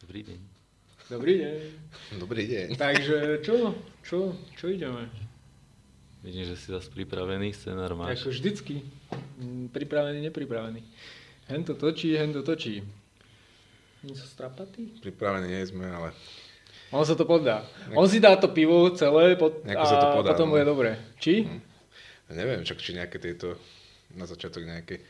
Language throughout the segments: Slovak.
Dobrý deň. Dobrý deň. Dobrý deň. Takže čo ideme? Vidím, že si zase pripravený, scenár máš. Ako vždycky. Pripravený, nepripravený. Hen to točí. Nie sú strapatí? Pripravení nie sme, ale... On sa to podá. On si dá to pivo celé sa to podá, potom bude dobre. Či? Neviem, či nejaké tieto na začiatok nejaké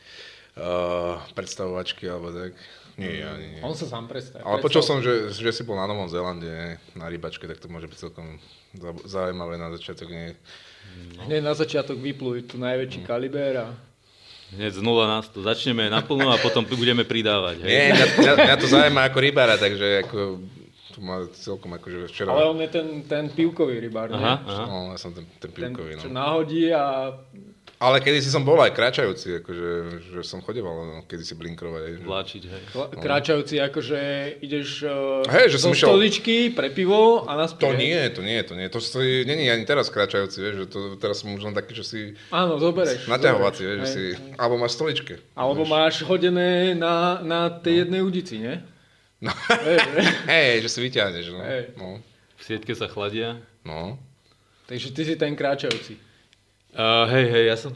predstavovačky alebo tak. Nie, ani nie. On sa sám predstaví. Ale počul som, že si bol na Novom Zélande na rybačke, tak to môže byť celkom zaujímavé na začiatok. Nie? Hneď na začiatok vypluj tu najväčší kaliber a... Hneď z nula nás to začneme naplno a potom budeme pridávať. Hej? Nie, mňa to zaujíma ako rybára, takže ako... Tu má celkom akože včera... Ale on je ten pivkový rybár, Aha. No, ja som ten pivkový, čo no. náhodí a... Ale kedysi som bol aj kráčajúci, akože, že som chodeval kedysi blinkrovať. Vláčiť, hej. Kráčajúci, akože ideš Hej, že som zo stoličky pre pivo a naspäť. To nie. To nie ani teraz kráčajúci, vieš, že to teraz som už len taký, že si... Áno, zoberieš. Naťahovací, vieš, že si... Alebo máš stoličke. Alebo máš hodené na tej jednej udici, nie? No. Hej, že si vyťahneš, no. Hej. No. V sietke sa chladia. No. Takže ty si ten kráčajúci. Hej, ja som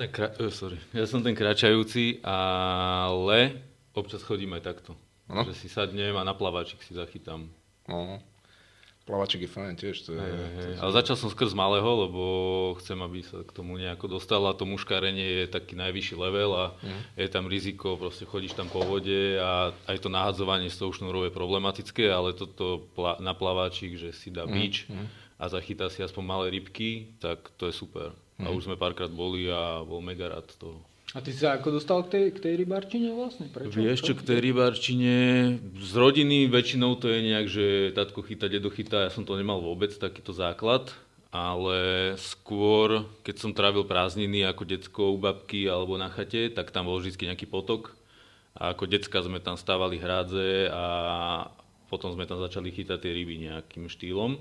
ten kráčajúci, ale občas chodím aj takto. No. Že si sadnem a na plaváčik si zachytám. No. Plavačik je fajn tiež. To je, Ale začal som skrz malého, lebo chcem, aby sa k tomu nejako dostal a to muškarenie je taký najvyšší level a je tam riziko, proste chodíš tam po vode a aj to nahadzovanie s tou šnúrou je problematické, ale toto na plaváčik, že si dá bič a zachytá si aspoň malé rybky, tak to je super. A už sme párkrát boli a bol mega rád z toho. A ty sa ako dostal k tej rybárčine vlastne? Prečo? Vieš čo, k tej rybárčine, z rodiny väčšinou to je nejak, že tatko chytá, dedo chytá, ja som to nemal vôbec, takýto základ, ale skôr, keď som trávil prázdniny ako decko u babky alebo na chate, tak tam bol vždy nejaký potok a ako decka sme tam stávali hrádze a potom sme tam začali chytať tie ryby nejakým štýlom.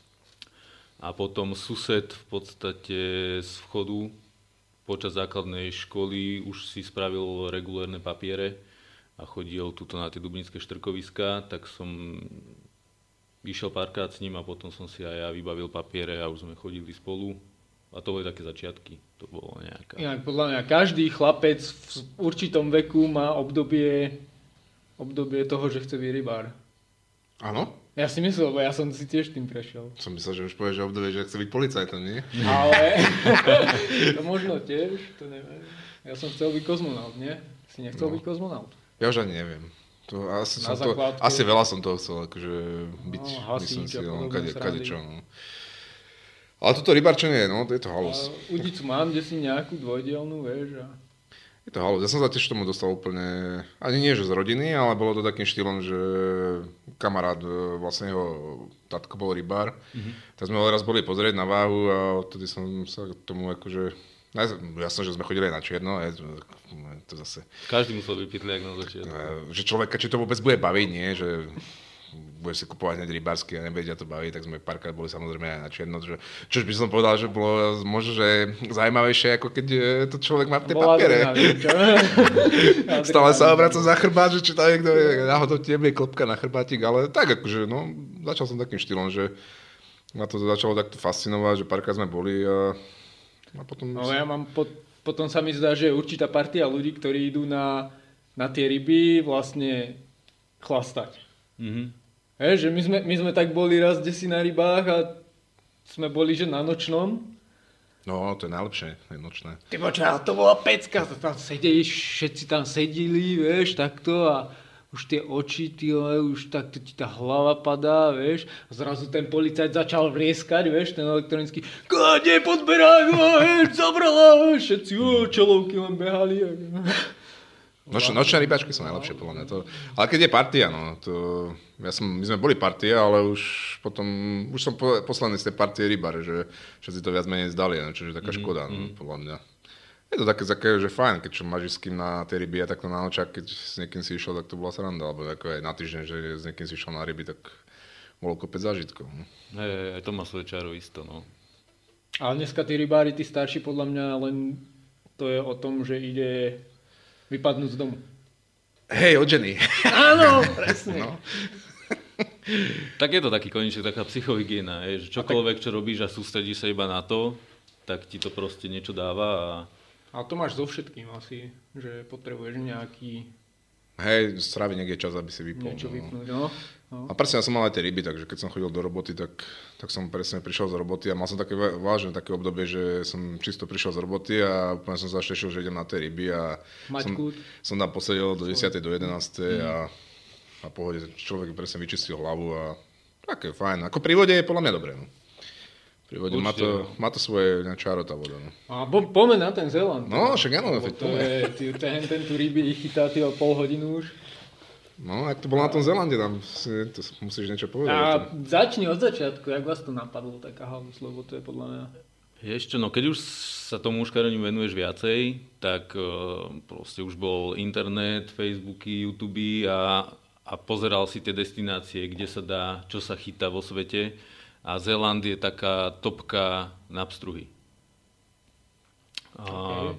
A potom sused v podstate z vchodu počas základnej školy už si spravil regulérne papiere a chodil tuto na tie dublinské štrkoviská, tak som išiel párkrát s ním a potom som si aj ja vybavil papiere a už sme chodili spolu. A to boli také začiatky. To bolo nejaká... Inak podľa mňa každý chlapec v určitom veku má obdobie toho, že chce byť rybár. Áno? Ja si myslel, lebo ja som si tiež tým prešiel. Som myslel, že už povieš, že obdobie, že chce byť policajtom, nie? Ale to možno tiež, to neviem. Ja som chcel byť kozmonaut, nie? Si nechcel byť kozmonaut? Ja už ani neviem. Asi veľa som toho chcel, akože byť, myslím si, kadečo. No. Ale toto rybarčenie, no, to je to halus. Udicu mám, kde si nejakú dvojdielnú, vieš, a... Je to halus. Ja som sa tiež tomu dostal úplne, ani nie, že z rodiny, ale bolo to takým štýlom, že kamarát, vlastne jeho tatko bol rybár. Tak sme raz boli pozrieť na váhu a odtedy som sa k tomu akože... Jasno, že sme chodili aj na čierno, to zase... Každý musel byť pytliak na začiatku. Že človeka, či to vôbec bude baviť, nie? Že budeš si kupovať hneď rybársky a nebude ťa to baviť, tak sme párkrát boli samozrejme aj na čierno. Čož by som povedal, že bolo možno, že zaujímavejšie, ako keď to človek má v tej papiere. Stále sa obracam za chrbát, že či tam niekto náhodou tiebie klopka na chrbátik, ale tak akože, no, začal som takým štýlom, že ma to začalo takto fascinovať, že párkrát sme boli a potom... No ja mám, potom sa mi zdá, že je určitá partia ľudí, ktorí idú na tie ryby vlastne chlastať. Že my sme tak boli raz desi na rybách a sme boli, že na nočnom. No, to je najlepšie, je nočné. Ty počúva, to bola pecka, tam všetci tam sedeli, vieš, takto a už tie oči, už takto ti tá hlava padá, vieš. A zrazu ten policajt začal vrieskať, vieš, ten elektronický, kde podberaj, vieš, zabrala, vieš, všetci čelovky len behali. Nočné rybačky sú najlepšie, podľa mňa. Ale keď je partia, no, my sme boli partia, ale už som posledný z tej partie rybár, že všetci to viac menej zdali, čo je taká škoda, no, podľa mňa. Je to také, že fajn, keď čo máš s kým na tej ryby a takto na očák, keď s niekým si išiel, tak to bola sranda, alebo ako aj na týždeň, že s niekým si išiel na ryby, tak bolo kopec zážitkov. No. Aj to má svoje čaro isto, no. Ale dneska tí rybári, tí starší, podľa mňa len to je o tom, že ide vypadnúť z domu. Hej, od ženy. Áno, presne. No. Tak je to taký koníček, taká psychohygiena, že čokoľvek, čo robíš a sústredíš sa iba na to, tak ti to proste niečo dáva. Ale to máš so všetkým asi, že potrebuješ nejaký... Hej, strávi niekde čas, aby si vypol. Niečo vypnúť, no. A presne, ja som mal aj tie ryby, takže keď som chodil do roboty, tak som presne prišiel z roboty a mal som také vážne také obdobie, že som čisto prišiel z roboty a úplne som sa zaštešil, že idem na tie ryby a som tam posedel do 10. do 11. a pohode človek presne vyčistil hlavu a také fajn. Ako pri vode je podľa mňa dobré, no. Pri vode má to svoje čáro tá voda, no. A poďme na ten Zéland. No, však áno. Ten tu ryby chytá pol hodinu už. No, ak to bolo na tom Zélande, tam to musíš niečo povedať. A začni od začiatku, jak vás to napadlo, taká halus, lebo to je podľa mňa... Ešte, no keď už sa tomu muškareniu venuješ viacej, tak proste už bol internet, Facebooky, YouTube a pozeral si tie destinácie, kde sa dá, čo sa chytá vo svete. A Zéland je taká topka na pstruhy. Okay.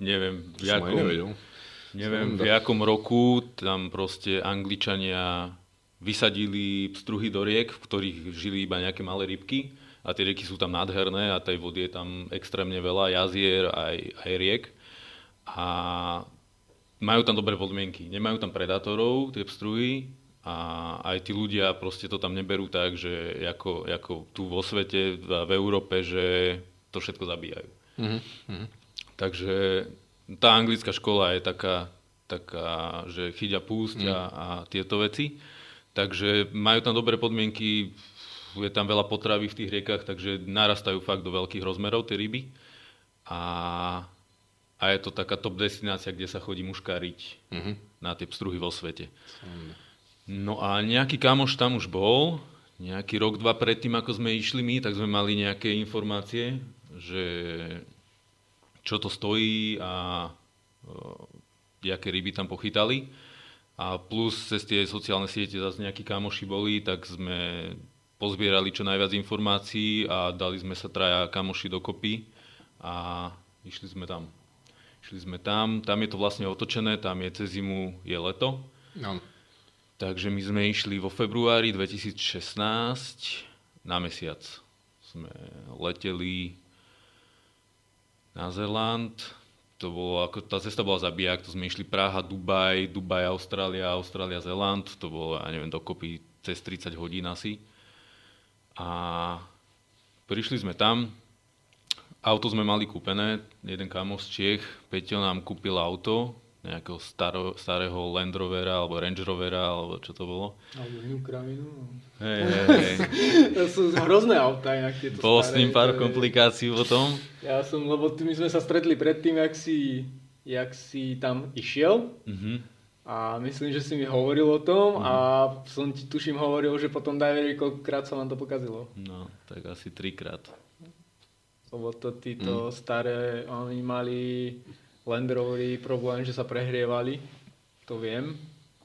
Neviem v jakom roku tam proste Angličania vysadili pstruhy do riek, v ktorých žili iba nejaké malé rybky. A tie rieky sú tam nádherné a tej vody je tam extrémne veľa, jazier aj riek. A majú tam dobré podmienky. Nemajú tam predátorov, tie pstruhy. A aj tí ľudia proste to tam neberú tak, že ako tu vo svete, v Európe, že to všetko zabíjajú. Mm-hmm. Takže tá anglická škola je taká že chyť a púšť a tieto veci. Takže majú tam dobré podmienky, je tam veľa potravy v tých riekach, takže narastajú fakt do veľkých rozmerov tie ryby. A je to taká top destinácia, kde sa chodí muškáriť na tie pstruhy vo svete. No a nejaký kamoš tam už bol, nejaký rok, dva predtým, ako sme išli my, tak sme mali nejaké informácie, že čo to stojí a aké ryby tam pochytali. A plus cez tie sociálne siete zase nejakí kamoši boli, tak sme pozbierali čo najviac informácií a dali sme sa traja kamoši dokopy a išli sme tam. Tam je to vlastne otočené, tam je cez zimu je leto. No. Takže my sme išli vo februári 2016 na mesiac. Sme leteli na Zéland. To bolo, tá cesta bola zabijak, to sme išli Praha, Dubaj, Austrália, Zéland. To bolo, ja neviem, dokopy cez 30 hodín asi. A prišli sme tam. Auto sme mali kúpené. Jeden kamoš z Čiech, Peťo, nám kúpil auto. Nejakého starého Land Rovera, alebo Range Rovera, alebo čo to bolo. Alebo New Kraminu. Hej. To sú hrozné autá, inak tieto staré. Bolo s ním pár komplikácií potom. Lebo my sme sa stretli predtým, jak si tam išiel. Mm-hmm. A myslím, že si mi hovoril o tom a som ti tuším hovoril, že potom daj koľkokrát sa vám to pokazilo. No, tak asi 3-krát. Lebo to títo staré, oni mali... Land Rovery, problém, že sa prehrievali, to viem.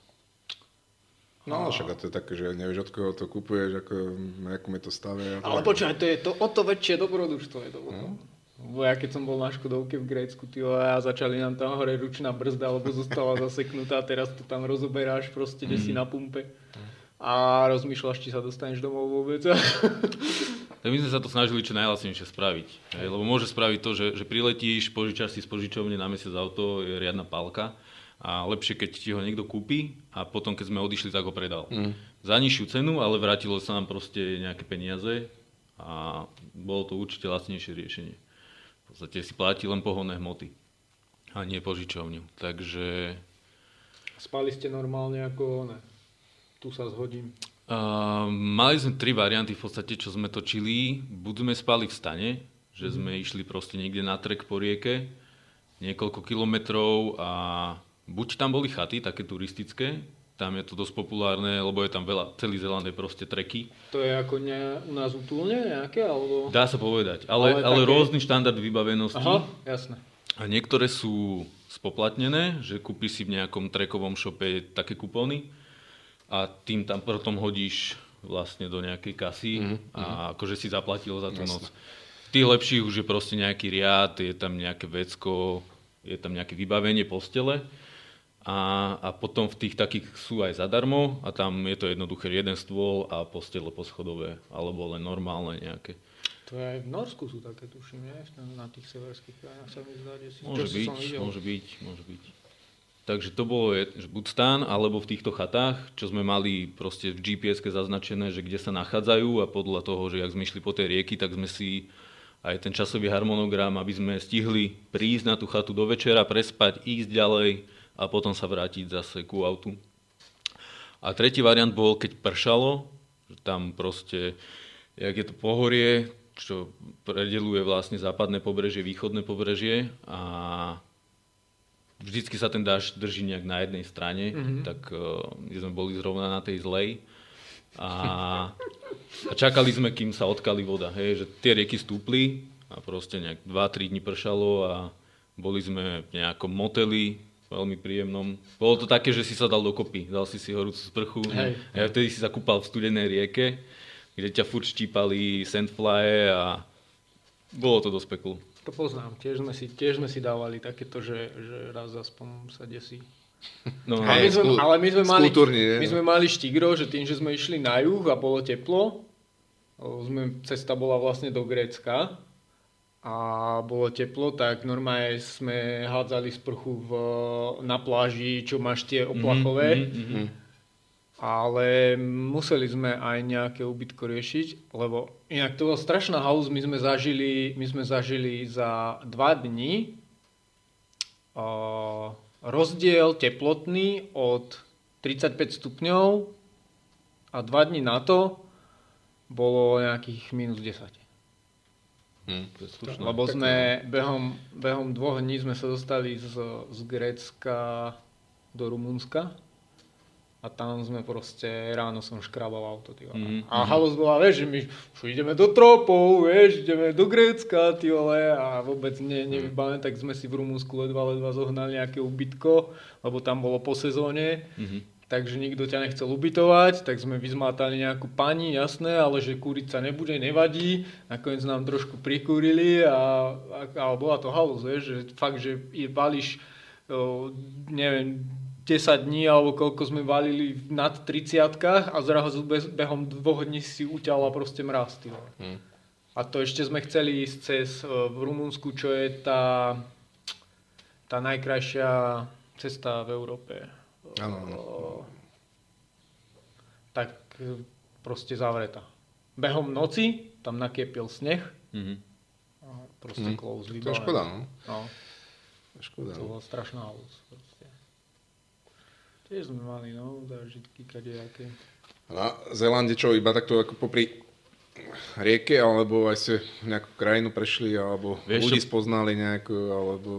No, však to je také, že nevieš, od koho to kupuješ, akom je to stave. Ale počúvaj, to je to o to väčšie dobrodružstvo je to potom. Bo ja keď som bol na Škodovke v Grécku, a začali nám tam hore ručná brzda, alebo zostala zaseknutá, teraz to tam rozoberáš proste, kde si na pumpe. A rozmýšľaš, či sa dostaneš domov vôbec. Tak my sme sa to snažili čo najlacnejšie spraviť. Lebo môže spraviť to, že priletíš, požičaš si z požičovne na mesiac auto, je riadna pálka. A lepšie, keď ti ho niekto kúpi a potom, keď sme odišli, tak ho predal. Za nižšiu cenu, ale vrátilo sa nám proste nejaké peniaze a bolo to určite lacnejšie riešenie. V podstate si platí len pohonné hmoty a nie požičovňu. Takže... Spali ste normálne ako tu sa zhodím. Mali sme 3 varianty v podstate, čo sme točili. Buď sme spali v stane, že sme išli proste niekde na trek po rieke, niekoľko kilometrov a buď tam boli chaty, také turistické, tam je to dosť populárne, lebo je tam veľa, celý Zéland je proste treky. To je ako u nás Útulne nejaké? Alebo... Dá sa povedať, ale také... rôzny štandard vybavenosti. Aha, jasné. A niektoré sú spoplatnené, že kúpiš si v nejakom trekovom shope také kupóny, a tým tam potom hodíš vlastne do nejakej kasy a akože si zaplatil za tú noc. V tých lepších už je proste nejaký riad, je tam nejaké vecko, je tam nejaké vybavenie postele a potom v tých takých sú aj zadarmo a tam je to jednoduché jeden stôl a postele poschodové, alebo len normálne nejaké. To aj v Norsku sú také, tuším, nie? Na tých severských krajinách sa mi zdá, že si... Môže byť. Takže to bolo buď stán, alebo v týchto chatách, čo sme mali proste v GPS-ke zaznačené, že kde sa nachádzajú a podľa toho, že jak sme išli po tej rieky, tak sme si aj ten časový harmonogram, aby sme stihli prísť na tú chatu do večera, prespať, ísť ďalej a potom sa vrátiť zase ku autu. A tretí variant bol, keď pršalo, že tam proste, jak je to pohorie, čo predeluje vlastne západné pobrežie, východné pobrežie a vždycky sa ten dážď drží nejak na jednej strane, tak my sme boli zrovna na tej zlej a čakali sme, kým sa odkali voda, hej, že tie rieky stúpli a proste nejak 2-3 dní pršalo a boli sme v nejakom moteli, veľmi príjemnom. Bolo to také, že si sa dal dokopy, dal si horúcu sprchu a vtedy si sa kúpal v studenej rieke, kde ťa furt štípali sandflye a bolo to dosť peklo. To poznám, tiež sme si dávali takéto, že raz aspoň sa desí. No, ale my sme mali štigro, že tým, že sme išli na juh a bolo teplo, cesta bola vlastne do Grécka a bolo teplo, tak normálne sme hádzali sprchu na pláži, čo máš tie oplachové. Ale museli sme aj nejaké ubytko riešiť, lebo inak to bola strašná halus. My sme zažili za 2 dní rozdiel teplotný od 35 stupňov a 2 dní na to bolo nejakých minus 10. Lebo sme behom 2 dní sme sa dostali z Grécka do Rumunska. A tam sme proste, ráno som škrabal auto, A halus bola, vieš, že my ideme do tropov, vieš, ideme do Grécka, a vôbec nevybavené, tak sme si v Rumunsku ledva zohnali nejaké ubytko, lebo tam bolo po sezóne, takže nikto ťa nechcel ubytovať, tak sme vyzmátali nejakú pani, jasné, ale že kúriť sa nebude, nevadí, nakoniec nám trošku prikúrili a bola to halus, vieš, že fakt, že valíš, neviem, 10 dní, alebo koľko sme valili nad 30-kách a zrazu behom 2 dní si uťala proste mraz. A to ešte sme chceli ísť cez v Rumunsku, čo je tá najkrajšia cesta v Európe. Tak proste zavretá. Behom noci tam nakiepil sneh a proste close vybavené. To je škoda, no. To bola strašná halus. Tiež sme mali, zážitky kadejaké. Na Zélande čo, iba takto ako popri rieke, alebo aj ste nejakú krajinu prešli, alebo ľudí spoznali nejakú, alebo...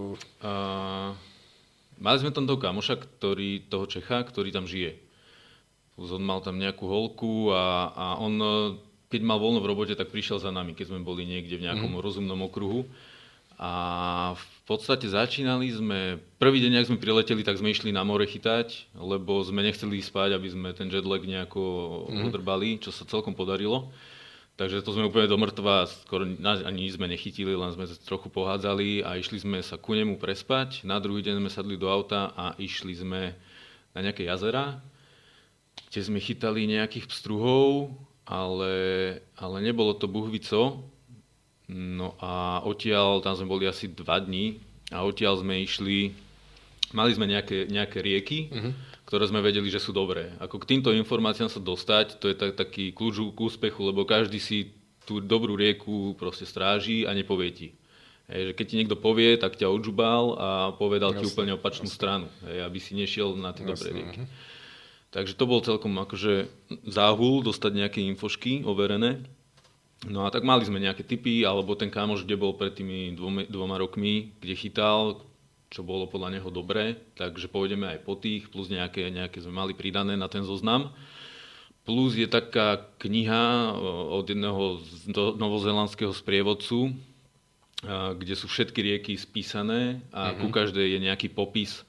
Mali sme tam toho kamoša, toho Čecha, ktorý tam žije. On mal tam nejakú holku a on, keď mal voľno v robote, tak prišiel za nami, keď sme boli niekde v nejakom rozumnom okruhu. A v podstate začínali sme, prvý deň, ak sme prileteli, tak sme išli na more chytať, lebo sme nechceli spať, aby sme ten jetlag nejako odrbali, čo sa celkom podarilo. Takže to sme úplne do mŕtva, skoro ani sme nechytili, len sme trochu pohádzali a išli sme sa ku nemu prespať. Na druhý deň sme sadli do auta a išli sme na nejaké jazera, kde sme chytali nejakých pstruhov, ale nebolo to buhvico. No a odtiaľ, tam sme boli asi 2 dní a odtiaľ sme išli, mali sme nejaké rieky, ktoré sme vedeli, že sú dobré. Ako k týmto informáciám sa dostať, to je taký kľúč k úspechu, lebo každý si tú dobrú rieku proste stráži a nepovie ti. Že keď ti niekto povie, tak ťa odžubal a povedal ti úplne opačnú stranu, aby si nešiel na tie dobré rieky. Takže to bol celkom akože záhul dostať nejaké infošky overené. No a tak mali sme nejaké tipy, alebo ten kámoš, kde bol pred tými 2 rokmi, kde chytal, čo bolo podľa neho dobré, takže pôjdeme aj po tých, plus nejaké sme mali pridané na ten zoznam. Plus je taká kniha od jedného novozélandského sprievodcu, kde sú všetky rieky spísané a ku každej je nejaký popis.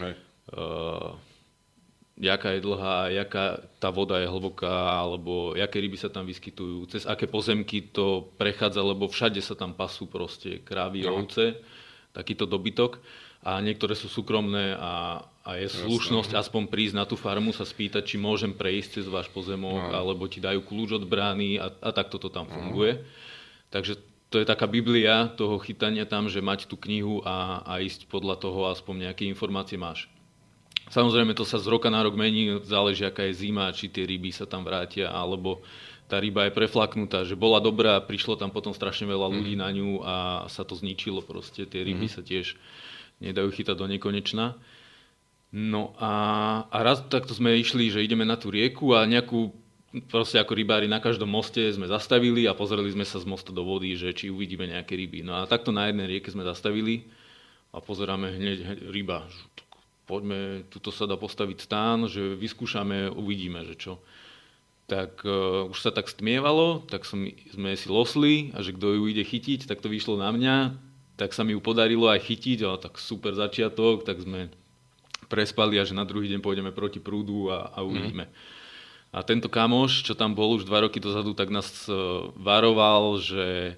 Jaká je dlhá, jaká tá voda je hlboká, alebo jaké ryby sa tam vyskytujú, cez aké pozemky to prechádza, lebo všade sa tam pasú proste krávy, ovce, takýto dobytok. a niektoré sú súkromné a je slušnosť aspoň prísť na tú farmu, sa spýtať, či môžem prejsť cez váš pozemok, alebo ti dajú kľúč od brány a takto to tam funguje. Takže to je taká biblia toho chytania tam, že mať tú knihu a ísť podľa toho, aspoň nejaké informácie máš. Samozrejme, to sa z roka na rok mení, záleží, aká je zima, či tie ryby sa tam vrátia, alebo tá ryba je preflaknutá, že bola dobrá, prišlo tam potom strašne veľa ľudí na ňu a sa to zničilo proste. Tie ryby sa tiež nedajú chytať do nekonečna. No a raz takto sme išli, že ideme na tú rieku a nejakú, proste ako rybári na každom moste sme zastavili a pozreli sme sa z mostu do vody, že či uvidíme nejaké ryby. No a takto na jednej rieke sme zastavili a pozeráme hneď ryba. Poďme, tuto sa dá postaviť stán, že vyskúšame, uvidíme, že čo. Tak už sa tak stmievalo, tak sme si losli a že kto ju ide chytiť, tak to vyšlo na mňa. Tak sa mi ju podarilo aj chytiť, ale tak super začiatok, tak sme prespali a že na druhý deň pôjdeme proti prúdu a uvidíme. A tento kamoš, čo tam bol už 2 roky dozadu, tak nás varoval, že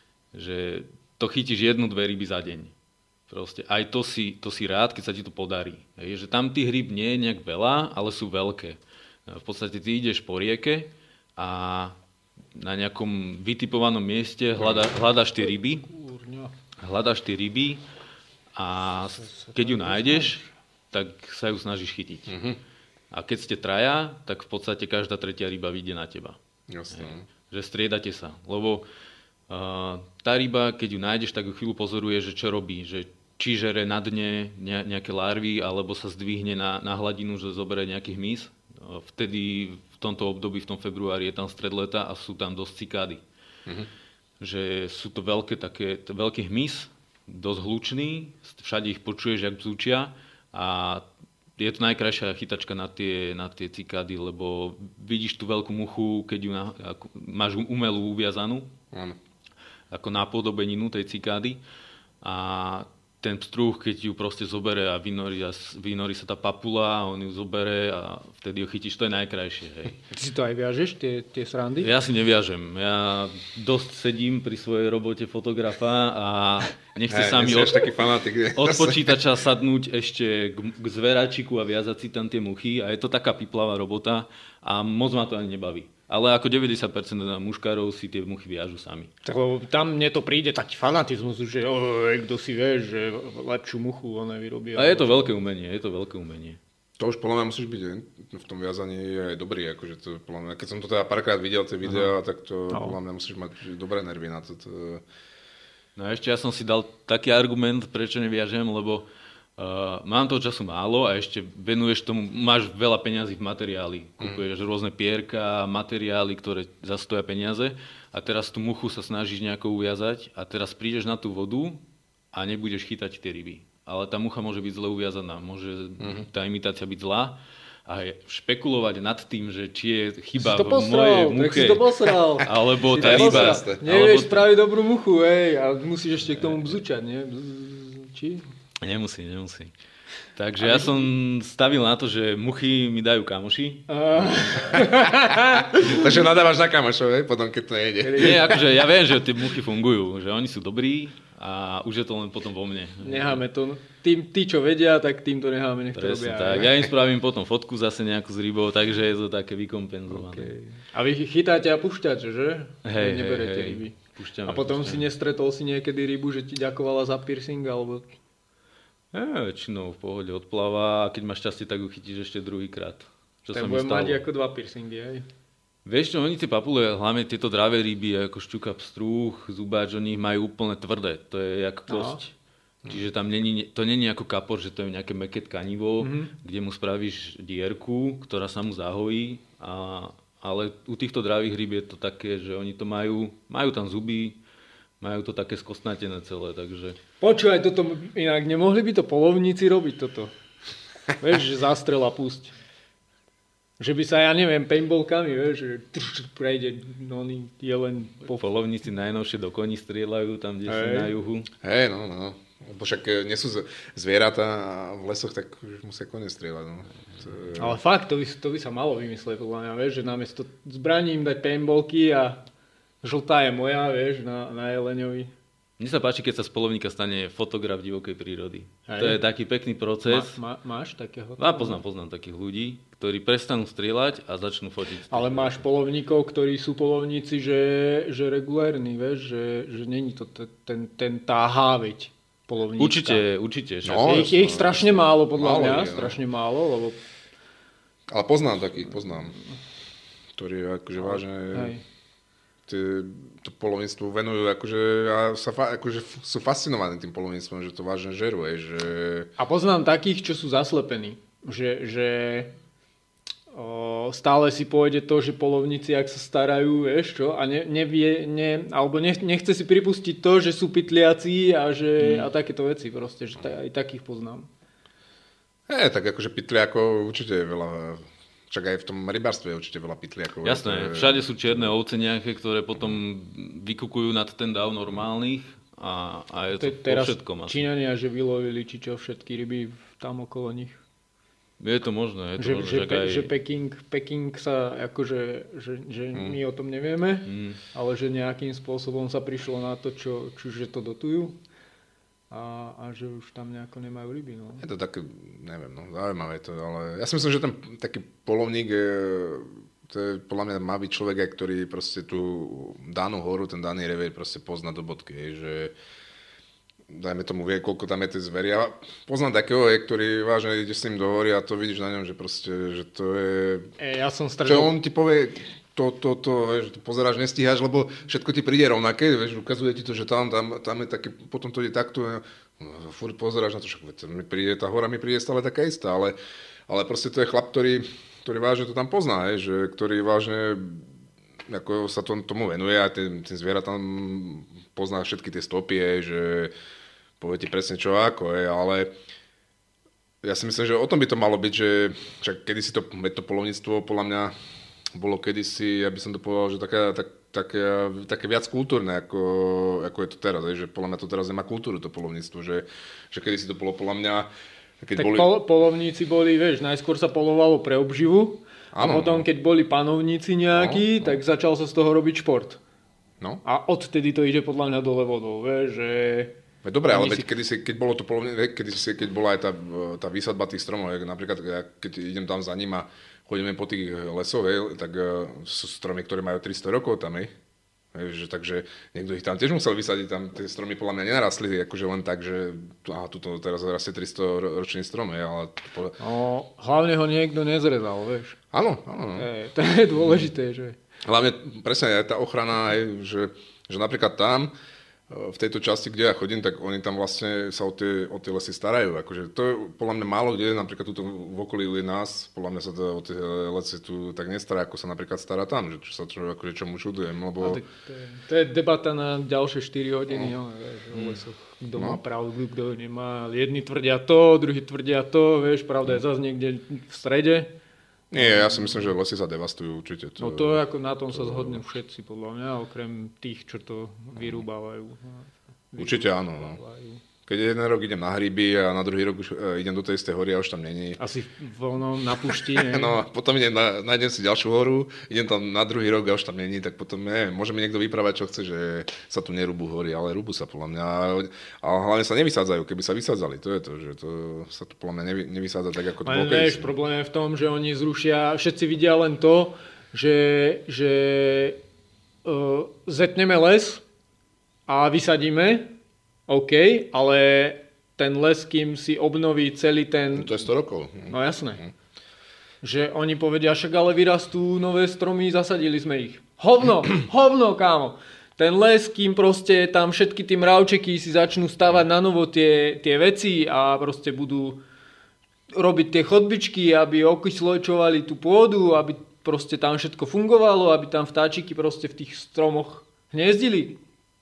to chytíš 1-2 ryby za deň. Proste aj to si rád, keď sa ti to podarí. Že tam tých rýb nie je nejak veľa, ale sú veľké. V podstate ty ideš po rieke a na nejakom vytipovanom mieste hľadáš tie ryby. Hľadáš tie ryby a keď ju nájdeš, tak sa ju snažíš chytiť. A keď ste traja, tak v podstate každá tretia ryba vyjde na teba. Jasne. Že striedate sa. Lebo tá ryba, keď ju nájdeš, tak ju chvíľu pozoruje, že čo robí. Že či žere na dne nejaké larvy, alebo sa zdvihne na hladinu, že zoberie nejaký hmyz. Vtedy, v tomto období, v tom februári, je tam stred leta a sú tam dosť cikády. Že sú to veľký hmyz, dosť hlučný, všade ich počuješ, jak bzúčia a je to najkrajšia chytačka na tie cikády, lebo vidíš tú veľkú muchu, keď ju máš umelú uviazanú, ako nápodobeninu tej cikády a ten pstruh, keď ju proste zobere a vynorí sa tá papula a on ju zobere a vtedy ho chytíš, to je najkrajšie. Hej. Ty si to aj viažeš, tie srandy? Ja si neviažem. Ja dosť sedím pri svojej robote fotografa a nechce sa mi od počítača sadnúť ešte k zveračiku a viazať si tam tie muchy a je to taká piplavá robota a moc ma to ani nebaví. Ale ako 90% muškárov si tie muchy viažu sami. Tam mne to príde taký fanatizmus, že kto si vie, že lepšiu muchu ona vyrobí. A je to veľké umenie, To už podľa mňa musíš byť v tom viazaní aj dobrý. Akože to, podľa mňa, keď som to teda párkrát videl, tie videá, tak to podľa mňa musíš mať dobré nervy na to. No a ešte ja som si dal taký argument, prečo neviažem, lebo mám toho času málo a ešte venuješ tomu, máš veľa peňazí v materiáli. Kúpuješ rôzne pierka, materiály, ktoré zastoja peniaze a teraz tú muchu sa snažíš nejako uviazať a teraz prídeš na tú vodu a nebudeš chytať tie ryby. Ale tá mucha môže byť zle uviazaná, môže tá imitácia byť zlá a špekulovať nad tým, že či je chyba v mojej muche, alebo tá ryba... Nevieš spraviť dobrú muchu, a musíš ešte k tomu bzučať, nie? Či? Nemusí. Takže ja som stavil na to, že muchy mi dajú kamoši. Takže nadávaš na kamošov, potom keď to nejde. Nie, akože ja viem, že tie muchy fungujú, že oni sú dobrí a už je to len potom vo mne. Necháme to. Tí, čo vedia, tak tým to necháme, nech to robia. Tak. Ja im spravím potom fotku zase nejakú s rybou, takže je to také vykompenzované. Okay. A vy chytáte a púšťate, že? Hej. Ryby. A potom si nestretol si niekedy rybu, že ti ďakovala za piercing, alebo... Väčšinou v pohode odpláva a keď máš šťastie, tak ju chytíš ešte druhýkrát. Tak budem mať ako 2 piercingy, hej? Vieš čo, oni tie papule, hlavne tieto dravé ryby, ako šťuka, pstrúh, zubáč, oni ich majú úplne tvrdé. To je jak kosť. Čiže tam to není ako kapor, že to je nejaké mäkké tkanivo, kde mu spravíš dierku, ktorá sa mu zahojí. Ale u týchto dravých rýb je to také, že oni to majú tam zuby, majú to také skostnatené celé, takže... Počúvaj, toto inak nemohli by to polovníci robiť toto. Vieš, že zastrel a pusť. Že by sa, ja neviem, paintballkami, vieš, že prejde jelen po... Polovníci najnovšie do koní strieľajú tam, kde sú na juhu. Hej, no. Lebo však nie sú zvieratá a v lesoch, tak už musia kone strieľať, no. Ale fakt, to by sa malo vymyslieť, podľa mňa, vieš, že namiesto zbraní im dať paintballky a žltá je moja, vieš, na jeleňovi. Mne sa páči, keď sa z polovníka stane fotograf divokej prírody. Hej. To je taký pekný proces. Máš takého? Poznám takých ľudí, ktorí prestanú strieľať a začnú fotiť. Ale máš polovníkov, ktorí sú polovníci, že regulárni, vieš, že není to tá háveť polovnícka. Určite. No, je ich strašne málo, podľa mňa, je, no. strašne málo, lebo... Ale poznám, ktorí akože vážne... Hej. To polovníctvo venujú, akože sú fascinovaní tým polovníctvom, že to vážne žerú, že... A poznám takých, čo sú zaslepení, že stále si pôjde to, že polovníci, ak sa starajú, vieš čo, a nechce si pripustiť to, že sú pytliaci a takéto veci proste, že aj takých poznám. Tak akože pytliakov určite je veľa... Však aj v tom rybárstve je určite veľa pytliakov. Jasné, všade sú čierne ovce nejaké, ktoré potom vykukujú nad ten dav normálnych a je to po všetkom. Teraz Číňania, že vylovili či čo všetky ryby tam okolo nich. Je to možné. Že Peking sa akože, že my o tom nevieme, ale že nejakým spôsobom sa prišlo na to, že to dotujú. A že už tam nejako nemajú ryby. No. Je to také, neviem, zaujímavé to, ale ja si myslím, že ten taký polovník to je podľa mňa má byť človek, ktorý proste tú danú horu, ten daný revír proste pozná do bodky, že dajme tomu vie, koľko tam je tej zvery. Ja poznám takého, ktorý vážne ide s ním do hory a to vidíš na ňom, že proste, že to je... Ja som Čo on ti povie... vieš, to pozeráš, nestíhaš, lebo všetko ti príde rovnaké, vieš, ukazuje ti to, že tam je také, potom to ide takto, furt pozeráš na to, tá hora mi príde stále taká istá, ale proste to je chlap, ktorý vážne to tam pozná, že ktorý vážne ako sa tomu venuje a ten zviera tam pozná všetky tie stopy, že povie ti presne čo ako, ale ja si myslím, že o tom by to malo byť, že však kedysi to polovníctvo podľa mňa bolo kedysi, ja by som to povedal, že také viac kultúrne, ako je to teraz. Že podľa mňa to teraz nemá kultúru, to polovníctvo. Že kedysi to bolo podľa mňa... Polovníci boli, vieš, najskôr sa polovalo pre obživu, a potom, keď boli panovníci nejakí, tak začal sa z toho robiť šport. No. A odtedy to ide podľa mňa dole vodou, vieš, že... Dobre, ale keď bolo to polovníctvo, keď bola aj tá výsadba tých stromov, napríklad, keď idem tam za ním a chodíme po tých lesoch, tak sú stromy, ktoré majú 300 rokov tam, takže niekto ich tam tiež musel vysadiť, tam tie stromy podľa mňa nenarastli, akože len tak, že tuto teraz rastie 300 ročný strom, ale... No, hlavne ho niekto nezrezal, vieš. Áno. To je dôležité, že... Hlavne presne aj tá ochrana, že napríklad tam, v tejto časti, kde ja chodím, tak oni tam vlastne sa o tie lesy starajú. Akože to je podľa mňa málo kde, napríklad tuto v okolí u nás, podľa mňa sa o tie lesy tu tak nestará, ako sa napríklad stará tam, že akože čomu čudujem, lebo... To je debata na ďalšie 4 hodiny, vieš, o lesoch. Kto má pravdu, kto nemá. Jedni tvrdia to, druhí tvrdia to, vieš, pravda je zase niekde v strede. Nie, ja si myslím, že lesy sa devastujú určite. No to je ako na tom sa zhodnú všetci, podľa mňa, okrem tých, čo to vyrúbávajú. Určite áno. No. Keď jeden rok idem na hríby a na druhý rok už idem do tej istej hory a už tam není. Asi na pušti, No, potom nájdem si ďalšiu horu, idem tam na druhý rok a už tam není, tak potom môže mi niekto vyprávať, čo chce, že sa tu nerúbú hory, ale rúbu sa podľa mňa. A hlavne sa nevysádzajú, keby sa vysádzali, to je to, že to sa tu podľa mňa nevysádza tak, ako to bolo kedysi. Problém je v tom, že oni zrušia, všetci vidia len to, že zetneme les a vysadíme, OK, ale ten les, kým si obnoví celý ten... To je 100 rokov. No jasné. Že oni povedia, však ale vyrastú nové stromy, zasadili sme ich. Hovno, kámo. Ten les, kým proste tam všetky tie mravčeky si začnú stavať na novo tie veci a proste budú robiť tie chodbičky, aby okysľočovali tú pôdu, aby proste tam všetko fungovalo, aby tam vtáčiky proste v tých stromoch hniezdili.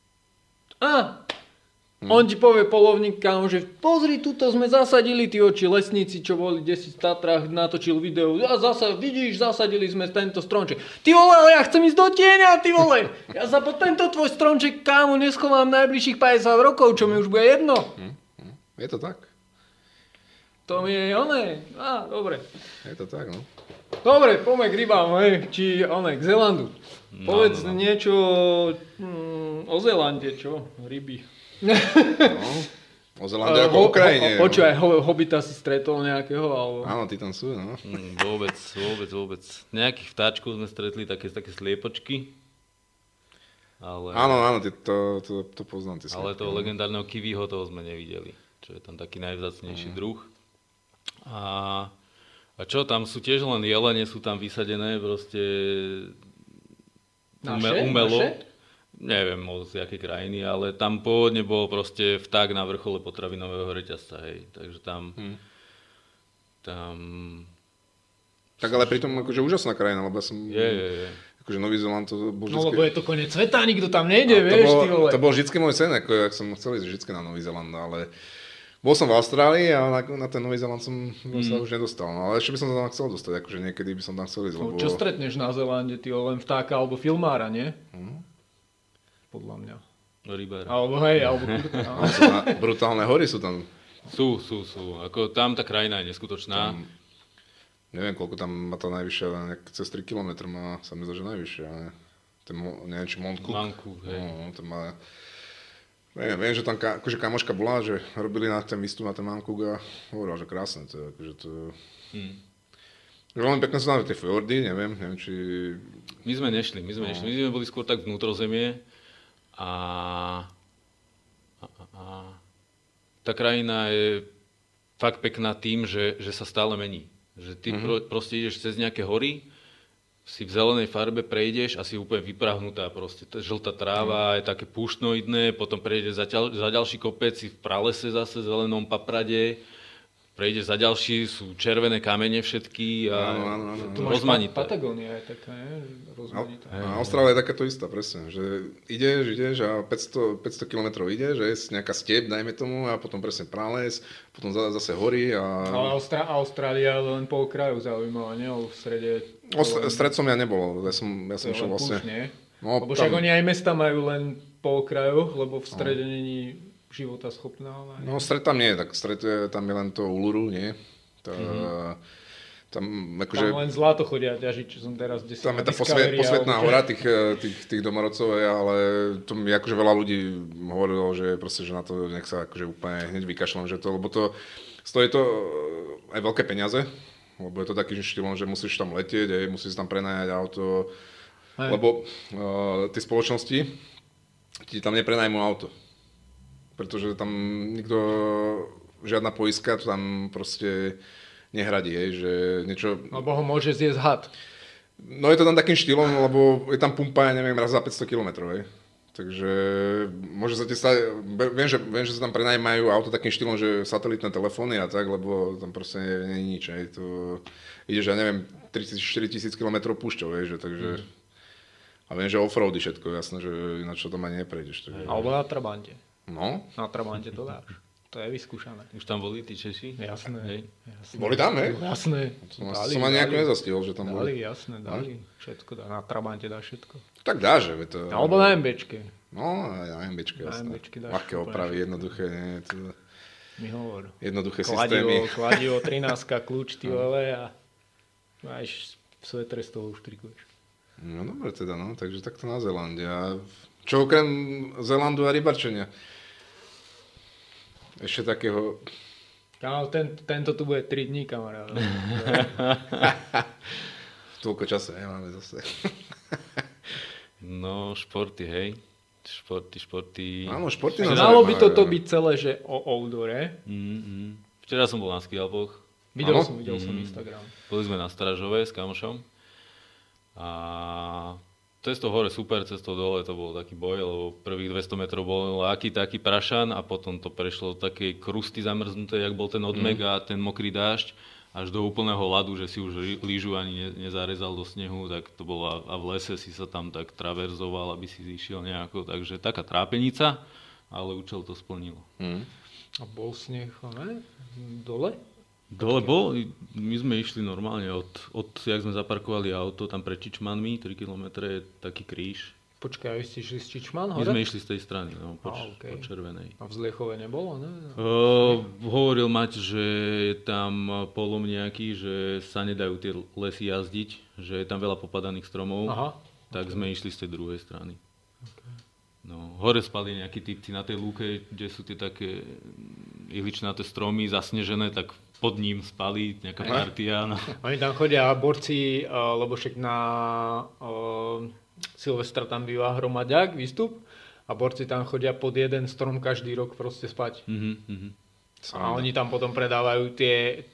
On ti povie polovník, že pozri, tuto sme zasadili tí oči lesníci, čo boli desi v Tatrách, natočil video. Vidíš, zasadili sme tento stromček. Ty vole, ale ja chcem ísť do tieňa, ty vole. Ja sa po tento tvoj stromček, kámo, neschovám najbližších 50 rokov, čo mi už bude jedno. Je to tak. To mi je oné. Dobre. Je to tak, no. Dobre, poďme k rybám, či k Zélandu. Povedz niečo o Zélande, čo? Ryby. No, o Zelande ako o Ukrajine. Počúvaj, Hobita si stretol nejakého? Alebo... Áno, tí tam sú, no. Vôbec. Nejakých vtáčkov sme stretli, také sliepočky. Ale... Áno, to poznám. Ale toho legendárneho kiwiho toho sme nevideli, čo je tam taký najvzácnejší druh. A čo, tam sú tiež len jelene, sú tam vysadené proste umelo. Naše? Neviem z jakej krajiny, ale tam pôvodne bol proste vták na vrchole potravinového reťazca, hej. Takže tam... Tak ale pritom akože úžasná krajina, lebo ja som... Je. Akože Nový Zéland to bol vždycky... No lebo je to koniec sveta, nikto tam nejde, vieš, ty vole. To bol vždycky môj sen, ako ja som chcel ísť vždycky na Nový Zéland, ale... Bol som v Austrálii a na ten Nový Zéland som sa už nedostal. No, ale ešte by som sa tam chcel dostať, akože niekedy by som tam chcel ísť, lebo... Čo stretneš na Zélande, ty len vtáka alebo filmára, nie? Podľa mňa. Rybára. Alebo hej, alebo kurta. Brutálne hory sú tam. Sú. Ako tam tá krajina je neskutočná. Tam, neviem, koľko tam má tá najvyššia, cez 3 km má, sa mi zdá, že najvyššia. Neviem, či Mount Cook. Mount Cook, hej. No, to má... Viem, že tam akože kamoška bola, že robili na ten výstup na ten Mount Cook a hovorila, že krásne to je, akože to... Že veľmi pekne sú tam tie fjordy, neviem, či... My sme nešli, my sme boli skôr tak vnútrozemie a tá krajina je fakt pekná tým, že sa stále mení. Že ty proste ideš cez nejaké hory, si v zelenej farbe prejdeš a si úplne vyprahnutá proste. Žltá tráva je také púštnoidné, potom prejdeš za ďalší kopec, si v pralese zase, zelenom paprade, prejdeš za ďalší, sú červené kamene všetky a rozmanité. Patagónia je taká, rozmanitá. A Austrália je takáto istá, presne, že ideš a 500 km ideš, že je nejaká step, dajme tomu, a potom presne prales, potom zase hory a... Ale Austrália je len pol kraju zaujímavá, nie? V strede... Stred som ja nebol, ja som išiel vlastne... No, lebo však oni aj mesta majú len pol kraju, lebo v strede není života schopná. No stred tam nie je, tak stred tam je len to Uluru, nie? Tam akože... Tam len zlato chodia ťažiť, čo som teraz desí. Tam je tá posvetná hora tých domorodcov, ale to mi akože veľa ľudí hovorilo, že proste, že na to nech sa akože úplne hneď vykašľam, že to, lebo to stojí to aj veľké peniaze, lebo je to takým štýlom, že musíš tam letieť, musíš tam prenajať auto, lebo tie spoločnosti ti tam neprenajmú auto. Pretože tam nikto, žiadna poistka to tam proste nehradí, že niečo... Lebo ho môže zjesť had. No je to tam takým štýlom, lebo je tam pumpa, ja neviem, raz za 500 km, Takže môže sa ti stať, viem, že sa tam prenajmajú auto takým štýlom, že satelitné telefóny a tak, lebo tam proste nie je nič, to ideš, ja neviem, 3 000-4 000 km púšťou, že takže... A viem, že offroady všetko, jasné, že ináč to tam ani neprejdeš. Takže... Alebo na Trabante. No? Na Trabante to dáš. To je vyskúšané. Už tam boli tí Češi? Jasné. Boli tam, hej? Jasné. Som ani nejako nezastihol, že tam boli. Dali. Všetko dá. Na Trabante dá všetko. Tak dá, že? To... Alebo na MBčke. No, aj na MBčke, jasné. Ľahké opravy, jednoduché, nie? To... Mi hovor. Jednoduché systémy. Kladivo, 13, kľúč, ty vole, a máš svetre z toho uštrikuješ. No dobre teda, no. Takže takto na Zélande. A čo okrem Zélandu a rybarčenia? Ešte takého... Kámo, tento tu bude 3 dní, kamarád. Toľko času nemáme zase. No, športy, hej. Športy. Áno, športy. Malo by toto byť celé, že o outdoore. Včera som bol na ski Alpoch. Videl som Instagram. Boli sme na Stražove s kamošom. A cestou hore super, cestou dole to bol taký boj, lebo prvých 200 metrov bol taký prašan a potom to prešlo do takej krusty zamrznuté, jak bol ten odmek a ten mokrý dážď, až do úplného ľadu, že si už lyžu ani nezarezal do snehu, tak to bolo a v lese si sa tam tak traverzoval, aby si išiel nejako, takže taká trápenica, ale účel to splnilo. A bol sneh, ne? Dole? Dole bol, my sme išli normálne od jak sme zaparkovali auto, tam pred Čičmanmi, 3 km je taký kríž. Počkaj, vy ste išli z Čičman hore? My sme išli z tej strany, no, po Červenej. A v Zliechove nebolo, ne? Hovoril Mať, že je tam polom nejaký, že sa nedajú tie lesy jazdiť, že je tam veľa popadaných stromov, tak sme išli z tej druhej strany. Okay. No, hore spali nejakí typci na tej lúke, kde sú tie také ihličnaté stromy zasnežené, tak pod ním spali nejaká partia. No. Oni tam chodia borci, lebo však na Silvestra tam býva hromaďák, výstup, a borci tam chodia pod jeden strom každý rok proste spať. A oni tam potom predávajú tie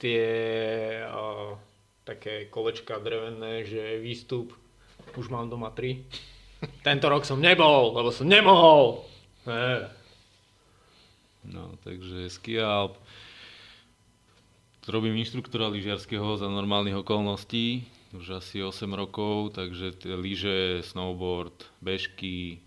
také kolečka drevené, že výstup, už mám doma 3. Tento rok som nebol, lebo som nemohol. No, takže ski Alp. Robím inštruktora lyžiarskeho za normálnych okolností, už asi 8 rokov, takže lyže, snowboard, bežky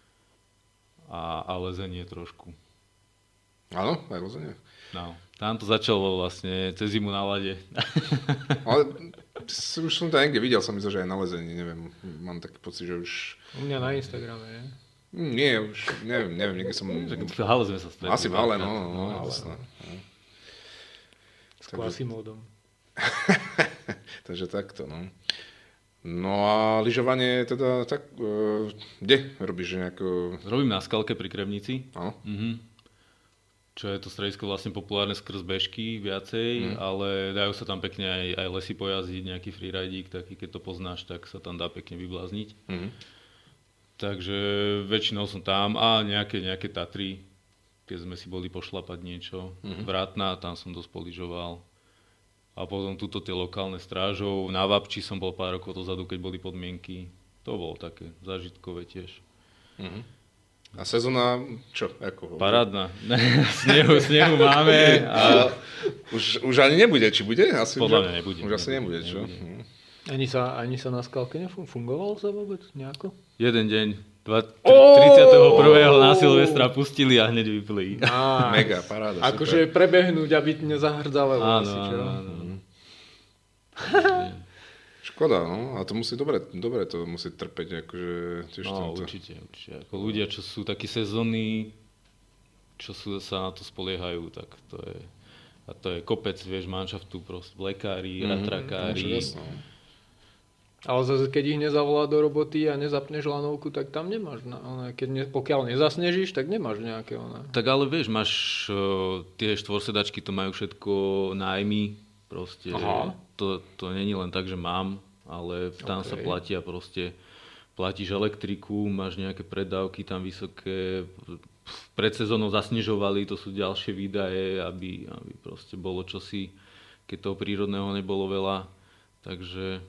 a lezenie trošku. Áno, aj lezenie. No, tam to začalo vlastne cez zimu na lade. Ale už som to niekde videl, som myslel, že aj na lezení, neviem, mám taký pocit, že už... U mňa na Instagrame, nie? Nie, už neviem, niekde som... V hale sme sa stretli. Asi v hale, no, jasné. S Quasimodom. Takže takto, no. No a lyžovanie teda tak, kde robíš nejako... Robím na Skalke pri Kremnici. Áno. Čo je to stredisko vlastne populárne skrz bežky viacej, ale dajú sa tam pekne aj lesy pojazdiť, nejaký freeridík taký, keď to poznáš, tak sa tam dá pekne vyblázniť. Takže väčšinou som tam a nejaké Tatry, keď sme si boli pošlapať niečo. Vrátna, tam som dosť polyžoval. A potom tuto tie lokálne strážov. Na Vapči som bol pár rokov dozadu, keď boli podmienky. To bolo také zážitkové tiež. A sezóna, čo? Parádna. Snehu máme. A... Už ani nebude, či bude? Asi podľa mňa nebude. Už asi nebude, čo? Ani sa na Skalke nefungovalo sa vôbec nejako? Jeden deň. 31. na Silvestra pustili a hneď vypli. Mega, paráda. Akože prebehnúť, aby nezahrdzavalo. Áno. Škoda, no. A to musí dobre to musí trpeť, akože tiež no, určite. Ako ľudia, čo sú takí sezónni, čo sa na to spoliehajú, tak to je kopec, vieš, manšaftu, proste lekári, ratrakári. Ale zase, keď ich nezavolá do roboty a nezapneš lanovku, tak tam nemáš. Pokiaľ nezasnežíš, tak nemáš nejaké. Tak ale vieš, máš tie štvorsedačky, to majú všetko nájmy. Proste, to není len tak, že mám, ale tam sa platia proste. Platíš elektriku, máš nejaké predávky tam vysoké. Pred sezónou zasnežovali, to sú ďalšie výdaje, aby proste bolo čosi, keď toho prírodného nebolo veľa. Takže...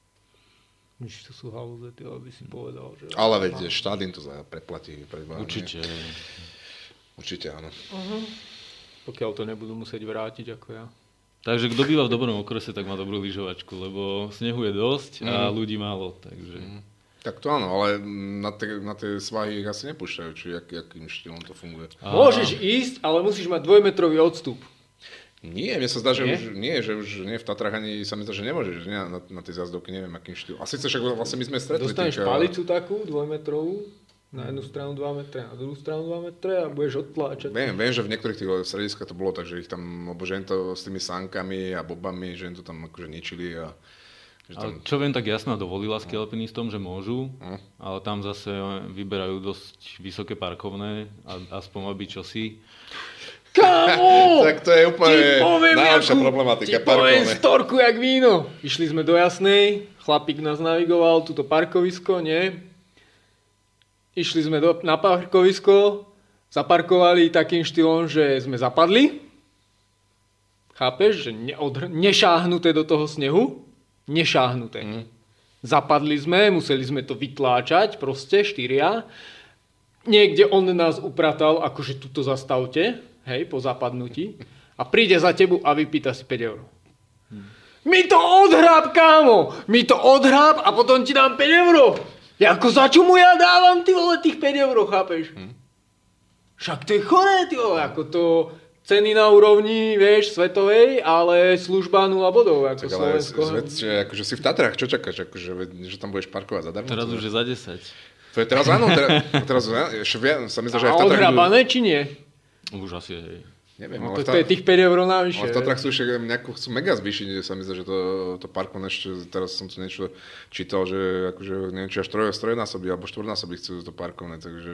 To sú halúze, aby si povedal, že... Ale veď, štát im to preplatí. Určite. Určite, áno. Pokiaľ to nebudú musieť vrátiť, ako ja. Takže kto býva v dobrom okrese, tak má dobrú lyžovačku, lebo snehu je dosť a ľudí málo, takže... Tak to áno, ale na tie svahy ich asi nepúšťajú, či akým štýlom to funguje. Môžeš ísť, ale musíš mať 2-metrový odstup. Nie, mne sa zdá, že už nie v Tatrách ani sa mi zdá, že nemôžeš na tie zázdovky, neviem akým štýlom. A síce však vlastne my sme stretli. Dostaneš palicu takú, 2-metrovú, na jednu stranu 2 metre, na druhú stranu 2 metre a budeš odtláčať. Viem, že v niektorých tých strediskách to bolo tak, že ich tam, lebo že to s tými sánkami a bobami, že im to tam akože ničili a... Ale čo viem, tak jasná dovolila ski alpinistom, že môžu, ale tam zase vyberajú dosť vysoké parkovné, aspoň aby čosi. Kámo! Tak to je úplne najlepšia problematika. Ti poviem storku jak víno. Išli sme do Jasnej, chlapík nás navigoval, túto parkovisko, nie? Išli sme na parkovisko, zaparkovali takým štýlom, že sme zapadli. Chápeš? Že nešáhnuté do toho snehu. Nešáhnuté. Zapadli sme, museli sme to vytláčať, proste, 4. Niekde on nás upratal, akože tuto zastavte, hej, po zapadnutí. A príde za tebu a vypýta si 5 eur. Mi to odhráb, kámo! Mi to odhráb a potom ti dám 5 eur. Ako za čo mu ja dávam, ty vole, tých 5 eur, chápeš? Však to je choré, ty vole, ako to ceny na úrovni, vieš, svetovej, ale služba 0 bodov, ako Slovensko. Že akože si v Tatrách, čo čakáš, akože, že tam budeš parkovať zadarmo? Teraz už je za 10. To je teraz áno, teraz sa mi zdá, že aj v Tatrách... A odhrabané, či nie? Už asi, hej. Neviem, no, to je tých 5 eur navyše. Ale v Tatrách sú ešte nejako chcú mega zvýšiť, sa mi zdá, že to parkovné ešte, teraz som tu niečo čítal, že akože neviem, či až trojnásobí alebo štvornásobí chcú to parkovné, takže...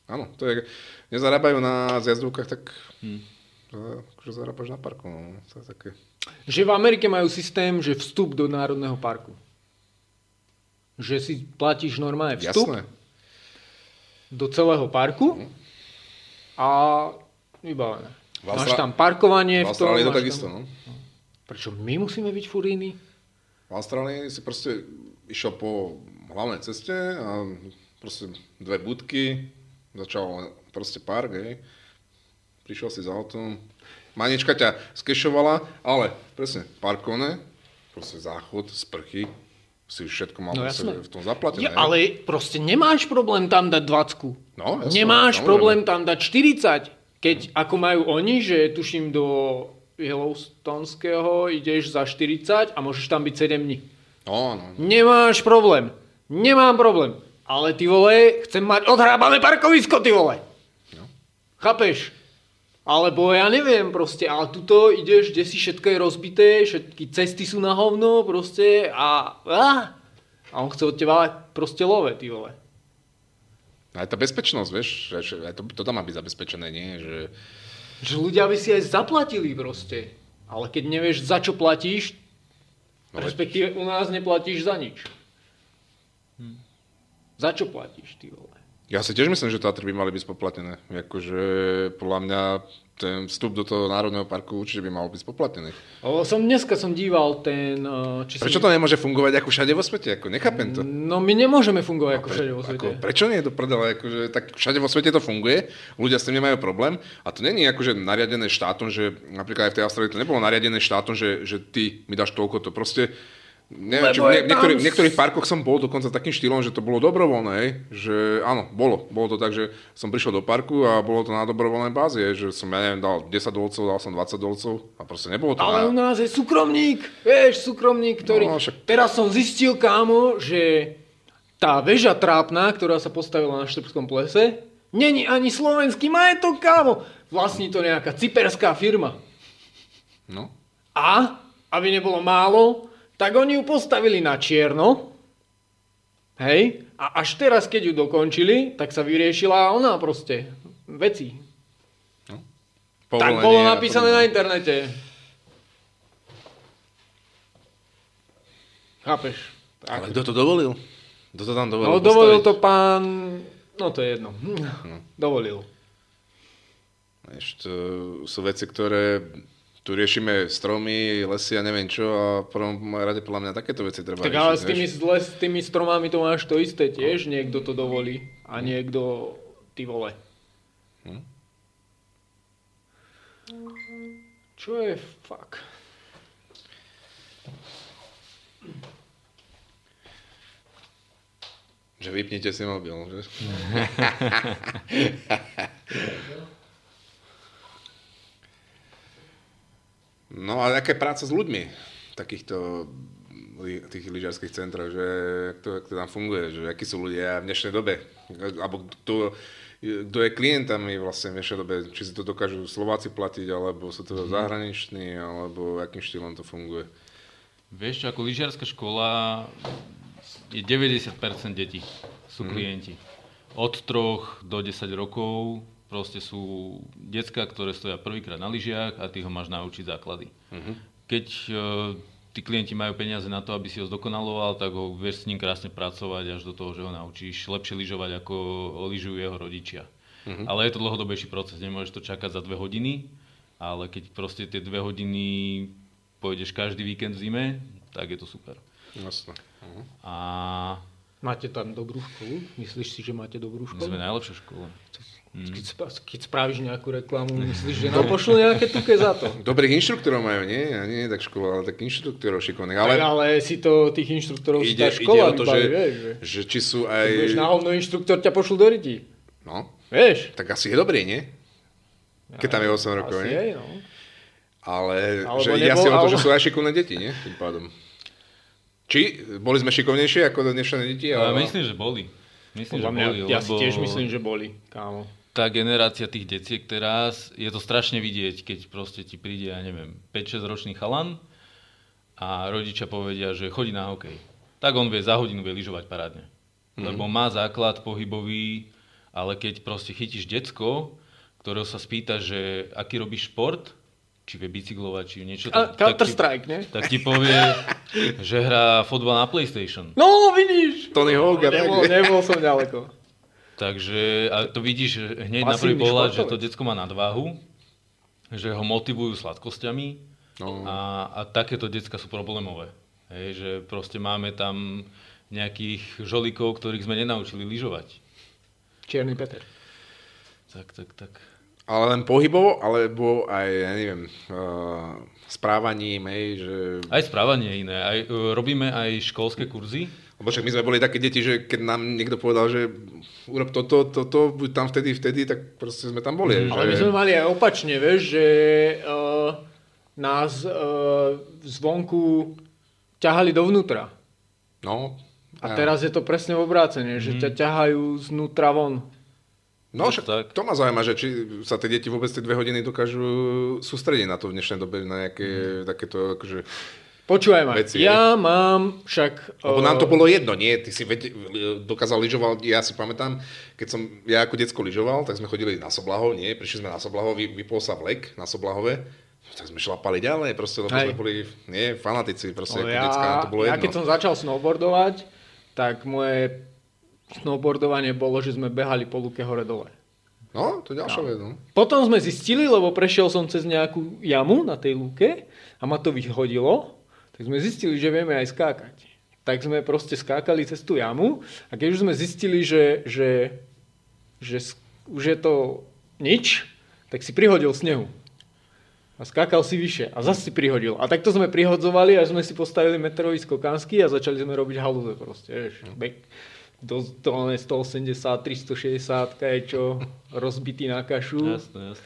Áno, to je, nezarábajú na zjazdovkách, tak akože zarábaš na parku. No. To je také... Že v Amerike majú systém, že vstup do národného parku. Že si platíš normálne vstup do celého parku a vybavené. Máš tam parkovanie v Austrálii to takisto, no. Prečo my musíme byť furíny? V Austrálii si proste išiel po hlavnej ceste a proste 2 budky, začal proste park, hej. Prišiel si za autom, manička ťa skešovala, ale presne parkovné, proste záchod, sprchy, si už všetko mal v tom zaplatené. Ja, ale proste nemáš problém tam dať 20. No, jasné, nemáš samozrejme. problém tam dať 40. Keď ako majú oni, že tuším do Yellowstoneského ideš za 40 a môžeš tam byť 7 dní. No. Nemáš problém. Nemám problém. Ale ty vole, chcem mať odhrábané parkovisko, ty vole. No. Chápeš? Alebo ja neviem proste, ale tuto ideš, kde si všetko je rozbité, všetky cesty sú na hovno proste a on chce od teba proste love, ty vole. Aj tá bezpečnosť, vieš, aj to tam má byť zabezpečené, nie? Že ľudia by si aj zaplatili proste. Ale keď nevieš, za čo platíš, respektíve u nás neplatíš za nič. Za čo platíš, ty vole? Ja si tiež myslím, že Tatry by mali byť spoplatnené. Akože podľa mňa ten vstup do toho národného parku určite by mal byť spoplatnený. Dneska som díval ten... Prečo to nemôže fungovať ako všade vo svete? Ako, nechápem to. No my nemôžeme fungovať ako všade vo svete. Prečo nie je to prdele? Akože, tak všade vo svete to funguje, ľudia s tým nemajú problém a to nie je akože nariadené štátom, že napríklad aj v tej Austrálii to nebolo nariadené štátom, že ty mi dáš toľko, to proste... Neviem, či v niektorých parkoch som bol dokonca takým štýlom, že to bolo dobrovoľné, hej? Že áno, bolo to tak, že som prišiel do parku a bolo to na dobrovoľnej báze, že som, ja neviem, dal 10 dolcov, dal som 20 dolcov a proste nebolo to. Ale u nás je súkromník, ktorý... Teraz som zistil, kámo, že tá väža trápna, ktorá sa postavila na Štrbskom plese, není ani slovenský majetok, kámo. Vlastní to nejaká cyperská firma. No. A, aby nebolo málo, tak oni ju postavili na čierno, hej, a až teraz, keď ju dokončili, tak sa vyriešila ona proste, veci. No. Tak bolo napísané na internete. Chápeš? Tak. Ale kto to dovolil? Kto to tam dovolil? No dovolil to pán, no to je jedno, dovolil. Vieš, to sú veci, ktoré... Tu riešime stromy, lesy a neviem čo a v prvom rade podľa mňa takéto veci treba tak riešiť. Ale s tými stromami to máš to isté tiež, niekto to dovolí a niekto ty vole. Čo je fuck? Že vypnite si mobil, že? No a aká je práca s ľuďmi takýchto tých lyžiarských centrov, že jak to tam funguje, že akí sú ľudia v dnešnej dobe, alebo kto je klientami vlastne v dnešnej dobe, či si to dokážu Slováci platiť, alebo sú to zahraniční, alebo akým štýlom to funguje. Vieš čo, ako lyžiarska škola je 90% detí sú klienti. Od 3 do 10 rokov proste sú decká, ktoré stoja prvýkrát na lyžiach a ty ho máš naučiť základy. Keď tí klienti majú peniaze na to, aby si ho zdokonaloval, tak ho vieš s ním krásne pracovať až do toho, že ho naučíš lepšie lyžovať, ako lyžujú jeho rodičia. Ale je to dlhodobejší proces, nemôžeš to čakať za 2 hodiny, ale keď proste tie 2 hodiny pôjdeš každý víkend v zime, tak je to super. Jasne. A máte tam dobrú školu? Myslíš si, že máte dobrú my školu? sme najlepšia škola. Keď spravíš nejakú reklamu, myslíš, že nám pošlú nejaké tuke za to? Dobrých inštruktorov majú, nie? A nie tak škola, ale takých inštruktorov šikovných. Ale si to tých inštruktorov si tá škola ide o to, vybaví, že či sú aj... Keď budeš na hovno inštruktor, ťa pošlú do ryti. No. Vieš? Tak asi je dobrý, nie? Keď tam je 8 rokov, nie? Asi je, no. Ale že ide asi o to, že sú aj šikovné deti, nie? Tým pádom. Či boli sme šikovnejšie ako dnešné deti? Ale myslím, že boli. Ja si tiež myslím, že boli, kámo. Tá generácia tých deciek teraz, je to strašne vidieť, keď proste ti príde, ja neviem, 5-6 ročný chalan a rodičia povedia, že chodí na hokej. Tak on vie, za hodinu vie lyžovať parádne. Lebo má základ pohybový Ale keď proste chytíš decko, ktorého sa spýta, že aký robíš šport, či vie bicyklovať, či niečo, Counter-Strike, ne? Tak ti povie, že hrá fotbal na PlayStation. No, vidíš! Tony Hawk a Nebol som ďaleko. Takže a to vidíš hneď na prvý pohľad, že to decko má nadváhu, že ho motivujú sladkosťami a takéto decka sú problémové. Hej, že proste máme tam nejakých žolíkov, ktorých sme nenaučili lyžovať. Čierny Peter. Tak. Ale len pohybovo, alebo aj, ja neviem, správaním, hej, že... Aj správanie iné. Robíme aj školské kurzy. Lebo však my sme boli také deti, že keď nám niekto povedal, že urob toto, buď tam vtedy, tak proste sme tam boli. Ale my sme mali aj opačne, vieš, že nás zvonku ťahali dovnútra. No. A teraz je to presne obrácenie, že ťa ťahajú znútra von. No však to ma zaujíma, že či sa tie deti vôbec tie 2 hodiny dokážu sústrediť na to v dnešnej dobe, na nejaké takéto akože... Počúvaj ma, ja mám však... Lebo nám to bolo jedno, nie? Ty si dokázal lyžovať, ja si pamätám, keď som ja ako decko lyžoval, tak sme chodili na Soblahov, nie? Prišli sme na Soblahov, vypol sa vlek na Soblahove, tak sme šlapali ďalej, proste, lebo sme boli, fanatici, proste, ako decka, nám to bolo jedno. Ja keď som začal snowboardovať, tak moje snowboardovanie bolo, že sme behali po lúke hore-dole. No, to je ďalšia vec, no. Potom sme zistili, lebo prešiel som cez nejakú jamu na tej lúke a ma to vyhodilo, tak sme zistili, že vieme aj skákať. Tak sme proste skákali cez tú jamu a keď už sme zistili, že už je to nič, tak si prihodil snehu. A skákal si vyššie a zase si prihodil. A takto sme prihodzovali, až sme si postavili metrový skokansky a začali sme robiť halúze proste, vieš. Do 180, 360 je čo rozbitý na kašu. Jasné.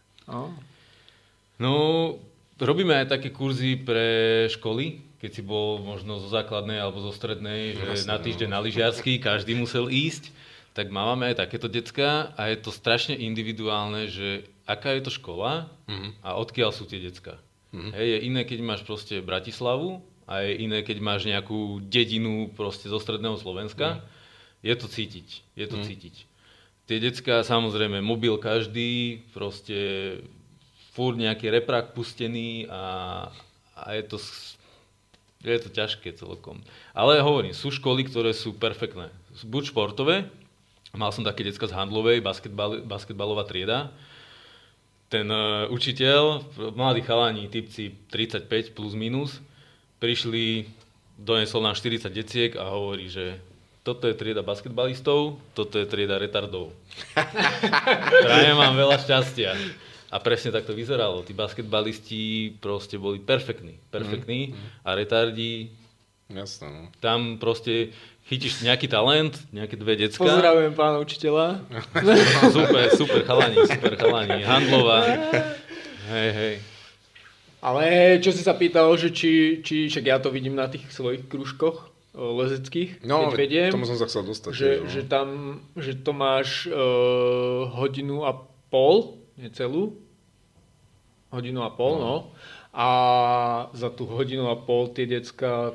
No, robíme aj také kurzy pre školy, keď si bol možno zo základnej alebo zo strednej, že na týždeň na lyžiarsky, každý musel ísť, tak máme aj takéto decka a je to strašne individuálne, že aká je to škola a odkiaľ sú tie decka. Hej, je iné, keď máš proste Bratislavu a je iné, keď máš nejakú dedinu proste zo stredného Slovenska. Je to cítiť. Tie decká, samozrejme, mobil každý, proste furt nejaký reprak pustený a je to ťažké celkom. Ale hovorím, sú školy, ktoré sú perfektné. Buď športové, mal som také decka z handlovej, basketbalová trieda. Ten učiteľ, mladí chalani, typci 35 plus minus, prišli, donesol nám 40 deciek a hovorí, že toto je trieda basketbalistov, toto je trieda retardov. Prajem vám veľa šťastia. A presne tak to vyzeralo. Tí basketbalisti proste boli perfektní. A retardi... Jasné, no. Tam proste chytíš nejaký talent, nejaké 2 decka. Pozdravujem pána učiteľa. Super chalani. Handlová. Hej. Ale čo si sa pýtal, že či však ja to vidím na tých svojich krúžkoch lezeckých, keď vediem. Tomu som sa chcel dostať. Že to máš 1,5 hodinu, necelú. 1,5 hodinu, no. A za tú 1,5 hodinu tie decka,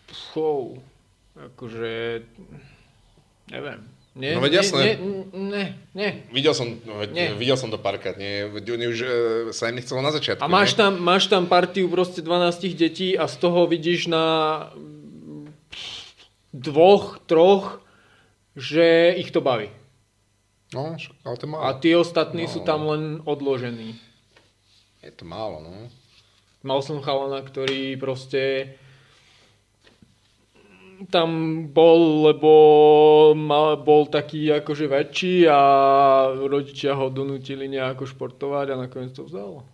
akože, neviem. Nie, no veď jasné. Nie. Videl som to párkrát, nie. Už sa im nechcelo na začiatku. A máš tam partiu proste 12 detí a z toho vidíš na 2, 3, že ich to baví. No, ale to je málo. A tí ostatní sú tam len odložení. Je to málo, no. Mal som chalana, ktorý proste tam bol, lebo bol taký akože väčší a rodičia ho donútili nejako športovať a nakoniec to vzal.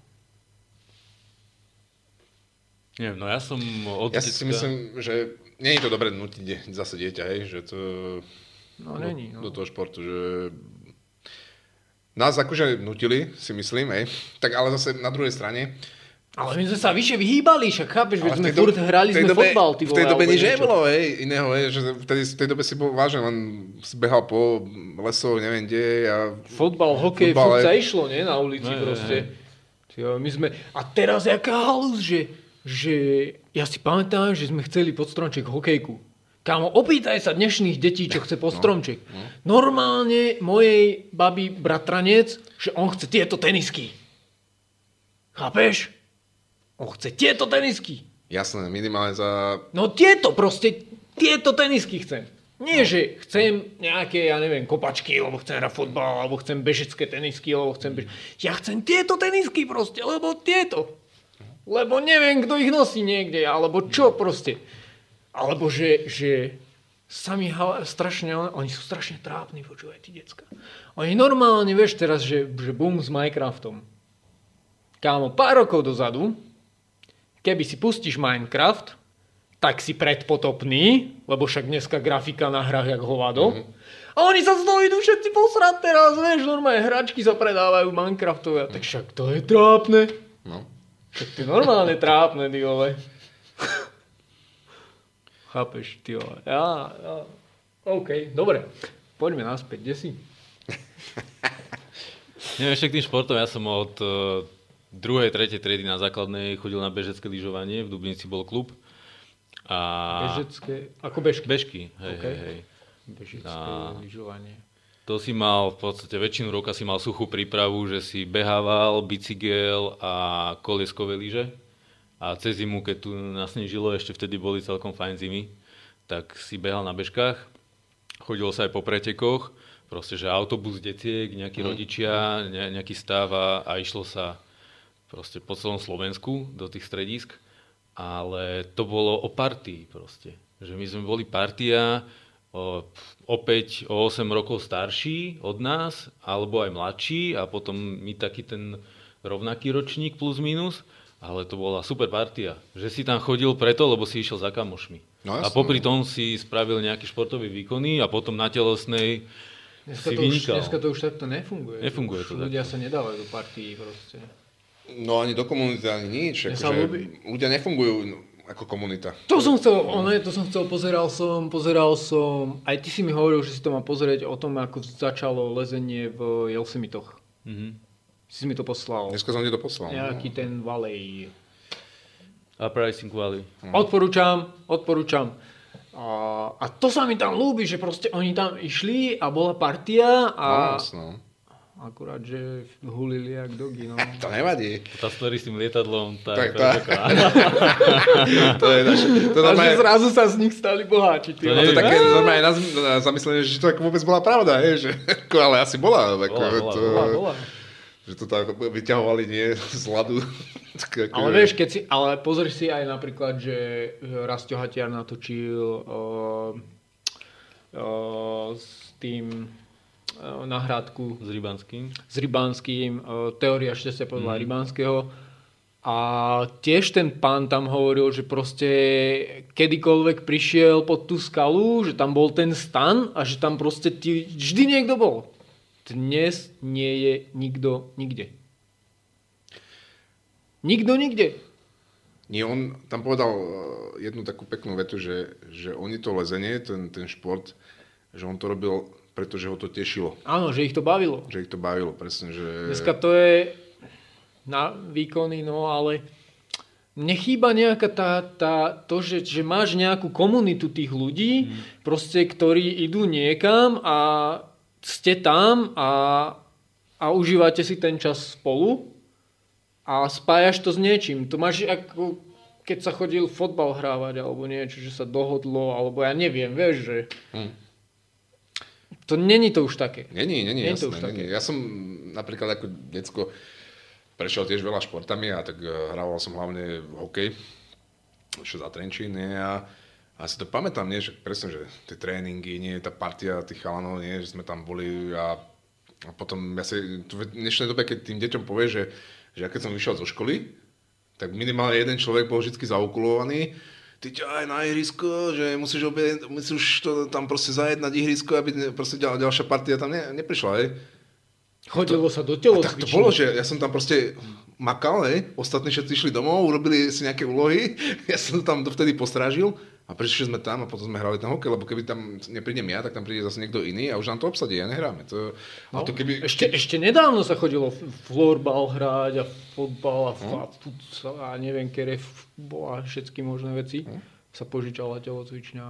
Neviem, no ja som Ja si myslím, že nie je to dobre nutiť zase dieťa, hej, že to... Do toho športu, že... Nás akože nutili, si myslím, hej. Tak ale zase na druhej strane... Ale my sme sa vyššie vyhýbali, však chápeš, veď sme furt hrali fotbal, ty vole. V tej dobe nič nebolo, hej, iného, hej, že v tej dobe si bol vážne, len behal po lesov, neviem kde a... Fotbal, hokej, furt sa išlo, nie, na ulici proste. My sme... A teraz jaká halus, že ja si pamätám, že sme chceli pod stromček hokejku. Kámo, opýtaj sa dnešných detí, čo chce po stromček. Normálne mojej babi bratranec, že on chce tieto tenisky. Chápeš? On chce tieto tenisky. Jasné, minimálne za... No tieto tenisky chcem. Nie, že chcem nejaké, ja neviem, kopačky, lebo chcem hrať fotbal, alebo chcem bežecké tenisky, lebo chcem Ja chcem tieto tenisky proste, lebo tieto. Lebo neviem, kto ich nosí niekde, alebo čo proste. Alebo že sami strašne, oni sú strašne trápni, počúvaj, tí decka. Oni normálne, vieš teraz, že boom s Minecraftom. Kámo, pár rokov dozadu, keby si pustíš Minecraft, tak si predpotopný, lebo však dneska grafika na hrách jak hovado. A oni sa z toho idú všetci posrať teraz, vieš, normálne hračky sa predávajú Minecraftové. Tak však to je trápne. No. Tak to je normálne trápne, ty vole. Chápeš, ty vole. Ja. OK, dobre. Poďme naspäť, kde si? Neviem, ešte k tým športom, ja som od 2., 3. triedy na základnej chodil na bežecké lyžovanie, v Dubnici bol klub. Bežecké, ako bežky? Bežky, hej, okay. hej. Bežecké lyžovanie. To si mal, v podstate väčšinu roka si mal suchú prípravu, že si behával, bicykel a kolieskové lyže. A cez zimu, keď tu nasnežilo, ešte vtedy boli celkom fajn zimy, tak si behal na bežkách. Chodilo sa aj po pretekoch, proste, že autobus detiek, nejakí rodičia, nejaký stav a išlo sa proste po celom Slovensku do tých stredísk. Ale to bolo o partii proste. Že my sme boli partia opäť o 8 rokov starší od nás, alebo aj mladší a potom my taký ten rovnaký ročník plus minus. Ale to bola super partia. Že si tam chodil preto, lebo si išiel za kamošmi. No, a popri tom si spravil nejaké športové výkony a potom na telesnej si vynikal. Dneska to už takto nefunguje. Nefunguje to ľudia sa nedávajú do partií proste. No ani do komunity, ani nič. Akože ľudia nefungujú ako komunita. To som chcel, pozeral som, aj ty si mi hovoril, že si to má pozrieť o tom, ako začalo lezenie v Jelsemitoch. Si mi to poslal. Dneska som ti to poslal. Nejaký ten Valley. Uprising Valley. Odporúčam. A to sa mi tam ľúbi, že proste oni tam išli a bola partia a... Akurát, že hulili jak dogy, no. To nevadí. Tá story s tým lietadlom, tak. To je naše... A že zrazu sa z nich stali boháči. To je také normálne na zamyslenie, že to vôbec bola pravda, že? Ale asi bola. Bola. Že to tak vyťahovali nie z ľadu. Ale vieš, ale pozri si aj napríklad, že Rastio Hatiar natočil s tým nahrádku s Rybánskym, Teória šťastia podľa Rybánskeho. A tiež ten pán tam hovoril, že proste kedykoľvek prišiel pod tú skalu, že tam bol ten stan a že tam proste vždy niekto bol. Dnes nie je nikto nikde. Nikto nikde. Nie, on tam povedal jednu takú peknú vetu, že oni to lezenie, ten šport, že on to robil, pretože ho to tešilo. Áno, že ich to bavilo. Že ich to bavilo, presne. Že... Dneska to je na výkony, no ale mne chýba nejaká to, že máš nejakú komunitu tých ľudí, proste, ktorí idú niekam a ste tam a užívate si ten čas spolu a spájaš to s niečím. To máš ako keď sa chodil fotbal hrávať alebo niečo, že sa dohodlo, alebo ja neviem, vieš, že... To není to už také. Není, jasné. Ja som napríklad ako decko prešiel tiež veľa športami a tak hrával som hlavne hokej, čo za Trenčín, a si to pamätám, nie, že presne, že tie tréningy, nie, tá partia tých chalanov, nie, že sme tam boli a potom ja si v dnešnej dobe, keď tým deťom povie, že ja keď som vyšiel zo školy, tak minimálne jeden človek bol vždy zaokulovaný, ty ťa aj na ihrisko, že musíš to tam proste zajeť na ihrisko, aby proste ďalšia partia tam neprišla, hej. Chodilo sa do telocvične. Tak to bolo, že ja som tam proste makal, hej, ostatní všetci išli domov, urobili si nejaké úlohy, ja som tam dovtedy postrážil a prišli sme tam a potom sme hrali ten hokej, lebo keby tam neprídem ja, tak tam príde zase niekto iný a už nám to obsadí, ja nehráme. Ešte nedávno sa chodilo floorball hrať a fotbal a futsal a neviem, kere a všetky možné veci sa požičala telocvičňa. A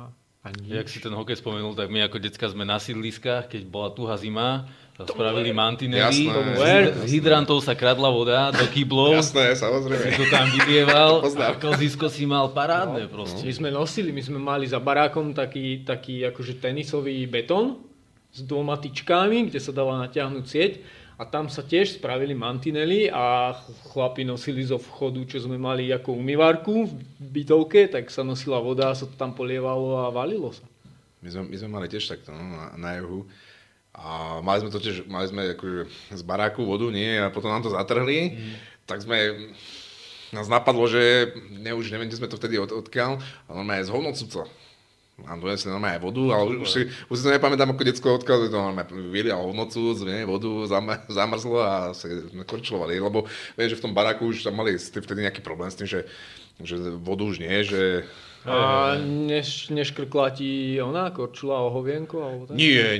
Jak si ten hokej spomenul, tak my ako decka sme na sídliskách, keď bola tuhá zima, spravili mantinely, z hydrantov sa kradla voda do kyblov. Jasné, samozrejme. Si to tam vylieval a kozisko si mal parádne proste. My sme mali za barákom taký akože tenisový betón s 2 tyčkami, kde sa dala natiahnuť sieť a tam sa tiež spravili mantinely a chlapi nosili zo vchodu, čo sme mali ako umývarku v bytovke, tak sa nosila voda a sa to tam polievalo a valilo sa. My sme mali tiež takto na juhu. A mali sme akože z baráku vodu, nie, a potom nám to zatrhli, tak nás napadlo, že už neviem, kde sme to vtedy odkiaľ, ale normálne z hovnocúca. Nám donesli normálne aj vodu, ale už si to nepamätám ako detsko odkiaľ, to normálne vylial hovnocúc, vodu zamrzlo a sme korčlovali, lebo viem, že v tom baráku už tam mali vtedy nejaký problém s tým, že vodu už nie, že... A neškrkla ti ona korčula o hovienko? Alebo tak? Nie.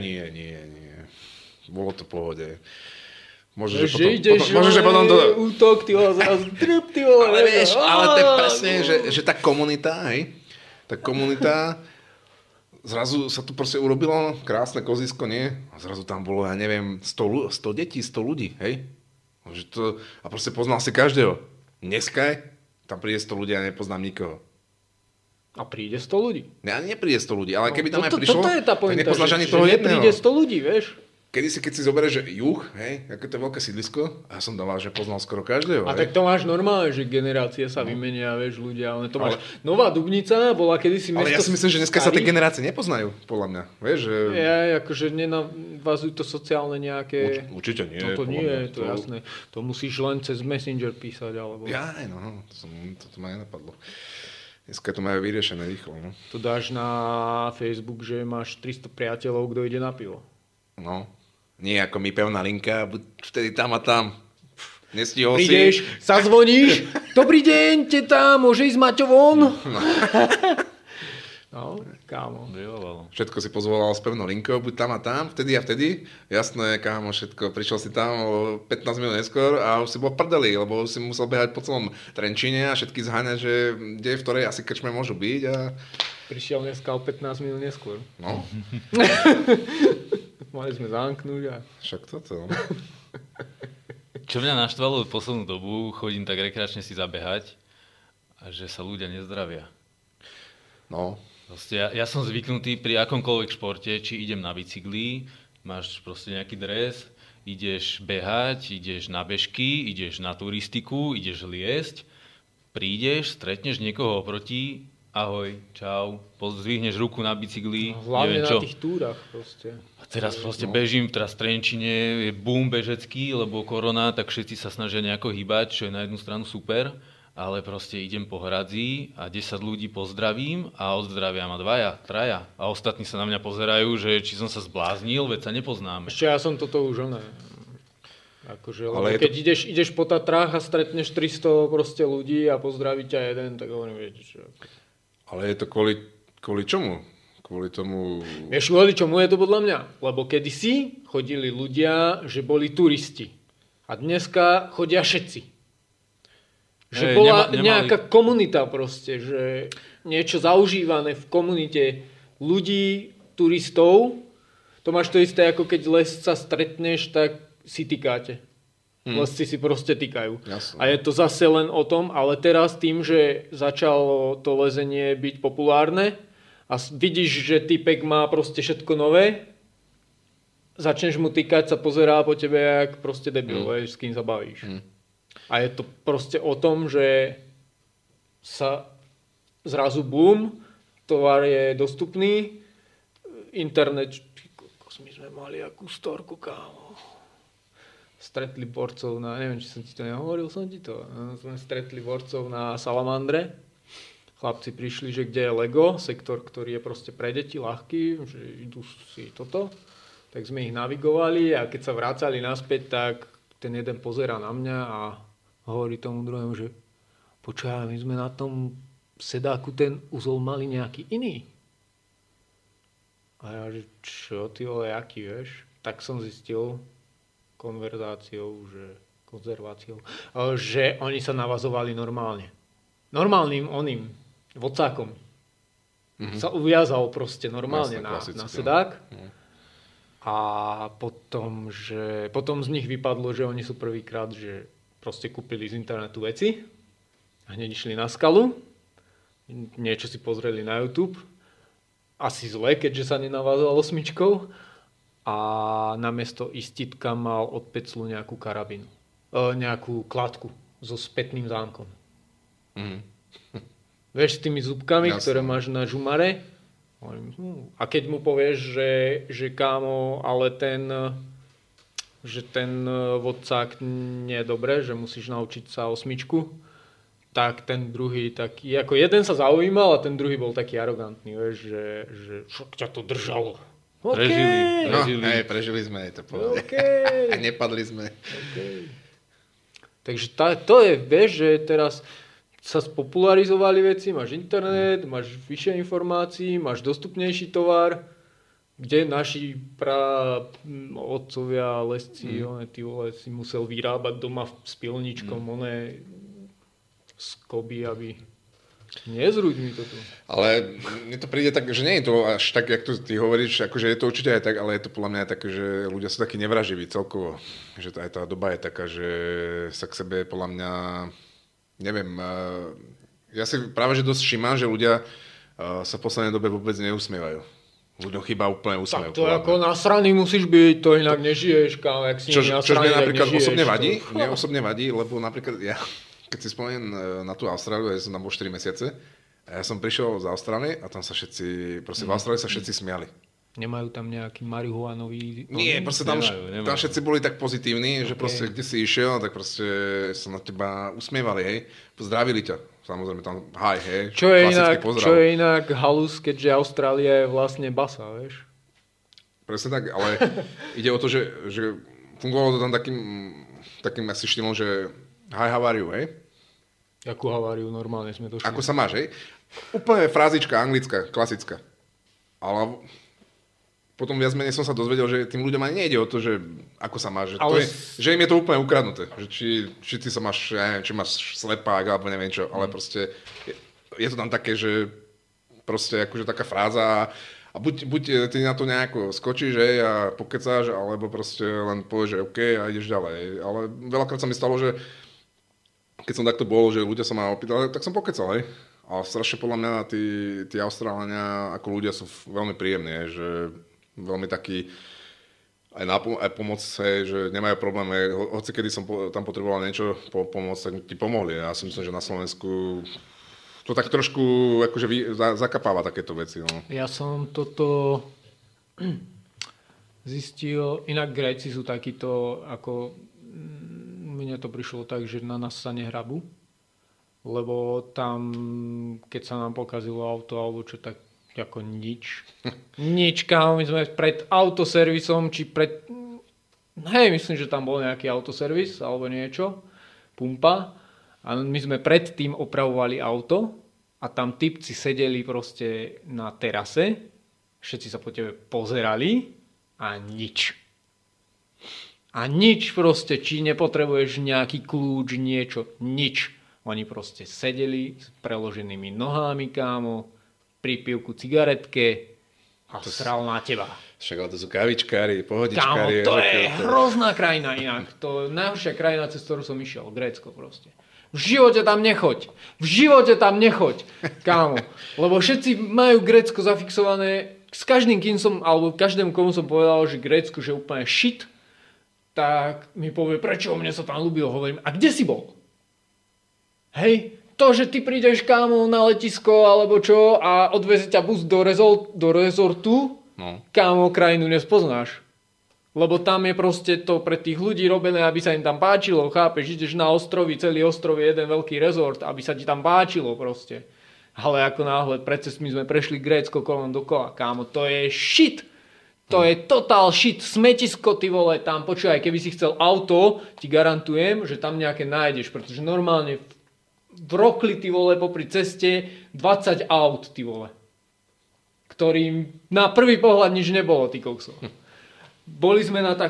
Bolo to v pohode. Možno, že potom to... Útok, ty ho zrazu trp, ty ho... Ale vieš, ale to je presne, že tá komunita, hej, tá komunita, zrazu sa tu proste urobilo krásne kozisko, nie? A zrazu tam bolo, ja neviem, 100 detí, 100 ľudí, hej? A proste poznal si každého. Dneska tam príde 100 ľudí a nepoznám nikoho. A príde 100 ľudí. Nepríde 100 ľudí, ale keby tam aj prišlo, toto je tá pointa, tak nepoznáš ani toho jedného. Nepríde 100 ľudí, vieš? Keď si zoberieš, že juh, hej, aké to je veľké sídlisko, a ja som dával, že poznal skoro každého. A tak to máš normálne, že generácie sa vymenia, vieš, ľudia, ale to máš... Nová Dubnica bola kedysi mesto... Ale ja si myslím, že dneska sa tie generácie nepoznajú, podľa mňa, vieš, že... akože nenavazujú to sociálne nejaké... Určite nie. To nie, to je jasné. To musíš len cez Messenger písať, alebo... To ma nenapadlo. Dneska to majú vyriešené rýchlo, no. To dáš na Facebook, že máš 300 priateľov, kto ide na pivo. No. Nie ako mi pevná linka, buď vtedy tam a tam. Nestihol si. Prídeš, zazvoníš, dobrý deň, teta, môže ísť Maťo von? No, kámo. Všetko si pozvolal s pevnou linkou, buď tam a tam, vtedy a vtedy. Jasné, kámo, všetko. Prišiel si tam o 15 minút neskôr a už si bol v prdeli, lebo si musel behať po celom Trenčíne a všetky zháňať, že kde v ktorej asi krčme môžu byť. A... Prišiel dneska o 15 minút neskôr. No. Mali sme zamknúť a... Však toto. Čo mňa naštvalo v poslednú dobu, chodím tak rekreačne si zabehať a že sa ľudia nezdravia. No. Proste ja som zvyknutý pri akomkoľvek športe, či idem na bicykli, máš proste nejaký dres, ideš behať, ideš na bežky, ideš na turistiku, ideš liesť, prídeš, stretneš niekoho oproti, ahoj, čau, pozdvihneš ruku na bicykli. Hlavne na tých túrach proste. A teraz proste bežím, teraz v Trenčine je boom bežecký, lebo korona, tak všetci sa snažia nejako hýbať, čo je na jednu stranu super, ale proste idem po hradzi a 10 ľudí pozdravím a odzdravia ma 2, 3 a ostatní sa na mňa pozerajú, že či som sa zbláznil, veď sa nepoznáme. Ešte ja som toto už akože, ale keď ideš po Tatrách a stretneš 300 proste ľudí a pozdraví ťa jeden, tak hovorím, viete čo. Ale je to kvôli čomu? Kvôli tomu... Vieš, kvôli čomu je to podľa mňa? Lebo kedysi chodili ľudia, že boli turisti. A dneska chodia všetci. Že bola nejaká komunita proste, že niečo zaužívané v komunite ľudí, turistov. To máš to isté, ako keď lesca stretneš, tak si tykáte. Lesci si proste týkajú. Jasne. A je to zase len o tom, ale teraz tým, že začalo to lezenie byť populárne a vidíš, že typek má proste všetko nové, začneš mu týkať, sa pozerá po tebe jak proste debil, vieš, s kým sa bavíš. A je to proste o tom, že sa zrazu boom, tovar je dostupný, internet, my sme mali akú storku, kámo. Stretli borcov na, neviem, či som ti to nehovoril, sme stretli borcov na Salamandre. Chlapci prišli, že kde je Lego, sektor, ktorý je proste pre deti, ľahký, že idú si toto. Tak sme ich navigovali a keď sa vracali naspäť, tak ten jeden pozerá na mňa a hovorí tomu druhému, že počúvaj, my sme na tom sedáku ten uzol mali nejaký iný. A ja, že čo ty vole, aký, vieš? Tak som zistil konverzáciou, že oni sa navazovali normálne. Normálnym oným, vocákom. sa uviazal proste normálne Jasne, na sedák. A potom z nich vypadlo, že oni sú prvýkrát, že proste kúpili z internetu veci a hneď išli na skalu, niečo si pozreli na YouTube, asi zle, keďže sa nenavázal 8 a namiesto istitka mal od peclu nejakú karabinu, nejakú kladku so spätným zámkom. Vieš, s tými zúbkami, ktoré máš na žumare. A keď mu povieš, že kámo, ale ten vodcák nie je dobré, že musíš naučiť sa 8, tak ten druhý taký, ako jeden sa zaujímal a ten druhý bol taký arogantný, vieš, že však ťa to držalo. Prežili. Prežili sme, to povedal. A nepadli sme. Takže to je, vieš, že teraz sa spopularizovali veci, máš internet, máš vyššie informácií, máš dostupnejší tovar, kde naši otcovia, lesci, tí vole si musel vyrábať doma s pilničkom, skoby, aby nie s ľuďmi toto. Ale mne to príde tak, že nie je to až tak, jak to ty hovoríš, akože je to určite aj tak, ale je to podľa mňa aj také, že ľudia sú takí nevraživí celkovo, že aj tá doba je taká, že sa k sebe podľa mňa neviem, ja si práve že dosť všímam, že ľudia sa v poslednej dobe vôbec neusmievajú. Ľuďom chýba úplne úsmev. Tak to ako nasraný musíš byť, to inak nežiješ, kámo, jak si nasraný, čo mne napríklad nežiješ, osobne vadí, mne osobne vadí, lebo napríklad ja, keď si spomeniem na tú Austráliu, ja som tam bol 4 mesiace, a ja som prišiel z Austrálie a tam sa všetci, proste v Austrálii sa všetci smiali. Nemajú tam nejaký marihuánový... Nie, proste tam všetci boli tak pozitívni, že proste kde si išiel, tak proste sa na teba usmievali, hej. Pozdravili ťa. Samozrejme tam hi, hej. Čo je inak halus, keďže Austrália je vlastne basa, vieš? Presne tak, ale ide o to, že fungovalo to tam takým asi štýlom, že hi, how are you, hej? Jakú haváriu normálne sme došli. Ako sa máš, hej? Úplne frázička anglická, klasická. Ale potom viac menej som sa dozvedel, že tým ľuďom ani nejde o to, že ako sa máš, že im je to úplne ukradnuté, že či ty sa máš, ja neviem, či máš slepák alebo neviem čo, ale proste je to tam také, že proste akože taká fráza a buď ty na to nejako skočíš, hej, a pokecáš, alebo proste len povieš, že OK a ideš ďalej, ale veľakrát sa mi stalo, že keď som takto bol, že ľudia sa ma opýtali, tak som pokecal, hej. A strašne podľa mňa tí Austrálania ako ľudia sú veľmi príjemní, že veľmi taký aj pomoc, že nemajú problém, hoci kedy som tam potreboval niečo pomôcť, tak ti pomohli. Ja si myslím, že na Slovensku to tak trošku akože zakapáva takéto veci. No. Ja som toto zistil, inak Gréci sú takíto, ako mne to prišlo tak, že na nás sa nehrabú, lebo tam, keď sa nám pokazilo auto alebo čo, tak ako nič. Nič, kámo, my sme pred autoservisom, myslím, že tam bol nejaký autoservis alebo niečo, pumpa, a my sme predtým opravovali auto a tam typci sedeli proste na terase, všetci sa po tebe pozerali a nič. A nič proste, či nepotrebuješ nejaký kľúč, niečo, nič. Oni proste sedeli s preloženými nohami, kámo, prípivku cigaretke a sral na teba. Však ale to sú kavičkári, pohodičkári. Kámo, to je hrozná krajina inak. To je najhoršia krajina, cez ktorú som išiel. Grécko proste. V živote tam nechoď. V živote tam nechoď. Kámo. Lebo všetci majú Grécko zafixované. S každým, každému, komu som povedal, že Grécko, že úplne shit, tak mi povie, prečo mne sa tam ľúbilo. Hovorím, a kde si bol? Hej, to, že ty prídeš, kámo, na letisko alebo čo a odveze ťa bus do rezortu, no. Kámo, krajinu nespoznáš. Lebo tam je proste to pre tých ľudí robené, aby sa im tam páčilo, chápeš, ideš na ostrovy, celý ostrov je jeden veľký rezort, aby sa ti tam páčilo proste. Ale ako náhle pred cestmi sme prešli Grécko kolom dokola, kámo, to je shit. To je total shit, smetisko, ty vole, tam počúvaj, keby si chcel auto, ti garantujem, že tam nejaké nájdeš, pretože normálne v rokli, ty vole, popri ceste 20 aut, ty vole. Ktorým na prvý pohľad nič nebolo, ty kokso. Boli sme na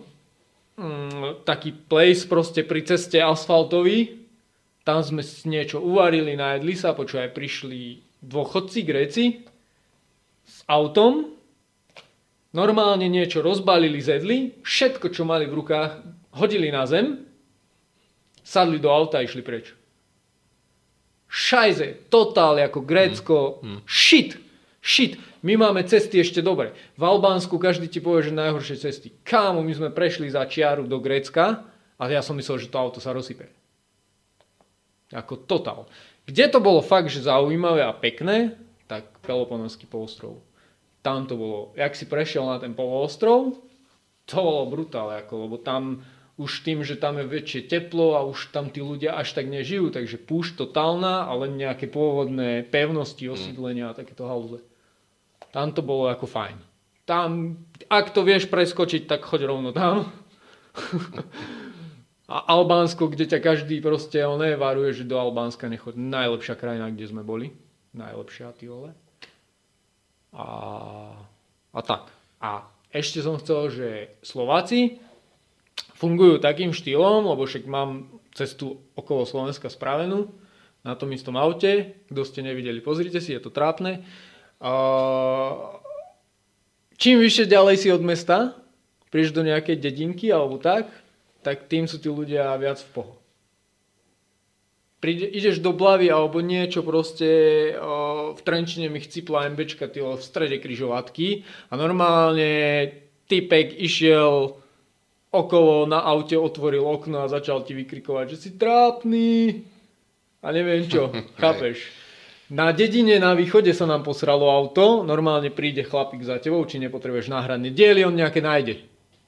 taký place proste pri ceste asfaltový. Tam sme si niečo uvarili, najedli sa, počúvaj, prišli dôchodci Gréci s autom, normálne niečo rozbalili, zedli, všetko, čo mali v rukách, hodili na zem, sadli do auta a išli preč. Šajze, totál ako Grécko, shit. My máme cesty ešte dobre. V Albánsku každý ti povie, že najhoršie cesty. Kámo, my sme prešli za čiaru do Grécka a ja som myslel, že to auto sa rozsype. Ako totál. Kde to bolo fakt, že zaujímavé a pekné, tak Peloponeský poloostrov. Tam to bolo, jak si prešiel na ten poloostrov, to bolo brutálne, lebo tam už tým, že tam je väčšie teplo a už tam tí ľudia až tak nežijú, takže púšť totálna, ale nejaké pôvodné pevnosti, osídlenia a takéto halúze. Tam to bolo ako fajn. Tam, ak to vieš preskočiť, tak choď rovno tam. A Albánsko, kde ťa každý proste varuje, že do Albánska nechoď. Najlepšia krajina, kde sme boli. Najlepšia, ty vole. A tak. A ešte som chcel, že Slováci fungujú takým štýlom, lebo však mám cestu okolo Slovenska spravenú na tom istom aute. Kto ste nevideli, pozrite si, je to trápne. Čím vyššie ďalej si od mesta, prídeš do nejakej dedinky alebo tak tým sú tí ľudia viac v poho. Ideš do Blavy alebo niečo proste, v Trenčine mi chcipla MBčka v strede križovatky a normálne typek išiel okolo na aute, otvoril okno a začal ti vykrikovať, že si trápny a neviem čo, chápeš? Na dedine na východe sa nám posralo auto, normálne príde chlapík za tebou, či nepotrebuješ náhradné diely, on nejaké nájde.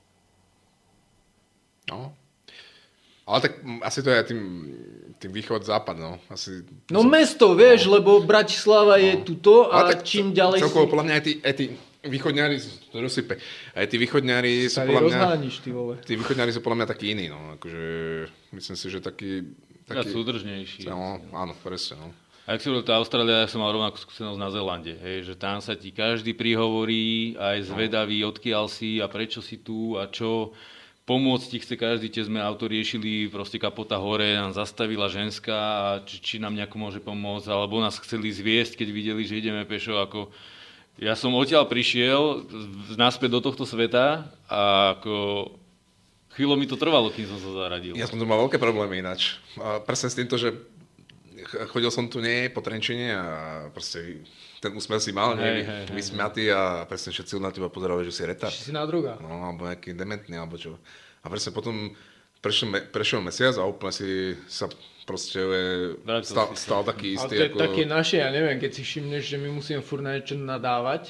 No. Ale tak asi to je aj tým východ-západ, no. Mesto, vieš, lebo Bratislava je tuto a čím ďalej celkovo podľa mňa aj tí východňári, to rozsype, aj tí východňári sú podľa mňa... ty vole. Tí východňári sú podľa mňa takí iní, no. Akože, myslím si, že taký súdržnejší. No, áno, presne, no. A ak si bol tá Austrália, ja som mal rovnakú skúsenosť na Zélande, hej, že tam sa ti každý prihovorí, aj zvedavý, odkiaľ si a prečo si tu a čo. Pomôcť ti chce každý, tie sme auto riešili, proste kapota hore, nám zastavila ženská a či nám nejako môže pomôcť, alebo nás chceli zviesť, keď videli, že ideme pešo. Ako... Ja som odtiaľ prišiel naspäť do tohto sveta a ako... chvíľu mi to trvalo, kým som sa zaradil. Ja som tu mal veľké problémy ináč. Presne s týmto, že chodil som tu po Trenčine a proste ten úsmev si mal, vysmiatý a presne všetci na teba pozerali, že si retard. Či si na druga. No, alebo nejaký dementný, alebo čo. A presne potom prešiel mesiac a úplne si sa proste stal taký istý. Ale to je také naše, ja neviem, keď si všimneš, že my musíme furt na niečo nadávať.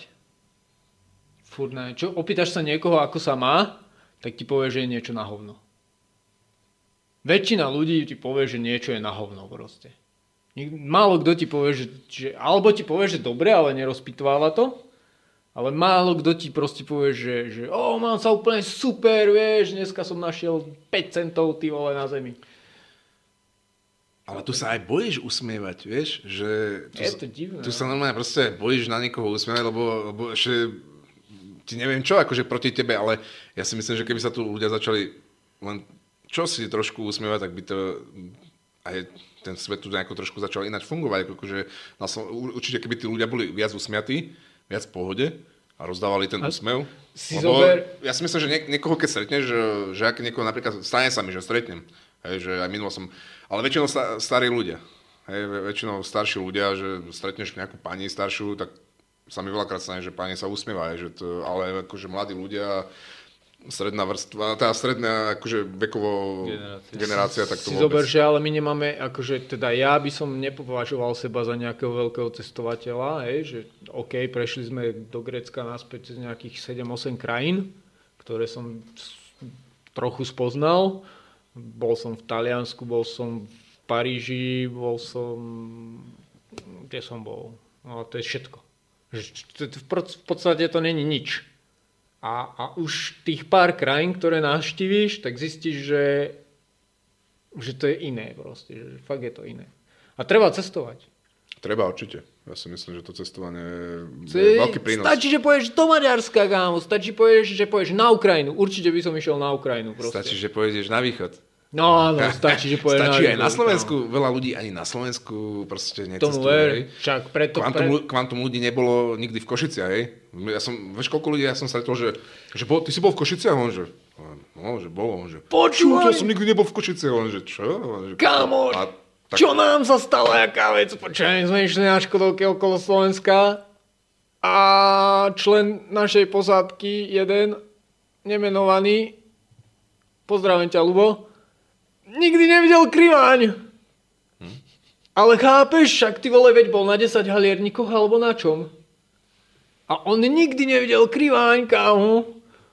Furt na niečo. Opýtaš sa niekoho, ako sa má, tak ti povie, že je niečo na hovno. Väčšina ľudí ti povie, že niečo je na hovno proste. Málo kto ti povie, že alebo ti povie, že dobre, ale nerozpitváva to. Ale málo kto ti proste povie, že mám sa úplne super, vieš, dneska som našiel 5 centov, ty vole, na zemi. Ale tu sa aj bojíš usmievať, vieš, že... Je to divné. Tu sa normálne proste bojíš na niekoho usmievať, lebo ešte ti neviem čo, akože proti tebe, ale ja si myslím, že keby sa tu ľudia začali len čo si trošku usmievať, tak by to aj ten svet tu nejako trošku začal ináč fungovať. Akože, určite, keby tí ľudia boli viac usmiatí, viac v pohode a rozdávali ten úsmev. Ja si myslím, že niekoho, keď stretneš, že ak niekoho napríklad, stane sa mi, že stretnem, hej, že aj minulo som, ale väčšinou starí ľudia, hej, väčšinou starší ľudia, že stretneš nejakú pani staršiu, tak sa mi veľakrát stane, že pani sa usmieva, hej, že to, ale akože mladí ľudia, stredná vrstva, tá stredná akože vekovo generácia, tak to si vôbec... zober, že ale my nemáme, akože teda ja by som nepovažoval seba za nejakého veľkého cestovateľa, že OK, prešli sme do Grécka naspäť z nejakých 7-8 krajín, ktoré som trochu spoznal. Bol som v Taliansku, bol som v Paríži, bol som... Kde som bol? No to je všetko. V podstate to není nič. A už tých pár krajín, ktoré navštívíš, tak zistíš, že to je iné proste, že fakt je to iné. A treba cestovať. Treba určite. Ja si myslím, že to cestovanie je veľký prínos. Stačí, že pôjdeš do Maďarska, kámo. Stačí, že pôjdeš na Ukrajinu. Určite by som išiel na Ukrajinu. Proste. Stačí, že pôjdeš na východ. No áno, stačí, že povieš Stačí aj na Slovensku, veľa ľudí ani na Slovensku proste necestuje. Však preto... Kvantum ľudí nebolo nikdy v Košiciach, hej. Vieš, koľko ľudí ja som stretol, že ty si bol v Košiciach, on že... No, že bol, on že... Počúvaj! Ja som nikdy nebol v Košiciach, on že čo? Kámo, čo nám sa stala, jaká vec? Počúvaj, sme išli na Škodovke okolo Slovenska a člen našej posádky, jeden nemenovaný, pozdravím ťa, Ľubo, nikdy nevidel kriváň. Ale chápeš, však ty vole, veď bol na 10 halierníkoch alebo na čom? A on nikdy nevidel kriváň, kámo.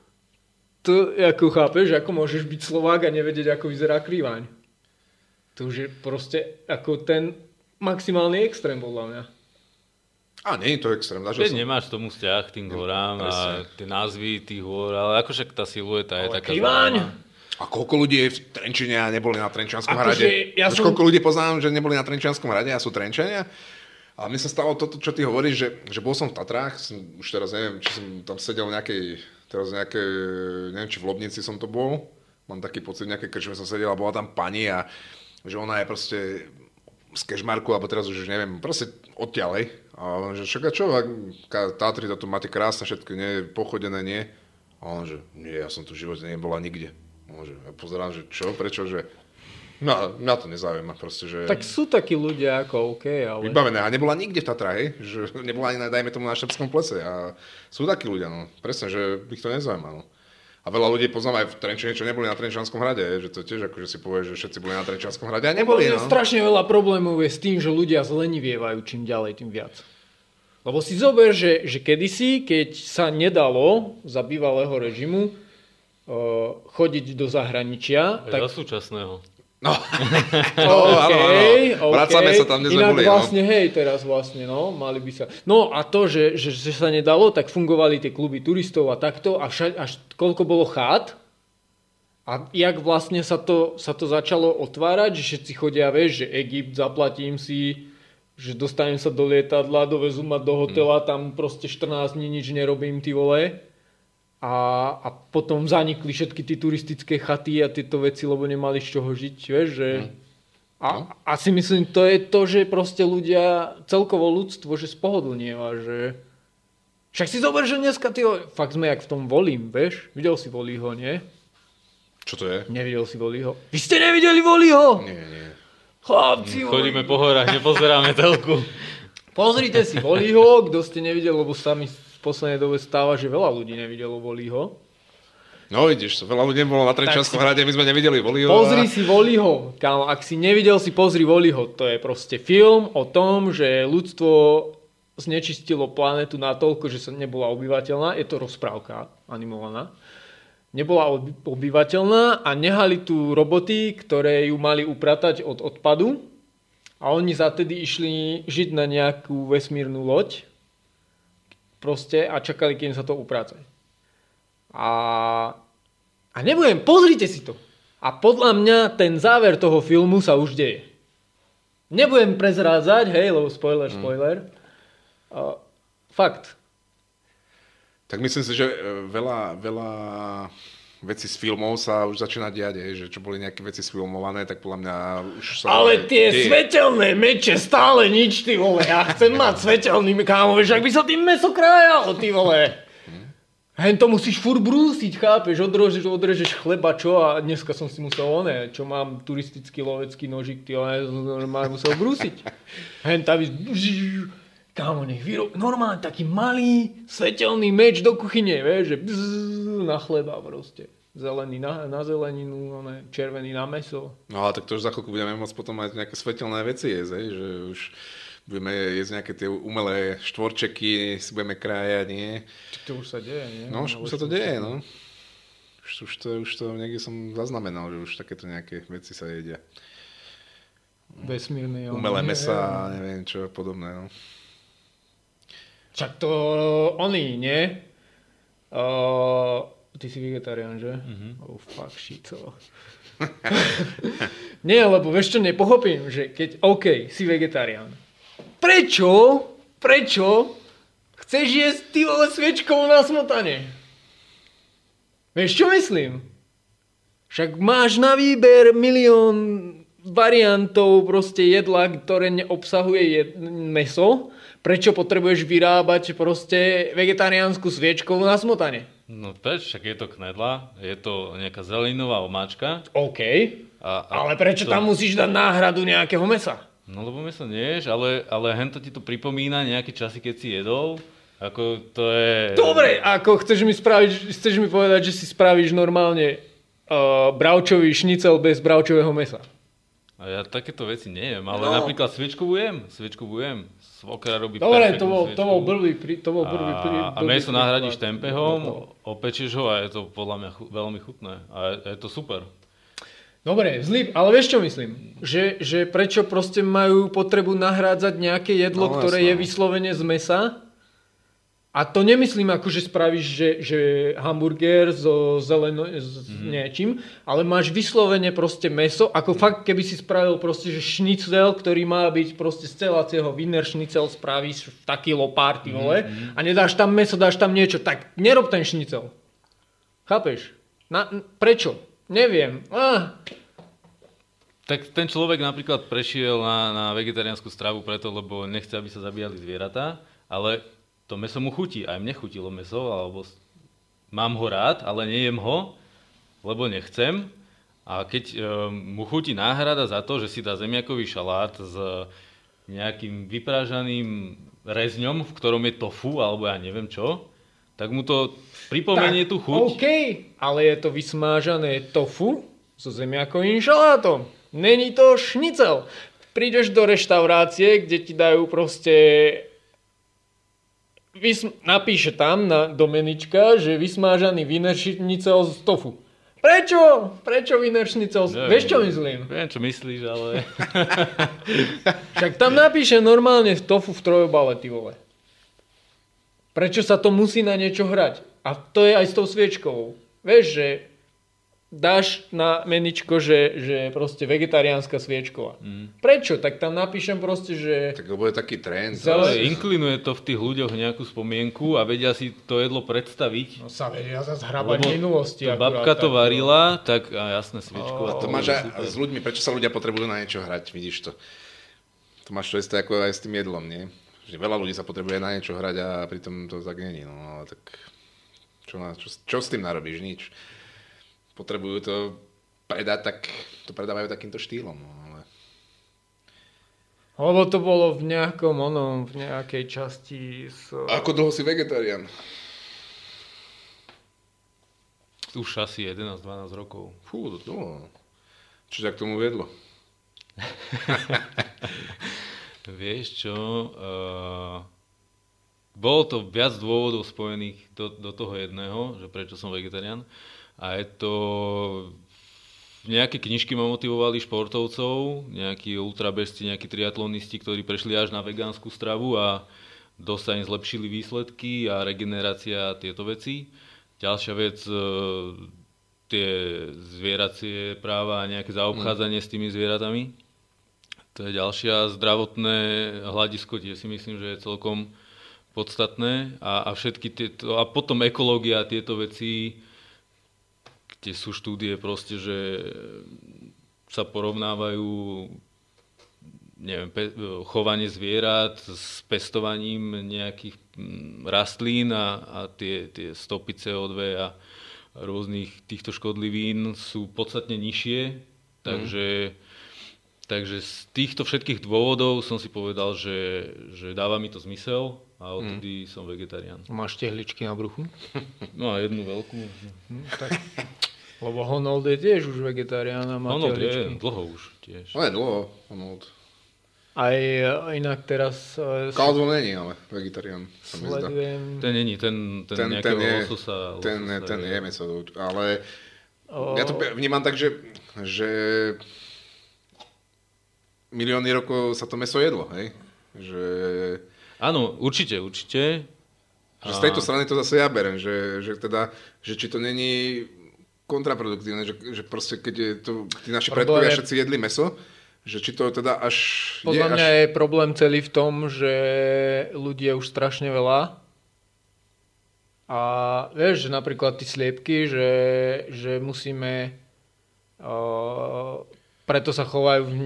To, ako chápeš, ako môžeš byť Slovák a nevedieť, ako vyzerá kriváň. To už je proste ako ten maximálny extrém, podľa mňa. A nie je to extrém. Keď nemáš tomu vzťah k tým horám a tie názvy tých hor, ale ako však tá silueta je taká kriváň. A koľko ľudí je v Trenčine a neboli na Trenčianskom hrade? Koľko ľudí poznám, že neboli na Trenčianskom hrade a sú Trenčania? A mne sa stalo toto, čo ty hovoríš, že bol som v Tatrách, už teraz neviem, či som tam sedel v nejakej, neviem, či v Lobnici som to bol, mám taký pocit, v nejakej krčme som sedel a bola tam pani a že ona je proste z Kežmarku, alebo teraz už neviem, proste odtiaľej. A on že, však a čo, Tatry, to tu máte krásne všetko, nie, pochodené, nie? A on že, nie, ja som tu v živote nebola nikde. On že, ja pozerám, že čo, prečo, že mňa to nezaujíma proste, že... Tak sú takí ľudia ako OK, ale... Vybavené, a nebola nikde v Tatrách, hej? Že nebola ani, dajme tomu, na Štrbskom plese. A sú takí ľudia, no. Presne, že ich to nezaujíma, no. A veľa ľudí poznám aj v Trenčine, čo neboli na Trenčianskom hrade, že to tiež akože si povie, že všetci boli na Trenčianskom hrade a neboli, no. Strašne veľa problémov je s tým, že ľudia zlenivievajú čím ďalej, tým viac. Lebo si zober, že kedysi, keď sa nedalo za bývalého režimu chodiť do zahraničia... Tak... Za súčasného. No, okay. Vracame sa tam, kde sme boli. Inak vlastne, hej, teraz vlastne, no, mali by sa... No a to, že sa nedalo, tak fungovali tie kluby turistov a takto, a až koľko bolo chát, a jak vlastne sa to začalo otvárať, že všetci chodia, vieš, že Egypt, zaplatím si, že dostanem sa do lietadla, dovezú ma do hotela, tam proste 14 dní nič nerobím, ty vole. A potom zanikli všetky tie turistické chaty a tieto veci, lebo nemali z čoho žiť, vieš, že... A si myslím, to je to, že proste ľudia, celkovo ľudstvo, že spohodlnieva, že... Však si zober, že dneska, fakt sme jak v tom Volím, vieš? Videl si Volího, nie? Čo to je? Nevidel si Volího. Vy ste nevideli Volího? Nie. Chlapci, chodíme po horách, nepozeráme telku. Pozrite si Volího, kto ste nevideli, lebo sami... V poslednej dobe stáva, že veľa ľudí nevidelo Volího. No vidíš, veľa ľudí nebolo na Trenčianskom hrade, my sme nevideli Volího. Pozri si Volího, kámo, ak si nevidel, si pozri Volího. To je proste film o tom, že ľudstvo znečistilo planetu natoľko, že sa nebola obyvateľná. Je to rozprávka animovaná. Nebola obyvateľná a nehali tu roboty, ktoré ju mali upratať od odpadu. A oni zatedy išli žiť na nejakú vesmírnu loď. Proste a čakali, kým sa to upráca. A nebudem, pozrite si to. A podľa mňa ten záver toho filmu sa už deje. Nebudem prezrádzať, hej, lebo spoiler. Fakt. Tak myslím si, že veľa vecí z filmov sa už začína diať, že čo boli nejaké veci sfilmované, tak podľa mňa už sa... Ale tie svetelné meče stále nič, ty vole. Ja chcem mať svetelný kámo, vieš, ak by sa tým meso krájalo, ty vole. Hen to musíš furt brúsiť, chápeš, odrežeš chleba, čo? A dneska som si musel čo mám turistický lovecký nožik, ty vole, musel brúsiť. Hen tam kámo, nech normálne taký malý svetelný meč do kuchyne, vieš, že na chleba proste. Zelený na zeleninu, červený na mäso. No ale tak to už za chvíľku budeme môcť potom mať nejaké svetelné veci jesť, že už budeme jesť nejaké tie umelé štvorčeky, si budeme krájať, nie? To už sa deje, nie? No, už sa to deje, no. Už to niekde som zaznamenal, že už takéto nejaké veci sa jedia. Vesmírne. Umelé mesa, neviem čo podobné, no. Však to oni, nie? Ty si vegetarián, že? Oh, fuck shit. Nie, lebo vieš čo, nepochopím, že keď, OK, si vegetarián. Prečo chceš jesť ty vole sviečkovú na smotane? Vieš čo myslím? Však máš na výber milión variantov proste jedla, ktoré neobsahuje meso. Prečo potrebuješ vyrábať proste vegetariánsku sviečkovú na smotane? No preč, však je to knedla, je to nejaká zeleninová omáčka. OK, ale prečo to... tam musíš dať náhradu nejakého mesa? No lebo meso nie ješ, ale hento ti to pripomína nejaké časy, keď si jedol. Ako to je... Dobre, ako chceš mi povedať, že si spravíš normálne bravčový šnicel bez bravčového mesa? A ja takéto veci nejem, ale napríklad sviečkovú jem. Svokra robí dobre, perfektnú sviečkovú. to bol blbý A meso nahradíš tempehom, opečieš ho a je to podľa mňa veľmi chutné. A je to super. Dobre, ale vieš čo myslím? Že prečo proste majú potrebu nahrádzať nejaké jedlo, ktoré je vyslovene z mesa? A to nemyslím ako, že spravíš, že hamburger so niečím, ale máš vyslovene proste meso, ako fakt, keby si spravil proste, že šnicel, ktorý má byť proste z celého Wiener šnicel spravíš v taký lopárty, vole, a nedáš tam meso, dáš tam niečo, tak nerob ten šnicel. Chápeš? Prečo? Neviem. Tak ten človek napríklad prešiel na vegetariánsku stravu preto, lebo nechce, aby sa zabíjali zvieratá, ale to meso mu chutí. Aj mne chutilo meso, alebo mám ho rád, ale nejem ho, lebo nechcem. A keď mu chutí náhrada za to, že si dá zemiakový šalát s nejakým vyprážaným rezňom, v ktorom je tofu, alebo ja neviem čo, tak mu to pripomenie tú chuť. OK, ale je to vysmážané tofu so zemiakovým šalátom. Není to šnicel. Prídeš do reštaurácie, kde ti dajú proste... Napíše tam do menička, že vysmážaný Wiener šnicel z tofu. Prečo? Prečo Wiener šnicel? Vieš, čo myslím? Viem, čo myslíš, ale... Však tam napíše normálne tofu v trojobale, ty vole. Prečo sa to musí na niečo hrať? A to je aj s tou sviečkou. Vieš, že dáš na meničko, že proste vegetariánska sviečková. Prečo? Tak tam napíšem proste, že... Tak lebo je taký trend. Inklinuje to v tých ľuďoch nejakú spomienku a vedia si to jedlo predstaviť. No sa vedia zase hrabať minulosti. Babka to varila, tak jasné, sviečková. To máš s ľuďmi, prečo sa ľudia potrebujú na niečo hrať, vidíš to. To máš to isté ako aj s tým jedlom, nie? Že veľa ľudí sa potrebuje na niečo hrať a pritom to tak není. No ale tak čo s tým narobíš? Nič. Potrebujú to predať, tak to predávajú takýmto štýlom. No, ale... Lebo to bolo v nejakej časti... Ako dlho si vegetarián? Už asi 11-12 rokov. Fú, to dlho. Čo ťa k tomu viedlo? Vieš čo... Bolo to viac dôvodov spojených do toho jedného, že prečo som vegetarián. A je to... Nejaké knižky ma motivovali športovcov, nejakí ultrabežci, nejakí triatlonisti, ktorí prešli až na vegánsku stravu a dosť sa im zlepšili výsledky a regenerácia a tieto veci. Ďalšia vec, tie zvieracie práva a nejaké zaobchádzanie s tými zvieratami. To je ďalšia. Zdravotné hľadisko, tie si myslím, že je celkom podstatné. A všetky tieto, a potom ekológia a tieto veci, kde sú štúdie proste, že sa porovnávajú chovanie zvierat s pestovaním nejakých rastlín a tie stopy CO2 a rôznych týchto škodlivín sú podstatne nižšie. Takže z týchto všetkých dôvodov som si povedal, že dáva mi to zmysel a odtedy som vegetarián. Máš tehličky na bruchu? No a jednu veľkú. Tak. Lebo Honold je tiež už vegetarián a má Honold tehličky. je dlho už tiež. No je dlho, Honold. Aj inak teraz... Caldwell není, ale vegetarián, sa mi zdá. Ten není, ten nejakého lososa. Ten je meso, ale ja to vnímam tak, že milióny rokov sa to meso jedlo, hej? Že... Áno, určite. Že z tejto strany to zase ja berem, že či to není kontraproduktívne, že proste keď je to, tí naši predkovia všetci jedli meso, že či to teda až... Podľa mňa je problém celý v tom, že ľudí je už strašne veľa. A vieš, že napríklad tí sliepky, že musíme Preto sa chovajú v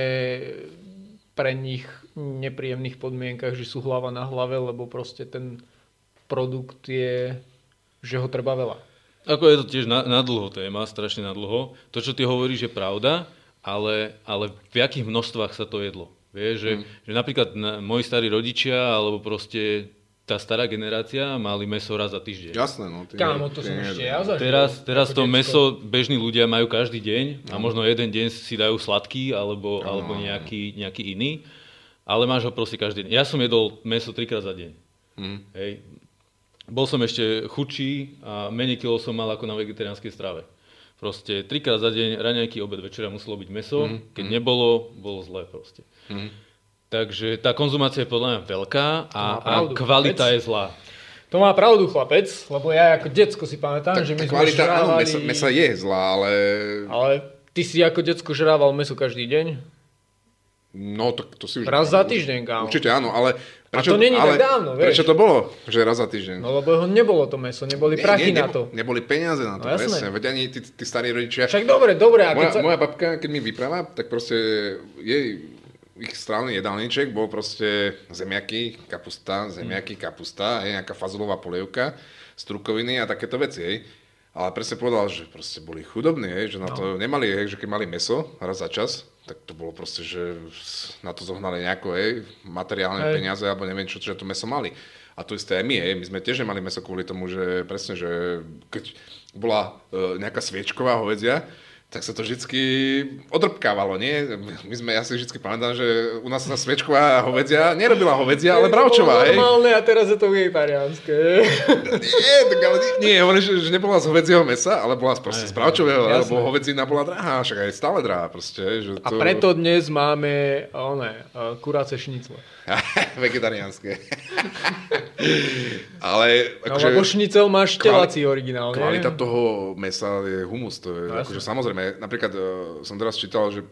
pre nich nepríjemných podmienkach, že sú hlava na hlave, lebo proste ten produkt je, že ho treba veľa. Ako je to tiež na dlho téma, strašne na dlho. To, čo ty hovoríš, je pravda, ale v jakých množstvách sa to jedlo. Vieš, že napríklad moji starí rodičia, alebo proste tá stará generácia mali mäso raz za týždeň. Jasné, no. Kámo, to som ešte ja zažil. Teraz to mäso bežní ľudia majú každý deň a možno jeden deň si dajú sladký alebo nejaký iný, ale máš ho proste každý deň. Ja som jedol mäso 3-krát za deň. Hej. Bol som ešte chudší a menej kilo som mal ako na vegetariánskej strave. Proste 3-krát za deň, raňajky, obed, večera muselo byť mäso, keď nebolo, bolo zlé proste. Takže tá konzumácia je podľa mňa veľká a kvalita je zlá. To má pravdu, chlapec, lebo ja ako decko si pamätám, že my sme žrávali... Áno, mesa je zlá, ale... Ale ty si ako decko žrával mäso každý deň? No, to si už... Raz za týždeň, kámo. Určite áno, ale... Prečo, a to není tak dávno, vieš. Prečo to bolo, že raz za týždeň? No, lebo nebolo to mäso, neboli prachy na to. Neboli peniaze na to, presne. Veď ani tí starí rodičia... Však dobre. Moja babka, keď mi vypráva, tak proste jej... Ich strávny jedálniček bol proste zemiaky, kapusta, nejaká fazulová polievka, strukoviny a takéto veci, hej. Ale presne povedal, že proste boli chudobní, hej, že na to nemali, hej, že keď mali mäso raz za čas, tak to bolo proste, že na to zohnali nejako, hej, materiálne peniaze, alebo neviem čo, že to mäso mali. A to isté aj my, hej, my sme tiež nemali mäso kvôli tomu, že presne, že keď bola nejaká sviečková hovedzia, tak sa to vždycky odrbkávalo, nie? Ja si vždycky pamätám, že u nás sa sviečková hovedzia nerobila hovedzia, ale bravčová, hej. Normálne a teraz je to vegetariánske. Nie, hovorím, že nebola z hovedzieho mesa, ale bola proste z bravčového, lebo hovedzina bola drahá, však aj stále drahá proste. Že to... A preto dnes máme kuráce šnicle. Vegetariánske. Ale akože... Lebo šnicel máš telací originálne. Kvalita toho mesa je humus, to je akože samozrejme. Napríklad som teraz čítal, že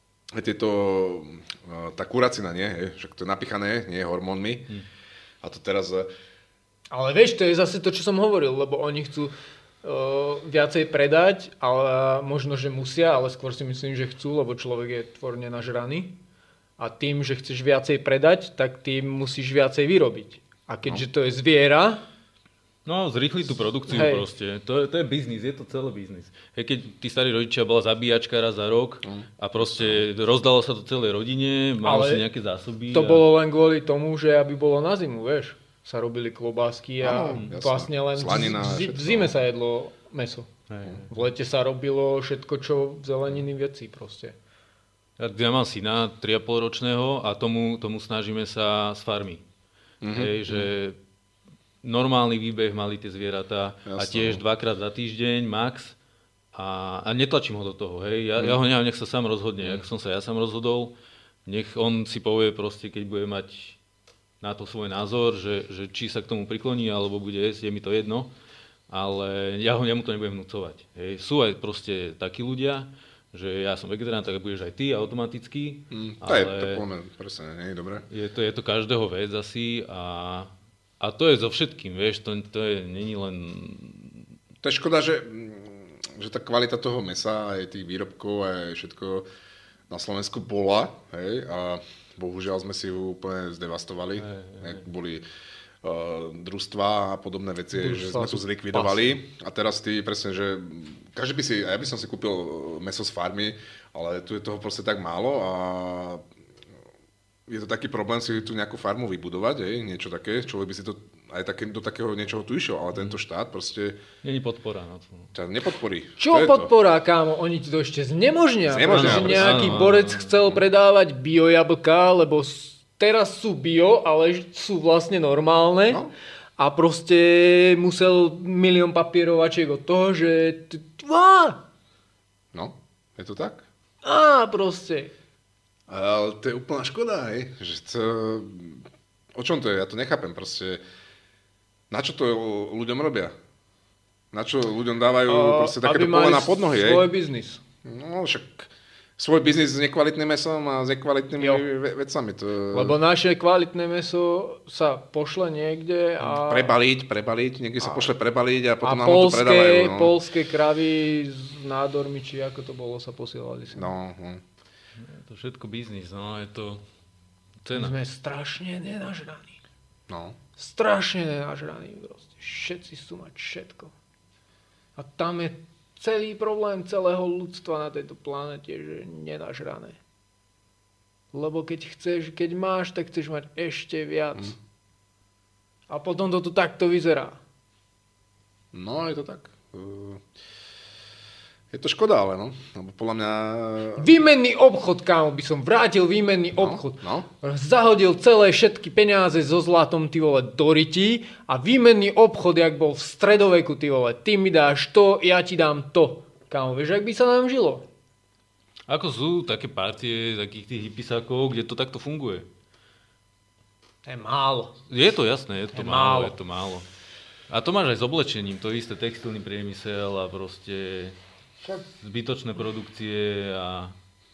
tá kuracina, nie? Však to je napichané, nie hormónmi. A to teraz... Ale vieš, to je zase to, čo som hovoril, lebo oni chcú viacej predať, ale možno, že musia, ale skôr si myslím, že chcú, lebo človek je tvorne nažraný. A tým, že chceš viacej predať, tak tým musíš viacej vyrobiť. A keďže to je zviera... No, zrýchli tú produkciu proste. To je biznis, je to celý biznis. Keď tí starí rodičia bola zabíjačka raz za rok a proste rozdalo sa to celej rodine, malo si nejaké zásoby. To bolo len kvôli tomu, že aby bolo na zimu, vieš. Sa robili klobásky a vlastne len v zime sa jedlo mäso. V lete sa robilo všetko, čo zeleniny veci proste. Ja mám syna 3,5 ročného a tomu snažíme sa z farmy. Že normálny výbeh mali tie zvieratá a tiež 2-krát za týždeň max a netlačím ho do toho. Hej. Ja ho nech sa sám rozhodne. Ak som sa ja sám rozhodol, nech on si povie proste, keď bude mať na to svoj názor, že či sa k tomu prikloní alebo bude jesť, je mi to jedno, ale ja mu to nebudem vnúcovať. Hej. Sú aj proste takí ľudia, že ja som vegetarián, tak budeš aj ty automaticky. Ale to presne, nie je dobré. Je to každého vec asi a to je so všetkým, vieš, to není len... To je škoda, že tá kvalita toho mäsa, aj tých výrobkov, aj všetko na Slovensku bola, hej, a bohužiaľ sme si ju úplne zdevastovali, boli družstva a podobné veci, že sme tu zlikvidovali a teraz ty presne, že každý by si, ja by som si kúpil mäso z farmy, ale tu je toho proste tak málo a je to taký problém si tu nejakú farmu vybudovať, niečo také, človek by si to aj do takého niečoho tu išiel, ale tento štát proste... Není podpora na to. Ťa nepodporí. Čo podpora, kámo? Oni ti to ešte znemožnia. Že nejaký borec chcel predávať bio jablká, lebo teraz sú bio, ale sú vlastne normálne. No. A proste musel 1 000 000 papierovačiek od toho, že... No, je to tak? Proste. Ale to je úplná škoda, hej. Že o čom to je? Ja to nechápem. Proste, na čo to ľuďom robia? Na čo ľuďom dávajú proste takéto pole na podnohy, hej? Svoj biznis. No, však svoj biznis s nekvalitným mesom a s nekvalitnými vecami. Lebo naše kvalitné meso sa pošle niekde a... Prebaliť, niekde sa pošle prebaliť a potom nám ho tu predávajú. No. Polské kravy s nádormi, či ako to bolo, sa posielali si. No. Je to všetko biznis, no, je to cena. My sme strašne nenažraní. No. Strašne nenažraní, proste. Všetci sú mať všetko. A tam je celý problém celého ľudstva na tejto planete, že je nenažrané. Lebo keď máš, tak chceš mať ešte viac. A potom to tu takto vyzerá. No, je to tak. Je to škoda, ale no. Lebo podľa mňa... Výmenný obchod, kámo, by som vrátil výmenný obchod. No. Zahodil celé všetky peniaze so zlatom, ty vole, do rytí a výmenný obchod, jak bol v stredoveku, ty vole. Ty mi dáš to, ja ti dám to. Kámo, vieš, ak by sa nám žilo? Ako sú také partie takých tých hippisákov, kde to takto funguje? To je málo. Je to jasné, je to málo. málo. A to máš aj s oblečením, to isté textilný priemysel a proste... zbytočné produkcie a...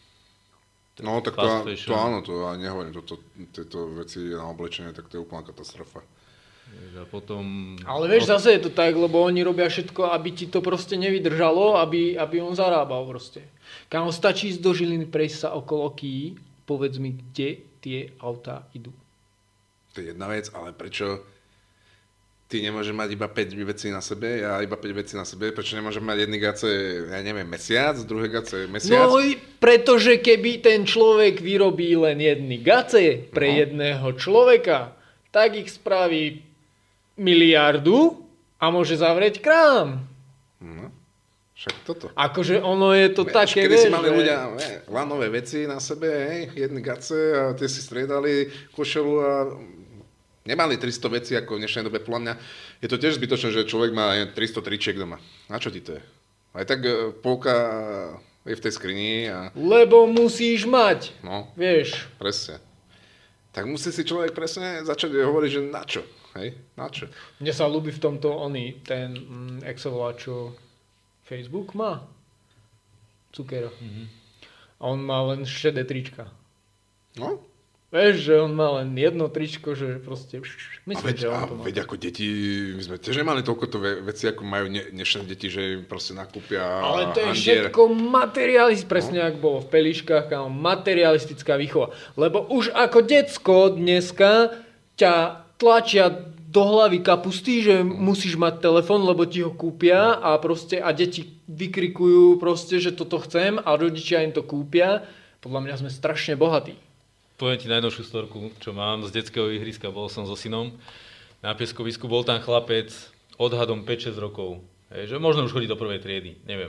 No tak to áno, to ja nehovorím, tieto veci na oblečenie, tak to je úplná katastrofa. A potom... Ale vieš, zase je to tak, lebo oni robia všetko, aby ti to proste nevydržalo, aby on zarábal proste. Kámo, stačí ísť do Žiliny, prejsť sa okolo Kii, povedz mi, kde tie autá idú. To je jedna vec, ale prečo... Ty nemôžeš mať iba 5 vecí na sebe, ja iba 5 vecí na sebe, prečo nemôžem mať jedný gace, ja neviem, mesiac, druhé gace mesiac? No, pretože keby ten človek vyrobí len jedny gace pre jedného človeka, tak ich spraví miliardu a môže zavrieť krám. No, však toto. Akože ono je to také, vieš, si mali ľudia lanové veci na sebe, jedny gace a tie si striedali košelu a... Nemali 300 vecí ako v dnešnej dobe, podľa mňa. Je to tiež zbytočné, že človek má 300 tričiek doma. Na čo ti to je? Aj tak polka je v tej skrini a... Lebo musíš mať, vieš. Presne. Tak musí si človek presne začať hovoriť, že na čo? Hej? Na čo? Mne sa ľúbi v tomto ten exovolá, čo Facebook má. Cukera. A on má len šedé trička. No? Vieš, že on má len jedno tričko, že proste... Myslím, že on to má. Veď ako deti, my sme tiež nemali toľko veci, ako majú dnešné deti, že im proste nakúpia ale to je všetko presne ako bolo v Pelíškach, materialistická výchova. Lebo už ako decko dneska ťa tlačia do hlavy kapusty, že musíš mať telefón, lebo ti ho kúpia a deti vykrikujú proste, že toto chcem a rodičia im to kúpia. Podľa mňa sme strašne bohatí. Poviem ti najnovšiu storku, čo mám z detského ihriska, bol som so synom na pieskovisku, bol tam chlapec odhadom 5-6 rokov, že možno už chodí do prvej triedy, neviem.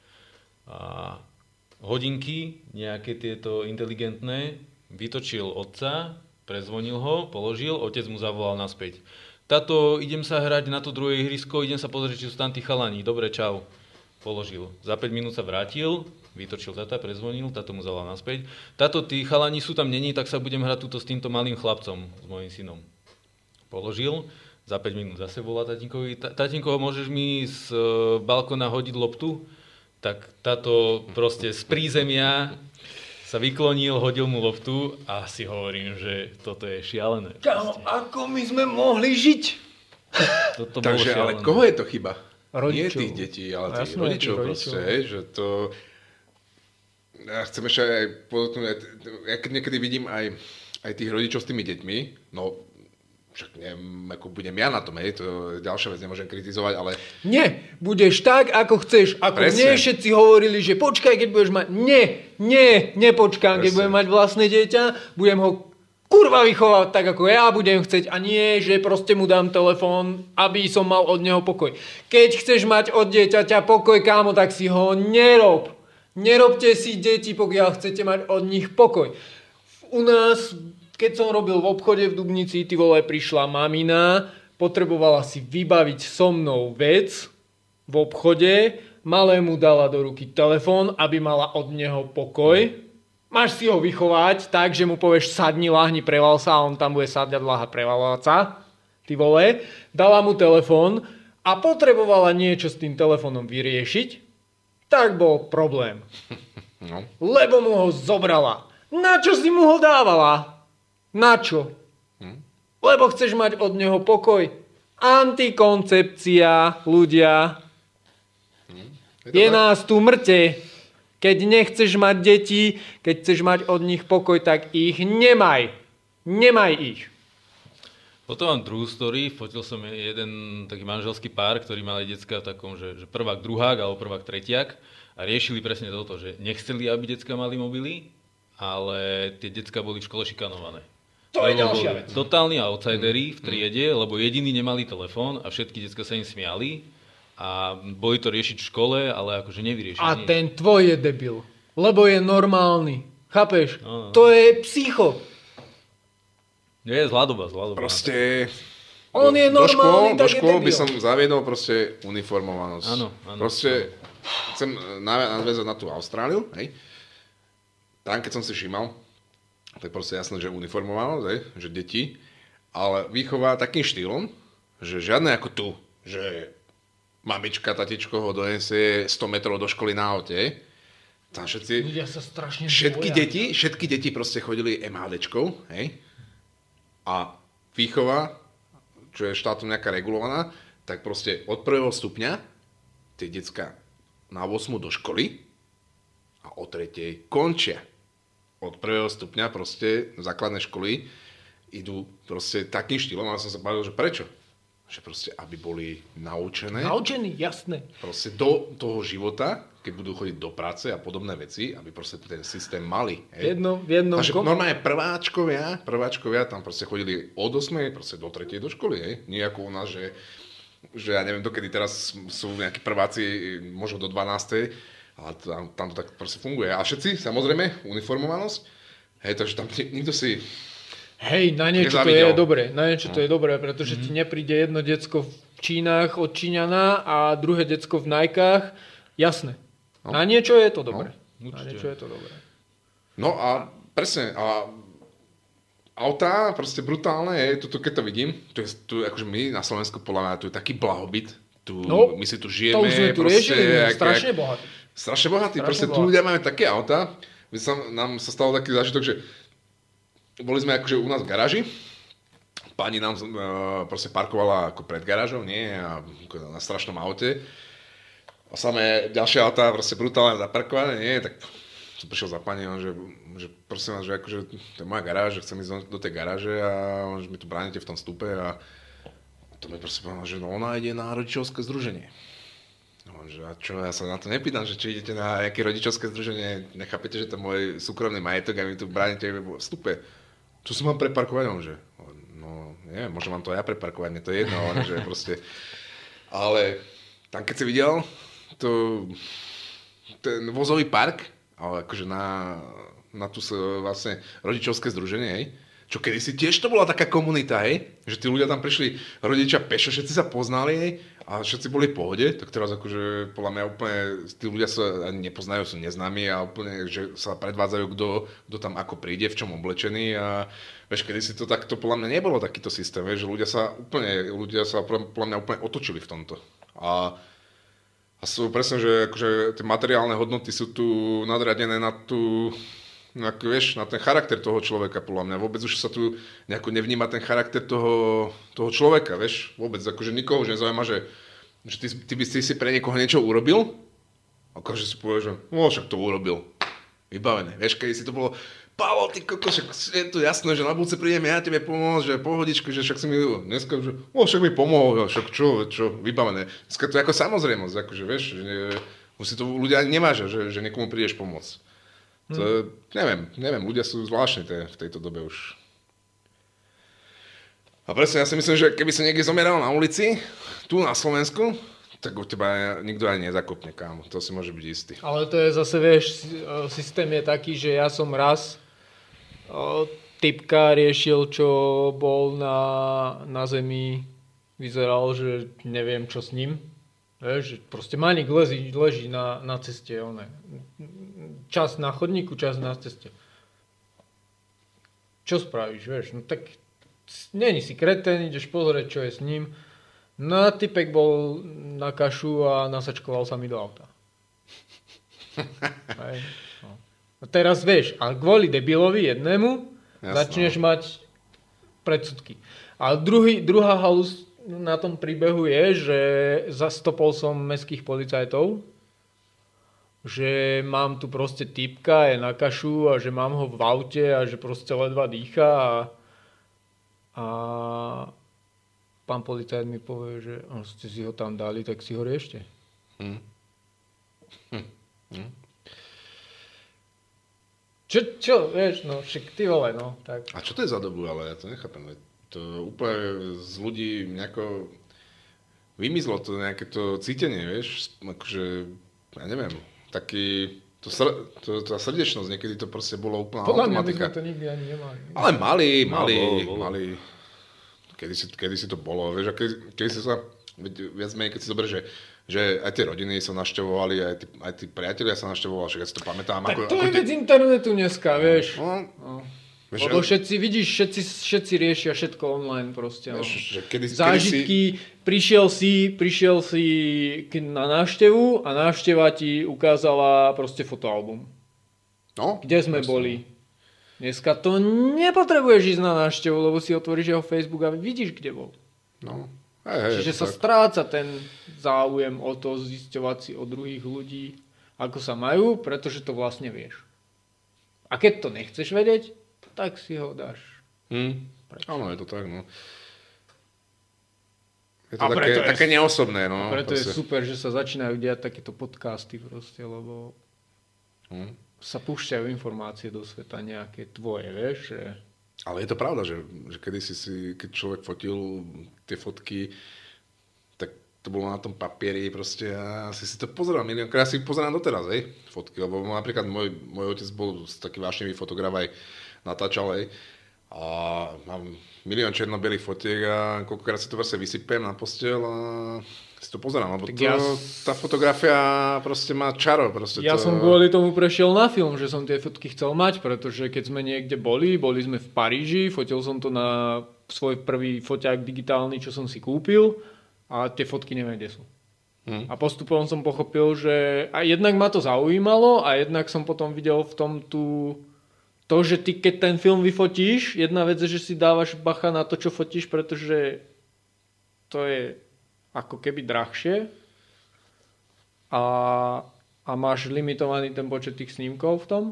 A hodinky, nejaké tieto inteligentné, vytočil otca, prezvonil ho, položil, otec mu zavolal naspäť. Tato, idem sa hrať na to druhé ihrisko, idem sa pozrieť, či sú tam tí chalani, dobre, čau. Položil. Za 5 minút sa vrátil, vytočil tata, prezvonil, tato mu zavolal naspäť. Tato, tí chalani sú tam není, tak sa budem hrať túto s týmto malým chlapcom, s mojím synom. Položil, za 5 minút zase volá tatínkovi. Tatínko, môžeš mi z balkóna hodiť loptu? Tak táto proste z prízemia sa vyklonil, hodil mu loptu a si hovorím, že toto je šialené. Kámo, ako my sme mohli žiť? Toto bolo takže, šialené. ale koho je to chyba? Rodičov. Nie tých detí, ale tých rodičov proste, že to... Ja chcem ešte aj podotknúť, ja keď niekedy vidím aj tých rodičov s tými deťmi, no však neviem, ako budem ja na tom, to je ďalšia vec, nemôžem kritizovať, ale... Nie, budeš tak, ako chceš, ako presne. Mne všetci hovorili, že počkaj, keď budeš mať... Nepočkám, keď budem mať vlastné dieťa, budem ho kurva vychovať tak, ako ja budem chcieť a nie, že proste mu dám telefón, aby som mal od neho pokoj. Keď chceš mať od dieťaťa pokoj, kámo, tak si ho nerob. Nerobte si deti, pokiaľ chcete mať od nich pokoj. U nás, keď som robil v obchode v Dubnici, ty vole, prišla mamina, potrebovala si vybaviť so mnou vec v obchode, malému dala do ruky telefón, aby mala od neho pokoj. Máš si ho vychovať tak, že mu povieš sadni, lahni, preval sa a on tam bude sadať, láhať, prevalovať sa. Ty vole, dala mu telefón a potrebovala niečo s tým telefónom vyriešiť, tak bol problém. No. Lebo mu ho zobrala. Na čo si mu ho dávala? Na čo? Lebo chceš mať od neho pokoj. Antikoncepcia, ľudia. Je nás tu mŕte. Keď nechceš mať deti, keď chceš mať od nich pokoj, tak ich nemaj. Nemaj ich. Potom mám druhú story. Fotil som jeden taký manželský pár, ktorý mali decka v takom, že prvák, druhák alebo prvák, tretiak. A riešili presne toto, že nechceli, aby decka mali mobily, ale tie decka boli v škole šikanované. To je ďalšia vec. Totálni outsideri v triede, lebo jediní nemali telefón a všetky decka sa im smiali. A boli to riešiť v škole, ale akože nevyriešili. A ten tvoj je debil. Lebo je normálny. Chápeš? No. To je psycho. Nie, zlá doba. Proste... On je normálny, do škôl by som zaviedol proste uniformovanosť. Áno. Proste chcem nadväzať na tú Austráliu, hej. Tam, keď som si všímal, tak proste jasné, že uniformovanosť, hej, že deti, ale výchova takým štýlom, že žiadne ako tu, že mamička, tatičko ho donesie 100 metrov do školy na aute. Tam všetci... Ľudia sa strašne všetky deti proste chodili MHDčkou, hej. A výchova, čo je štátom nejaká regulovaná, tak proste od 1. stupňa tie decka na 8 do školy a o 3. končia. Od 1. stupňa proste základné školy idú proste takým štýlom, ale som sa bavil, že prečo? Že proste, aby boli naučené. Naučení, jasné. Proste do toho života, keď budú chodiť do práce a podobné veci, aby proste ten systém mali. V jednom a že normálne prváčkovia tam proste chodili od 8. proste do 3. do školy, hej. Nie ako u nás, že ja neviem dokedy teraz sú nejakí prváci možno do 12. Ale tam to tak proste funguje. A všetci, samozrejme, uniformovanosť. Hej, takže tam nikto si... Hej, na niečo to je dobré. Na niečo to je dobré, pretože ti nepríde jedno decko v Čínach od Číňana a druhé decko v Nikách. Jasné. No. Na niečo je to dobré. Na niečo je to dobré. No a presne. A autá, proste brutálne je. Toto, keď to vidím, tu akože my na Slovensku podľa mňa, tu je taký blahobyt. My si tu žijeme. To už sme tu riešili, strašne bohatý. Strašne bohatý. Proste tu ľudia máme také autá. Nám sa stalo taký zážitok, že boli sme akože u nás v garáži. Pani nám proste parkovala ako pred garážou, nie? A na strašnom aute. A samé ďalšie autá proste brutálne zaparkované, nie? Tak som prišiel za pani, že prosím vás, že akože to je moja garáž, že chcem ísť do tej garáže a že mi tu bránite v tom vstupe a to mi proste povedal, že ona ide na rodičovské združenie. A čo, ja sa na to nepýtam, že či idete na nejaké rodičovské združenie, nechápete, že to je môj súkromný majetok a mi tu bránite v vstupe. Čo si mám preparkovať? Že no, neviem, môžem vám to ja preparkovať, mne to je jedno, ale že proste... Ale tam, keď si videl ten vozový park, ale akože na tú vlastne rodičovské združenie, hej, čo kedysi tiež to bola taká komunita, hej, že tí ľudia tam prišli, rodičia pešo, všetci sa poznali, hej, a všetci boli v pohode, tak teraz akože podľa mňa úplne, tí ľudia sa ani nepoznajú, sú neznámi a úplne, že sa predvádzajú, kto tam ako príde, v čom oblečený a vieš, kedysi to takto podľa mňa nebolo takýto systém, vieš, že ľudia sa podľa mňa úplne otočili v tomto. A sú presne, že akože tie materiálne hodnoty sú tu nadradené na na ten charakter toho človeka, podľa mňa. Vôbec už sa tu nejako nevníma ten charakter toho človeka, vieš. Vôbec, akože nikoho už nezaujíma, že ty by si pre niekoho niečo urobil? Akože si povie, že však to urobil. Vybavené. Vieš, keď si to bolo, Pavel, ty kokos, je to jasné, že na budúce prídem ja tebe pomôcť, že pohodičku, že však si mi dneska, že však mi pomohol, však čo, vybavené. Dneska to je ako samozrejmosť, akože vieš, že už si to ľudia nevážia, že niekomu prídeš pomôcť. To, neviem, ľudia sú zvláštni v tejto dobe už. A presne, ja si myslím, že keby sa niekde zomieral na ulici, tu na Slovensku, tak od teba nikto ani nezakopne, kámo. To si môže byť istý. Ale to je zase, vieš, systém je taký, že ja som raz typka riešil, čo bol na zemi, vyzeral, že neviem, čo s ním. Vieš, proste maník leží na ceste, čas na chodníku, čas na ceste. Čo spravíš, vieš? No tak není si kreten, ideš pozrieť, čo je s ním. No a typek bol na kašu a nasačkoval sa mi do auta. Hej, no. A teraz vieš, ale kvôli debilovi jednému začneš mať predsudky. A druhá halus na tom príbehu je, že zastopol som mestských policajtov, že mám tu proste typka, je na kašu a že mám ho v aute a že proste ledva dýcha a pán policajt mi povie, že ste si ho tam dali, tak si ho riešte. Čo, vieš, no, však ty vole, no, tak. A čo to je za dobu, ale ja to nechápem. To úplne z ľudí nejako vymizlo to nejaké to cítenie, vieš, akože, ja neviem, taký, tá srdečnosť, niekedy to proste bolo úplná automatika. Podľa mňa by sme to nikdy ani nemali. Ale mali. Kedy si to bolo, vieš, a kedy si sa, viac menej, keď si zober, že aj tie rodiny sa navštevovali, aj tí priatelia sa navštevovali, však ja si to pamätám. Tak to je vec internetu dneska, vieš. No. Lebo všetci riešia všetko online proste. No. Zážitky, prišiel si na návštevu a návšteva ti ukázala proste fotoalbum. No, kde sme boli. Dneska to nepotrebuješ ísť na návštevu, lebo si otvoríš jeho Facebook a vidíš, kde bol. No. Čiže sa stráca ten záujem o to zisťovať si od druhých ľudí, ako sa majú, pretože to vlastne vieš. A keď to nechceš vedieť, tak si ho dáš. Áno, je to tak, no. Je to také neosobné, no. A preto je super, že sa začínajú diať takéto podcasty proste, lebo sa púšťajú informácie do sveta nejaké tvoje, vieš, že... Ale je to pravda, že kedysi keď človek fotil tie fotky, tak to bolo na tom papieri proste a si to pozeral miliónkrát. Ja si pozerám doteraz, fotky, lebo napríklad môj otec bol taký vášnivý fotograf, aj natáčal, a mám milión černo-bielých fotiek a koľkokrát si to proste vysypem na posteľ a si to pozerám, lebo tá fotografia proste má čaro. Proste som kvôli tomu prešiel na film, že som tie fotky chcel mať, pretože keď sme niekde boli sme v Paríži, fotil som to na svoj prvý foťák digitálny, čo som si kúpil a tie fotky neviem, kde sú. A postupom som pochopil, že a jednak ma to zaujímalo a jednak som potom videl v tom to, že ty keď ten film vyfotíš, jedna vec je, že si dávaš bacha na to, čo fotíš, pretože to je ako keby drahšie a máš limitovaný ten počet tých snímkov v tom.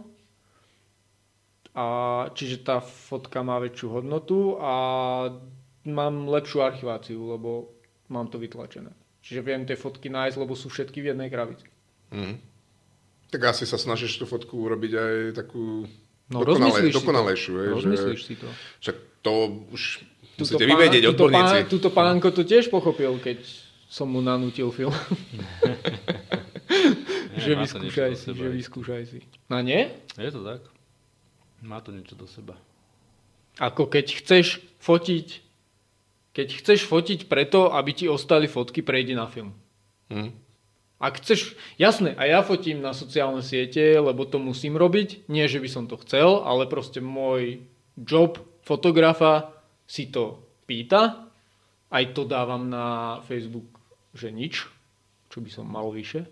A čiže tá fotka má väčšiu hodnotu a mám lepšiu archiváciu, lebo mám to vytlačené. Čiže viem tie fotky nájsť, lebo sú všetky v jednej krabici. Tak asi sa snažíš tú fotku urobiť aj takú dokonalejšiu. Rozmyslíš si to. Však to už musíte vyvedieť odborníci. Tuto pánko to tiež pochopil, keď som mu nanútil film. Že vyskúšaj si. No nie? Je to tak. Má to niečo do seba. Ako keď chceš fotiť preto, aby ti ostali fotky, prejdi na film. Ak chceš, jasné, a ja fotím na sociálne siete, lebo to musím robiť, nie že by som to chcel, ale proste môj job fotografa si to pýta, aj to dávam na Facebook, že nič, čo by som mal vyše,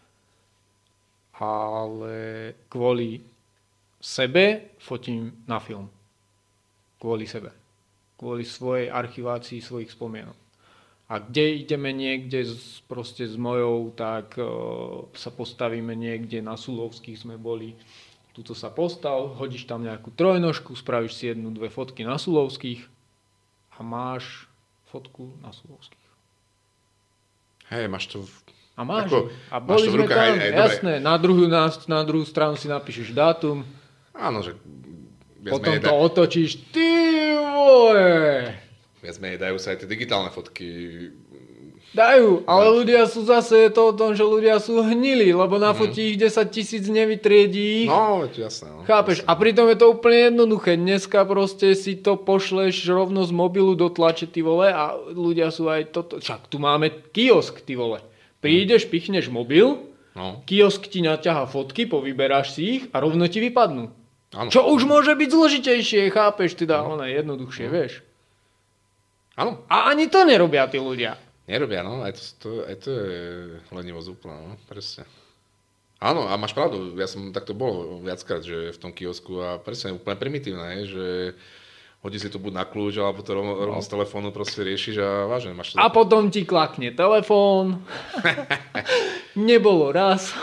ale kvôli sebe fotím na film. Kvôli sebe. Kvôli svojej archivácii svojich spomienok. A kde ideme niekde proste s mojou, tak sa postavíme niekde, na Sulovských sme boli. Tuto sa postav, hodíš tam nejakú trojnožku, spravíš si 1-2 fotky na Sulovských a máš fotku na Sulovských. Hej, máš to... A máš. A boli sme tam, jasné. Na druhú stranu si napíšeš dátum. Áno, že... Potom to otočíš. Ty vole! Viac menej dajú sa aj tie digitálne fotky. Dajú, ale ľudia sú zase to o tom, že ľudia sú hnili, lebo na fotí ich 10 000 nevytriedí. No, veď jasné. No, chápeš? Jasné. A pritom je to úplne jednoduché. Dneska proste si to pošleš rovno z mobilu do tlače, ty vole, a ľudia sú aj toto. Však tu máme kiosk, ty vole. Prídeš, pichneš mobil, kiosk ti naťahá fotky, povyberáš si ich a rovno ti vypadnú. Ano. Čo už môže byť zložitejšie, chápeš? Teda jednoduchšie, vieš. Áno. A ani to nerobia tí ľudia. Nerobia, no. Aj to je lenivosť úplná, no. Presne. Áno, a máš pravdu, ja som takto bol viackrát, že v tom kiosku a presne úplne primitívne, že hodí si to buď na kľúč, alebo to rovno z telefónu proste riešiš a vážne máš to. A potom ti klakne telefón. Nebolo raz.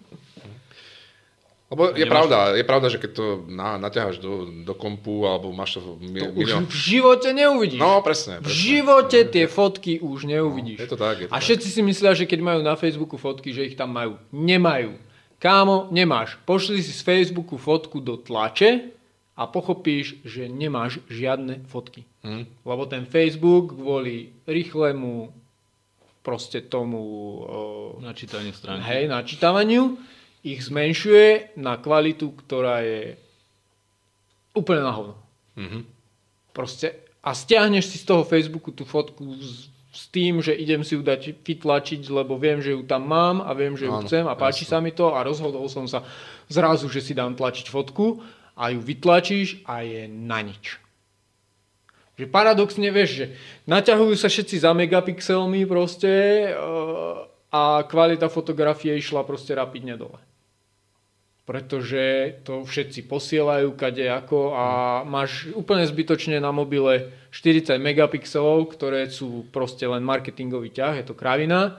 Lebo je pravda, že keď to naťaháš do kompu, alebo máš to už v živote neuvidíš. No, presne. V živote tie fotky už neuvidíš. No, je to tak. A všetci si myslia, že keď majú na Facebooku fotky, že ich tam majú. Nemajú. Kámo, nemáš. Pošli si z Facebooku fotku do tlače a pochopíš, že nemáš žiadne fotky. Lebo ten Facebook kvôli rýchlemu proste tomu načítaniu stránky. Načítavaniu ich zmenšuje na kvalitu, ktorá je úplne na hovno. Proste a stiahneš si z toho Facebooku tú fotku s tým, že idem si ju dať vytlačiť, lebo viem, že ju tam mám a viem, že ju chcem a páči sa mi to a rozhodol som sa zrazu, že si dám tlačiť fotku a ju vytlačíš a je na nič. Že paradoxne, vieš, že naťahujú sa všetci za megapixelmi proste a kvalita fotografie išla proste rapidne dole. Pretože to všetci posielajú kadejako a máš úplne zbytočne na mobile 40 megapixelov, ktoré sú proste len marketingový ťah, je to kravina.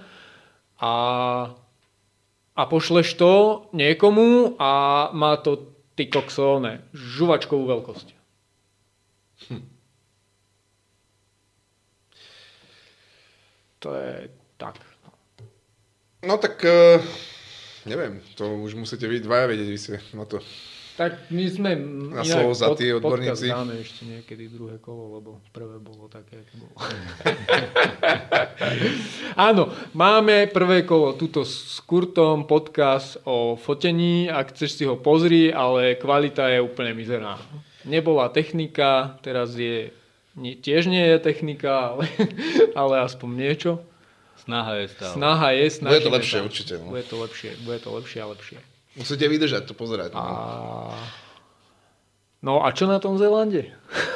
A pošleš to niekomu a má to ty koksovné žuvačkovú veľkosť. To je tak. No tak... Neviem, to už musíte vy dvaja vedieť, vy si na to. Tak my sme na slovo za tí odborníci. Podcast dáme ešte niekedy druhé kolo, lebo prvé bolo také, ako bolo. Áno, máme prvé kolo tuto s Kurtom, podcast o fotení, ak chceš si ho pozri, ale kvalita je úplne mizerná. Nebola technika, teraz tiež nie je technika, ale aspoň niečo. Snaha je stále. Bude to lepšie určite. No. Bude to lepšie a lepšie. Musíte vydržať to pozerať. No. No a čo na tom Zélande?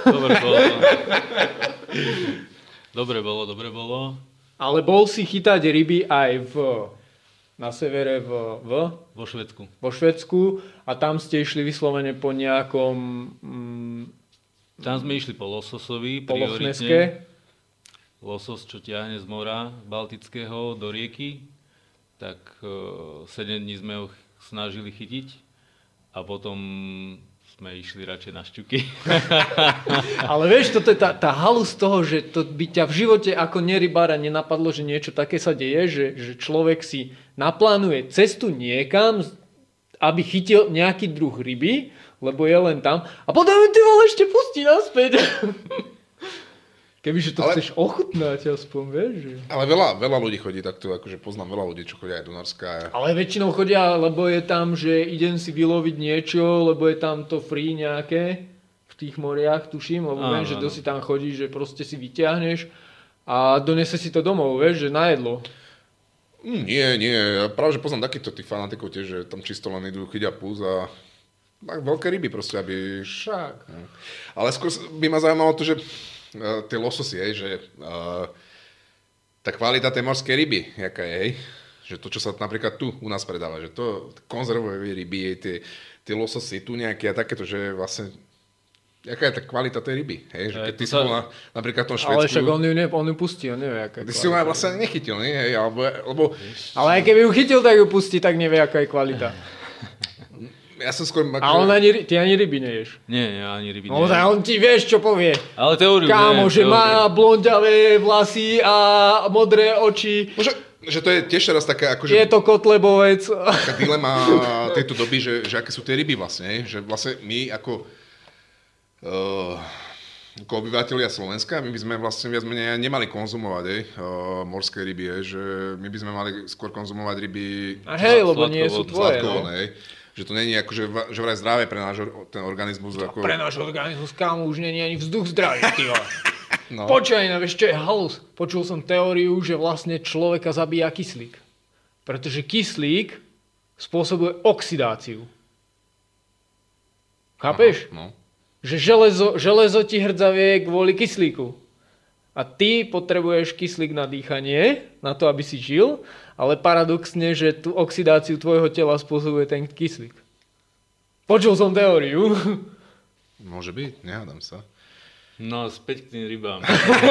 Dobre bolo. Ale bol si chytať ryby aj na severe vo Švédsku. Vo Švédsku a tam ste išli vyslovene po nejakom... Tam sme išli po lososovi prioritne. Losos, čo ťahne z mora Baltického do rieky, tak 7 dní sme ho snažili chytiť a potom sme išli radšej na šťuky. Ale vieš, toto je tá halus toho, že to by ťa v živote ako nerybára nenapadlo, že niečo také sa deje, že človek si naplánuje cestu niekam, aby chytil nejaký druh ryby, lebo je len tam a potom ty vole ešte pustí naspäť. Kebyže to chceš ochutnať aspoň, vieš. Že... Ale veľa ľudí chodí takto, akože poznám veľa ľudí, čo chodia aj do Norska. Ale väčšinou chodia, lebo je tam, že idem si vyloviť niečo, lebo je tam to free nejaké v tých moriach, tuším, lebo viem, že si tam chodí, že proste si vyťahneš a donese si to domov, vieš, že na jedlo. Nie. Ja práve, že poznám takýchto tých fanatikov tiež, že tam čisto len idú chytia púz a tak veľké ryby proste, aby... Však. Ale skôr by ma zaujímalo to, že tie lososy, že tá kvalita tej morskej ryby, jaká je, že to, čo sa napríklad tu u nás predáva, že to konzervové ryby, tie lososy tu nejaké a takéto, že vlastne jaká je tá kvalita tej ryby, že keď ty si bol napríklad v tom Švédsku... Ale však on ju pustí, on nevie, aká je kvalita. Ty si ju vlastne nechytil, nie? Lebo... Ale aj keby ju chytil, tak ju pustí, tak nevie, aká je kvalita. Ja som skôr... Ale ty ani ryby neješ. Nie, ani ryby nejem. No on ti vieš, čo povie. Ale teóriu Kámo, že má blondiavé vlasy a modré oči. Že to je tiež raz taká... Akože, je to kotlebovec. Taká dilema tejto doby, že aké sú tie ryby vlastne. Že vlastne my ako obyvateľia Slovenska, my by sme vlastne viac menej nemali konzumovať morské ryby. Že my by sme mali skôr konzumovať ryby... A hej, lebo nie sú tvoje. Že to není ako, že vraj zdravé pre náš ten organizmus. Ako... Pre náš organizmus, kámo, už není ani vzduch zdravý, tyho. No. Počkaj, vieš čo je halus? Počul som teóriu, že vlastne človeka zabíja kyslík. Pretože kyslík spôsobuje oxidáciu. Chápeš? No. Že železo ti hrdzavie kvôli kyslíku. A A ty potrebuješ kyslík na dýchanie, na to, aby si žil, ale paradoxne, že tú oxidáciu tvojho tela spôsobuje ten kyslík. Počul som teóriu. Môže byť, nehádam sa. No, späť k tým rybám.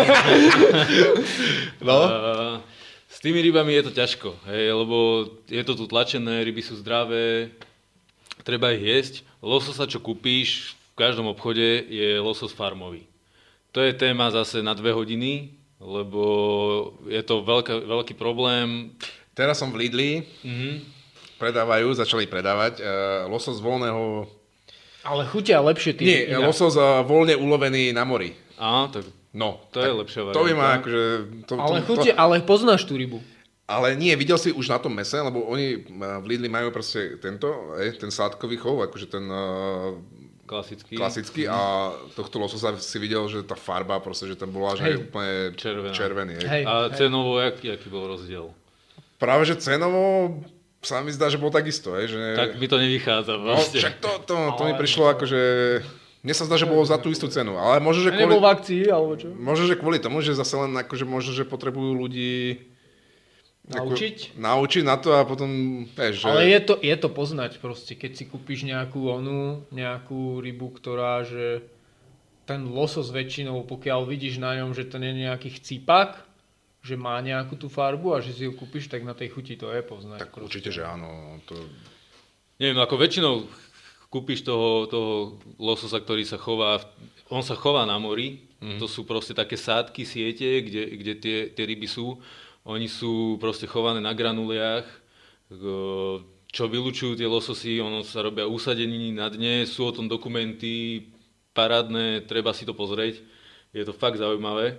No? S tými rybami je to ťažko, hej, lebo je to tu tlačené, ryby sú zdravé, treba ich jesť. Lososa, čo kúpíš v každom obchode, je losos farmový. To je téma zase na 2 hodiny, lebo je to veľký problém. Teraz som v Lidli, začali predávať losos z voľného... Ale chutia lepšie ty. Nie, losos voľne ulovený na mori. Á, tak no, to je lepšia varianta. To by ma akože... Ale poznáš tú rybu. Ale nie, videl si už na tom mese, lebo oni v Lidli majú proste ten sádkový chov, akože ten klasický a tohto lososa si videl, že tá farba proste, že tam bola, že je úplne červený. Hej. A cenovo, aký bol rozdiel? Práve, že cenovo sa mi zdá, že bol takisto. Že... Tak mi to nevychádza. No, však to mi prišlo akože... Mne sa zdá, že bolo za tú istú cenu, ale možno, že nebol v akcii, alebo čo? Možno, že kvôli tomu, že zase len akože možno, že potrebujú ľudí naučiť na to a potom, vieš, že... Ale je to poznať proste, keď si kúpiš nejakú rybu, ktorá, že ten losos väčšinou, pokiaľ vidíš na ňom, že to nie je nejaký chcípak, že má nejakú tú farbu a že si ho kúpiš, tak na tej chuti to je poznať. Tak proste. Určite, že áno. Neviem, ako väčšinou kúpiš toho lososa, ktorý sa chová, on sa chová na mori, to sú proste také sádky, siete, kde tie ryby sú. Oni sú proste chované na granuliách, čo vylučujú tie lososy, ono sa robia úsadeniny na dne, sú o tom dokumenty parádne, treba si to pozrieť, je to fakt zaujímavé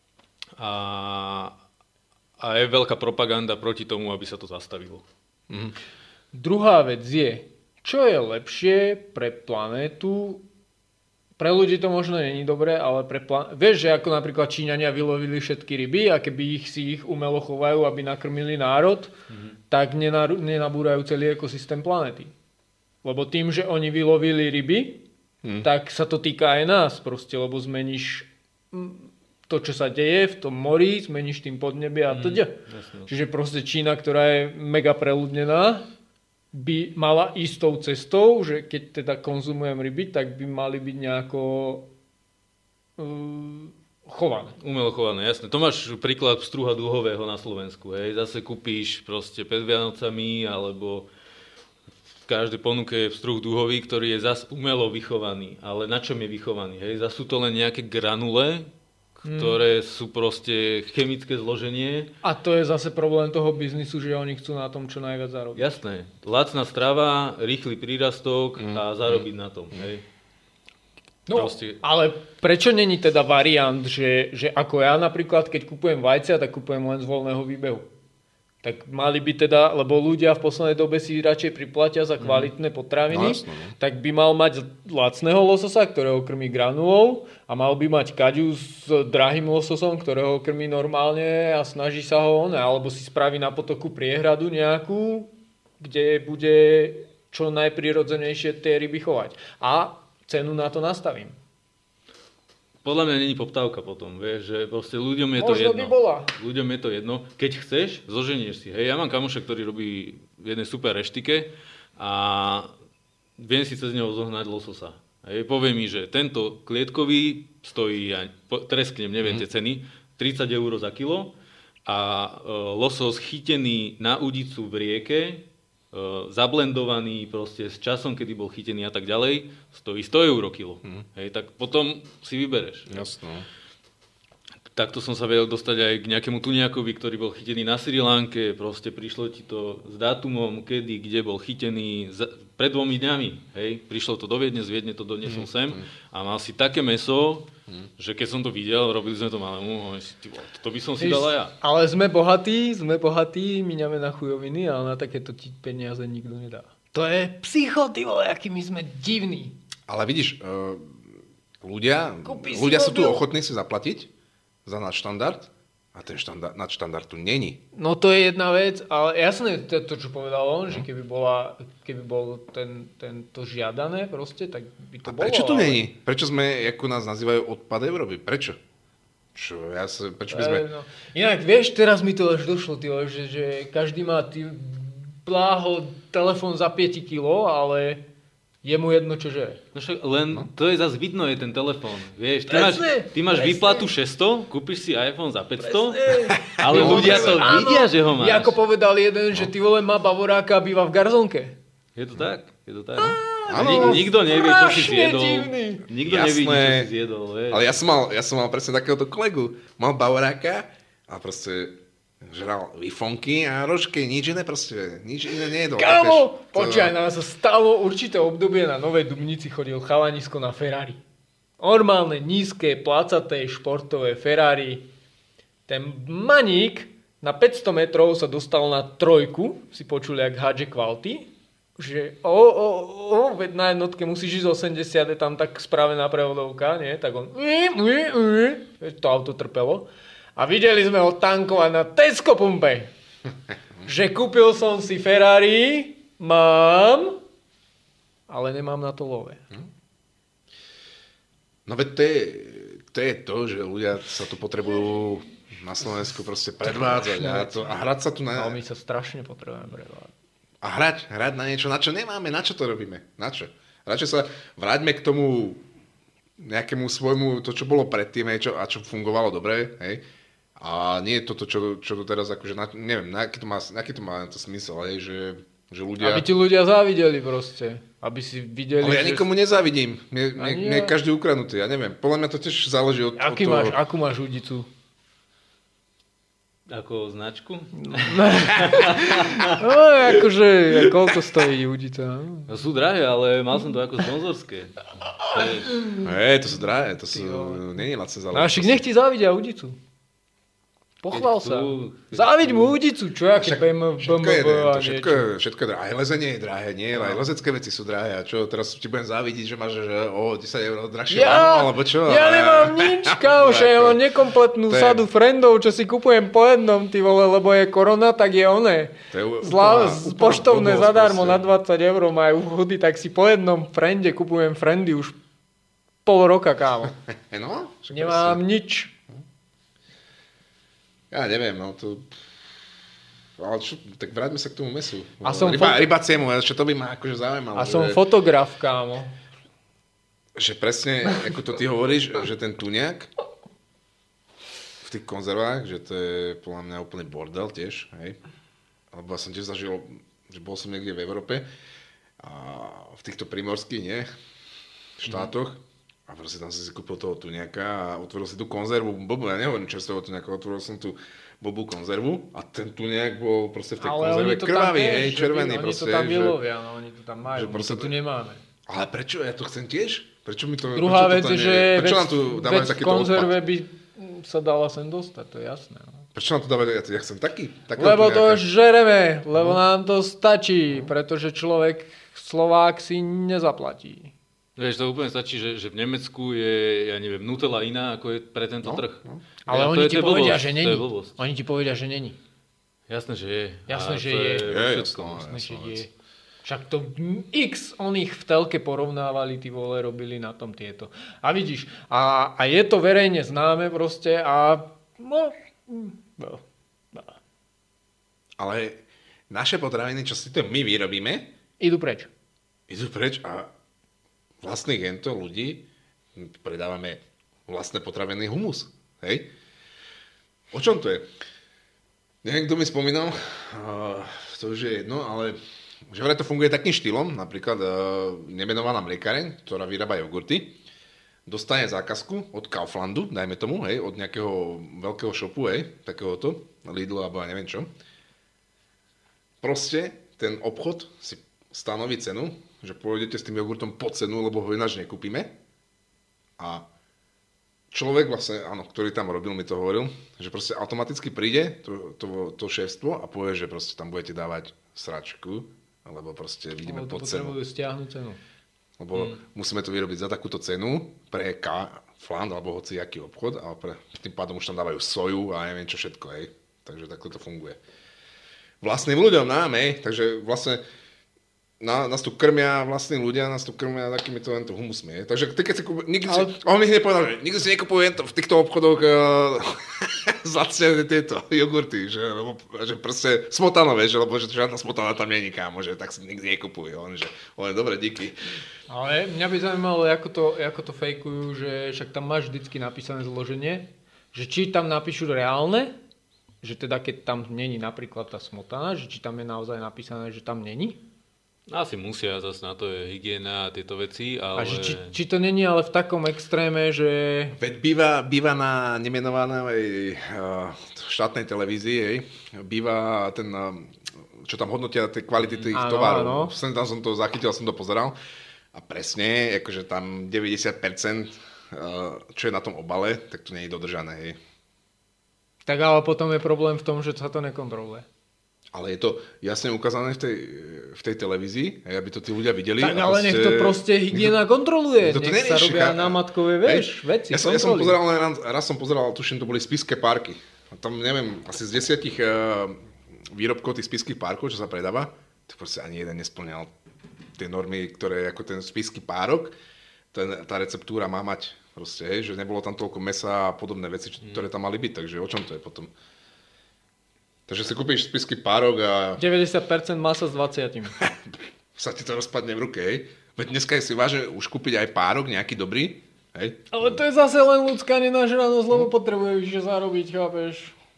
a je veľká propaganda proti tomu, aby sa to zastavilo. Druhá vec je, čo je lepšie pre planétu. Pre ľudí to možno není dobré, ale vieš, že ako napríklad Číňania vylovili všetky ryby a keby ich umelo chovajú, aby nakrmili národ, tak nenabúrajú celý ekosystém planéty. Lebo tým, že oni vylovili ryby, tak sa to týka aj nás proste, lebo zmeníš to, čo sa deje v tom mori, zmeníš tým podnebie a teda. Čiže proste Čína, ktorá je mega preľudnená, by mala ísť tou cestou, že keď teda konzumujem ryby, tak by mali byť nejako chované. Umelo chované, jasné. To máš príklad pstruha dúhového na Slovensku. Hej. Zase kúpíš proste pred Vianocami, alebo v každej ponuke je pstruh dúhový, ktorý je zase umelo vychovaný. Ale na čom je vychovaný? Hej. Zase sú to len nejaké granule, ktoré sú proste chemické zloženie. A to je zase problém toho biznisu, že oni chcú na tom čo najviac zarobiť. Jasné. Lacná strava, rýchly prírastok a zarobiť na tom. Hej. No, proste... ale prečo není teda variant, že ako ja napríklad, keď kupujem vajcia, tak kupujem len z voľného výbehu. Tak mali by teda, lebo ľudia v poslednej dobe si radšej priplatia za kvalitné potraviny, tak by mal mať lacného lososa, ktorého krmí granulou a mal by mať kaďu s drahým lososom, ktorého krmí normálne a snaží sa ho alebo si spraví na potoku priehradu nejakú, kde bude čo najprirodzenejšie tie ryby chovať. A cenu na to nastavím. Podľa mňa není poptávka potom, vieš, že proste ľuďom je to jedno. Možno by bola. Ľuďom je to jedno. Keď chceš, zoženieš si. Hej, ja mám kamoša, ktorý robí v jednej super reštike a viem si cez neho zohnať lososa. Hej, povie mi, že tento klietkový stojí, ja tresknem, neviem tie ceny, 30 € za kilo a losos chytený na udicu v rieke, zablendovaný proste s časom, kedy bol chytený a tak ďalej, stojí 100 € kilo. Hej, tak potom si vybereš. Jasno. Takto som sa vedel dostať aj k nejakému tuniakovi, ktorý bol chytený na Sri Lanke, proste prišlo ti to s dátumom, kedy, kde bol chytený pred 2 dňami. Hej, prišlo to do Viedne, z Viedne to doniesol sem a mal si také mäso, že keď som to videl, robili sme to malému, to by som si dal aj ja. Ale sme bohatí, míňame na chujoviny, ale na takéto ti peniaze nikto nedá. To je psycho, ty vole, aký my sme divní. Ale vidíš, ľudia sú tu ochotní si zaplatiť za nadštandard a ten nadštandard tu není. No to je jedna vec, ale jasné to čo povedal on, že keby bol to žiadané proste, tak by to bolo. A prečo tu není? Prečo sme, ako nás nazývajú, odpad Európy? Prečo? Prečo by sme... No. Inak, vieš, teraz mi to až došlo, že každý má bláho telefón za 5 kg, ale je mu jedno, čo žere. No však len to je zase vidno, je ten telefón. Vieš, ty máš presne. výplatu 600, kúpiš si iPhone za 500, ale ľudia to vidia, že ho máš. Ako povedal jeden, že ty vole má Bavoráka a býva v garzonke. Je to tak? Áno. Nikto nevie, čo si zjedol. Divný. Nikto nevidí, čo si zjedol. Vieš. Ale ja som mal presne takéhoto kolegu. Mal Bavoráka a proste žral výfonky a rožky, nič iné nejedol. Kámo, počkaj, nám sa stalo určité obdobie, na Novej Dubnici chodil chalanisko na Ferrari. Normálne, nízke, placaté, športové Ferrari. Ten maník na 500 metrov sa dostal na trojku, si počuli, jak hádže kvalty, že veď na jednotke musíš ísť 80, je tam tak spravená prevodovka, nie? Tak on to auto trpelo. A videli sme ho tankovať na Tesco pumpe. Že kúpil som si Ferrari, mám, ale nemám na to love. No veď to je to, že ľudia sa tu potrebujú na Slovensku proste predvádzať a hrať sa tu na... No my sa strašne potrebujeme predvádzať. A hrať na niečo, na čo nemáme, na čo to robíme, na čo? Radšej sa vráťme k tomu nejakému svojmu, to čo bolo predtým, a čo fungovalo dobre, hej? A nie je toto, čo to teraz akože, neviem, aký to má to smysl, hej, že ľudia... Aby ti ľudia závideli proste. Aby si videli, ale ja nikomu nezávidím. Mne je každý ukradnutý, ja neviem. Podľa mňa to tiež záleží od toho... Akú máš udicu? Ako značku? No, akože, koľko stojí udica? No, sú drahé, ale mal som to ako sponzorské. To sú drahé, to sú... Nie je lacné záležitosti. No, však nech ti závidia udicu. Pochvál sa. Záviď mu udicu, čo aké BMW a niečo. Všetko je drahé. Aj lezenie je drahé, nie? Aj lezecké veci sú drahé. A čo, teraz ti budem závidiť, že máš 10 eur drahšie lano, alebo čo? Ja nemám nič, kámoša, ja mám nekompletnú sadu friendov, čo si kupujem po jednom, ty vole, lebo je korona, tak je oné. Poštovné zadarmo na 20 eur majú hudy, tak si po jednom friende kupujem friendy už pol roka, kámo. No, nemám nič. Ja neviem, no to... Ale čo, tak vráťme sa k tomu mesu. Rybaciemu, čo to by ma akože zaujímalo. A som fotograf, kámo. Že presne, ako to ty hovoríš, že ten tuňák v tých konzervách, že to je podľa mňa úplný bordel tiež, hej. Lebo ja som tiež zažil, že bol som niekde v Európe a v týchto primorských, nie, štátoch. A proste tam som si kúpil toho tuňaka a otvoril si tú konzervu, ja nehovorím čerstvého tuňaka, otvoril som tú blbú konzervu a ten tuňak bol proste v tej konzerve krvavý, hej, červený proste. Oni to tam vylovia, no oni to tam majú, my to tu nemáme. Ale prečo? Ja to chcem tiež? Prečo mi to... Druhá vec je, že vec v konzerve by sa dala sem dostať, to je jasné. No. Prečo nám to dávajú? Ja chcem taký. Lebo to žereme, lebo nám to stačí, pretože Slovák si nezaplatí. Vieš, to úplne stačí, že v Nemecku je, ja neviem, Nutella iná, ako je pre tento trh. No. Ale oni ti povedia, že není. Oni ti povedia, že není. Jasné, že je. Jasné, že je. Jasné, že je. Však to x oných v telke porovnávali, tí vole, robili na tom tieto. A vidíš, a je to verejne známe proste a... Ale naše potraviny, čo si to my vyrobíme... Idú preč a vlastných gentov ľudí predávame vlastné potravený humus. Hej? O čom to je? Neviem, kto mi spomínal, to už je jedno, ale že vraj to funguje takým štýlom, napríklad nemenovaná mliekareň, ktorá vyrába jogurty, dostane zákazku od Kauflandu, dajme tomu, hej, od nejakého veľkého shopu, hej, takéhoto, Lidl alebo ja neviem čo. Proste ten obchod si stanoví cenu, že pôjdete s tým jogurtom pod cenu, lebo ho ináč nekúpime. A človek vlastne, áno, ktorý tam robil, mi to hovoril, že proste automaticky príde to šéfstvo a povie, že proste tam budete dávať sračku, alebo proste vidíme pod cenu. Potrebujú stiahnuť cenu. Lebo musíme to vyrobiť za takúto cenu pre Kaufland alebo hociaký obchod a tým pádom už tam dávajú soju a neviem čo všetko, hej. Takže takto to funguje. Vlastným ľuďom nám, hej, takže vlastne nás tu krmia vlastní ľudia, nás tu krmia takýmito humusmi. Takže ty keď si on mi hneď povedal, že nikdy si nekupuje v týchto obchodoch zlacené tieto jogurty, že proste smotanové, lebo že žiadna smotana tam není, kámo, že tak si nikdy nekupuje. On je dobre, díky. Ale mňa by zaujímalo, ako to fejkujú, že však tam máš vždycky napísané zloženie, že či tam napíšu reálne, že teda keď tam není napríklad tá smotana, že či tam je naozaj napísané, že tam není. Asi musia, zase na to je hygiena a tieto veci, ale... A že či to není ale v takom extréme, že... Veď býva na nemenovanej štátnej televízii, býva ten, čo tam hodnotia tie kvality tých tovarov. Tam som to zachytil, som to pozeral. A presne, akože tam 90%, čo je na tom obale, tak to nie je dodržané. Hej. Tak ale potom je problém v tom, že sa to nekontroluje. Ale je to jasne ukázané v tej televízii, aby to tí ľudia videli. Tak ale nech to proste hygiena kontroluje. Nech sa robia námatkové veci. Ja som pozeral, raz som pozeral, tuším, to boli spišské parky. A tam, neviem, asi z 10 výrobkov tých spišských parkov, čo sa predáva, to proste ani jeden nesplňal tie normy, ktoré ako ten spišský párok, tá receptúra má mať. Proste, že nebolo tam toľko mesa a podobné veci, ktoré tam mali byť. Takže o čom to je potom? Takže si kúpiš spisky párok a... 90% masa s 20. sa ti to rozpadne v ruke, hej? Veď dneska je si vážne už kúpiť aj párok, nejaký dobrý, hej? Ale to je zase len ľudská nenažranosť, lebo potrebuješ že zarobiť, chápeš?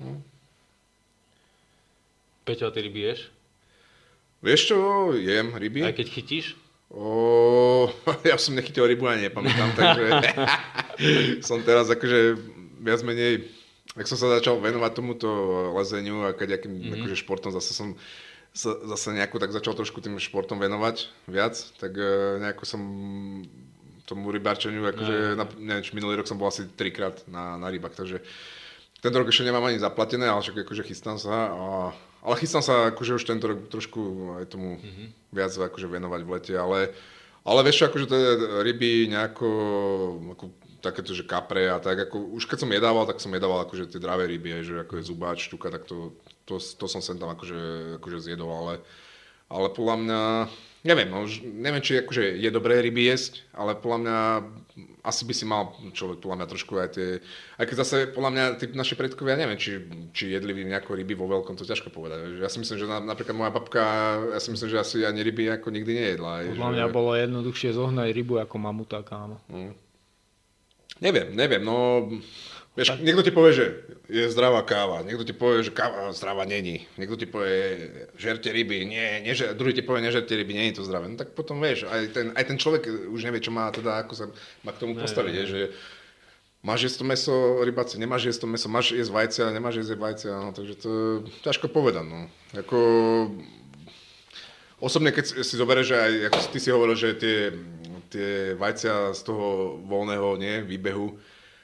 Peťo, ty ryby ješ? Vieš čo, jem ryby. Aj keď chytíš? Ja som nechytil rybu a nepamätám, takže som teraz akože viac menej... Ak som sa začal venovať tomuto lezeniu a kadejakým akože športom, zase som nejako tak začal trošku tým športom venovať viac, tak nejako som tomu rybárčeniu, akože neviem, minulý rok som bol asi 3-krát na rybách, takže tento rok ešte nemám ani zaplatené, ale však akože chystám sa, ale chystám sa akože už tento rok trošku aj tomu viac akože venovať v lete, ale vieš čo, akože tie ryby nejako takéto, že kapre a tak, ako už keď som jedával, tak som jedával akože tie dravé ryby, že ako je zubáč, štuka, tak to som sem tam akože zjedol, ale podľa mňa, neviem, či akože je dobré ryby jesť, ale podľa mňa asi by si mal človek podľa mňa trošku aj tie, aj keď zase podľa mňa tí naši predkovia, neviem, či jedli nejako ryby vo veľkom, to ťažko povedať. Ja si myslím, že napríklad moja babka, ja si myslím, že asi ani ryby ako nikdy nejedla. Podľa mňa bolo jednoduchšie zohnať rybu ako mamuta, kámo. Neviem, no... Vieš, niekto ti povie, že je zdravá káva, niekto ti povie, že káva zdravá není, niekto ti povie, žerte ryby, druhý ti povie, nežerte ryby, nie je to zdravé. No tak potom vieš, aj ten človek už nevie, čo má teda, ako sa má k tomu postaviť, že máš jesť to meso, rybáci, nemáš jesť to meso, máš jesť vajcia, nemáš jesť vajcia, no, takže to je ťažko povedať, no. Ako... Osobne, keď si zoberieš, že aj, ako ty si hovoril, že tie vajcia z toho voľného výbehu.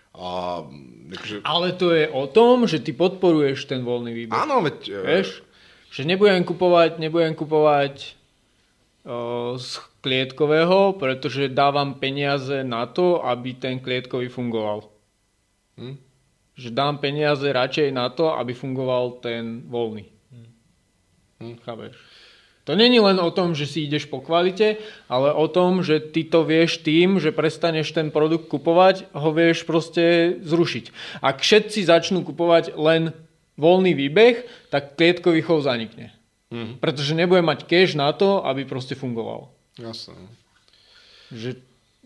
Ale to je o tom, že ty podporuješ ten voľný výbeh. Áno, veď... Vieš? Že nebudem kupovať z klietkového, pretože dávam peniaze na to, aby ten klietkový fungoval. Že dám peniaze radšej na to, aby fungoval ten voľný. Chápeš? To není len o tom, že si ideš po kvalite, ale o tom, že ty to vieš tým, že prestaneš ten produkt kupovať, ho vieš proste zrušiť. Ak všetci začnú kupovať len voľný výbeh, tak klietkový chov zanikne. Pretože nebude mať cash na to, aby proste fungoval. Jasne. Že...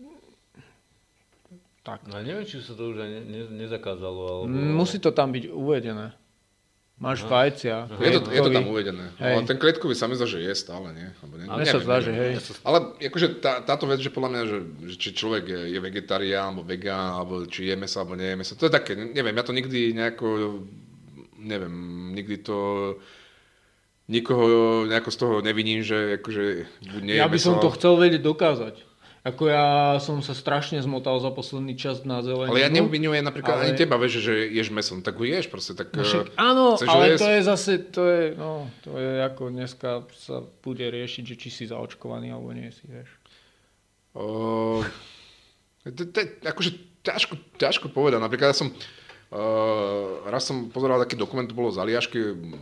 Tak. No neviem, či sa to už aj nezakázalo. Alebo... Musí to tam byť uvedené. Máš vajcia. Je to tam uvedené. Ale ten klietkový sa mi zdá, že je stále, nie? Ale sa zdá, že hej. Ale akože táto vec, že podľa mňa, že či človek je vegetarián, alebo vegán, alebo či je meso, alebo nie je meso, to je také, neviem, ja to nikdy nejako, neviem, nikdy to... Nikoho nejako z toho neviním, že akože buď nie je Ja by meso, som to chcel vedieť dokázať. Ako ja som sa strašne zmotal za posledný čas na zeleninu. Ale ja neobviňujem napríklad ani teba, vieš, že ješ meso, no tak ho ješ proste. Tak, áno, ale to je zase, to je ako dneska sa bude riešiť, že či si zaočkovaný alebo nie si, vieš. Akože ťažko povedať. Napríklad raz som pozeral taký dokument, to bolo z Aliašky,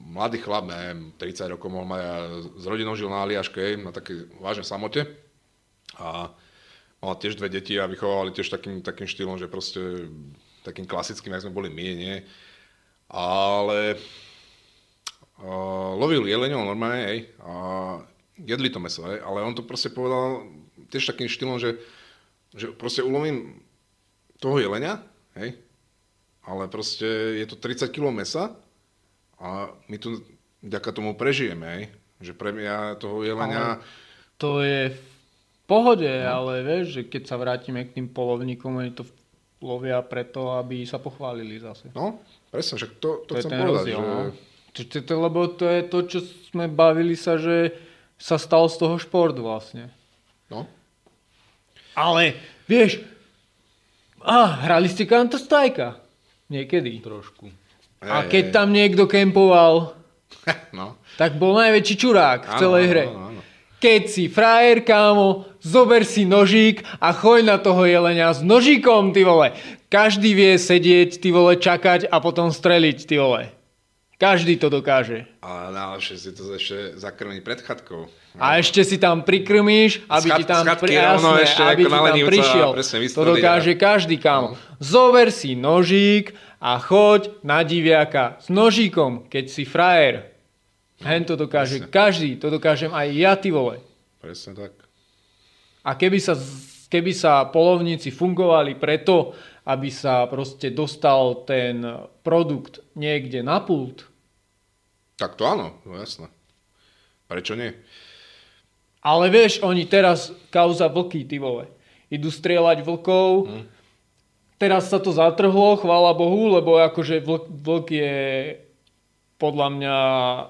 mladý chlap, neviem, 30 rokov mohol mať a s rodinou žil na Aliaške, na takej vážnej samote. A mal tiež 2 deti a vychovávali tiež takým štýlom, že proste takým klasickým, jak sme boli my, nie? Ale lovil jeleňov normálne, hej, a jedli to mäso, hej, ale on to proste povedal tiež takým štýlom, že proste ulovím toho jelenia, hej, ale proste je to 30 kg mesa a my tu vďaka tomu prežijeme, hej, že pre mňa toho jelenia... To je v pohode, ale vieš, že keď sa vrátime k tým polovníkom, oni to lovia preto, aby sa pochválili zase. No, presne, však to chcem ten povedať, rozdiel, že... no. Lebo to je to, čo sme bavili sa, že sa stal z toho šport vlastne. No. Ale, vieš, hrali ste Counter-Strike niekedy. Trošku. A keď tam niekto kempoval, No. tak bol najväčší čurák v celej hre. Áno. Keď si frajer, kámo, zober si nožík a choď na toho jelenia s nožíkom, ty vole. Každý vie sedieť, ty vole, čakať a potom streliť, ty vole. Každý to dokáže. Ale najlepšie si to ešte zakrmiť pred chatkou. A ešte si tam prikrmíš, aby ti tam, prišiel. To dokáže každý, kámo. Zober si nožík a choď na diviaka s nožíkom, keď si frajer. Hen to dokáže každý, to dokážem aj ja, ty vole. Presne tak. A keby sa polovníci fungovali preto, aby sa proste dostal ten produkt niekde na pult. Tak to áno, no jasné. Prečo nie? Ale vieš, oni teraz, kauza vlky, ty vole, idú strieľať vlkov. Teraz sa to zatrhlo, chvála Bohu, lebo akože vlk je podľa mňa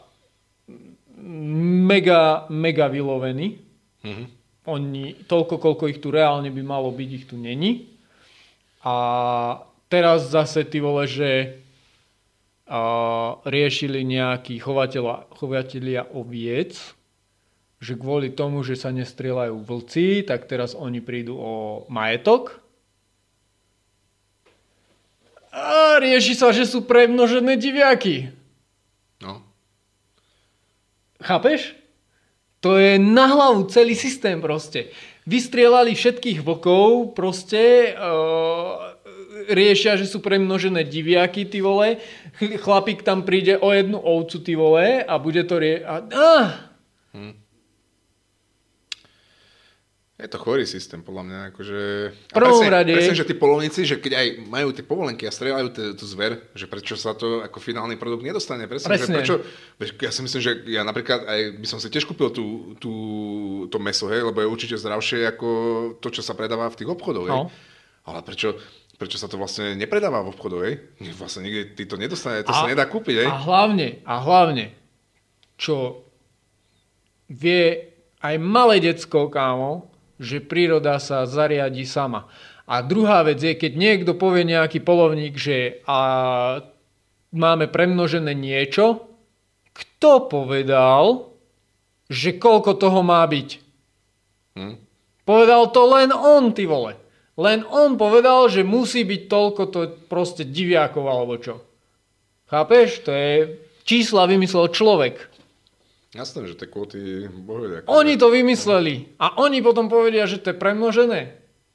mega vylovený. Oni, toľko, koľko ich tu reálne by malo byť, ich tu není. A teraz zase, ty vole, že riešili nejakí chovatelia oviec, že kvôli tomu, že sa nestrieľajú vlci, tak teraz oni prídu o majetok. A rieši sa, že sú premnožené diviaky. No. Chápeš? To je na hlavu celý systém proste. Vystrieľali všetkých vlkov, proste riešia, že sú premnožené diviaky, ty vole. Chlapík tam príde o jednu ovcu, ty vole, a bude to Je to chorý systém, podľa mňa. Akože... Presne, že tí polovníci, že keď aj majú tie povolenky a strieľajú tú zver, že prečo sa to ako finálny produkt nedostane. Presne. Že prečo, ja si myslím, že ja napríklad aj by som si tiež kúpil to mäso, hej, lebo je určite zdravšie ako to, čo sa predáva v tých obchodoch. Hej. No. Ale prečo sa to vlastne nepredáva v obchodoch? Hej? Vlastne nikdy ty to nedostane, to sa nedá kúpiť. Hej? A hlavne, čo vie aj malé decko, kámo, že príroda sa zariadi sama. A druhá vec je, keď niekto povie nejaký polovník, že máme premnožené niečo, kto povedal, že koľko toho má byť? Povedal to len on, ty vole. Len on povedal, že musí byť toľko to proste diviakov alebo čo. Chápeš? To je čísla vymyslel človek. Jasné, že tie kvóty bohujú. Oni to vymysleli. A oni potom povedia, že to je premnožené.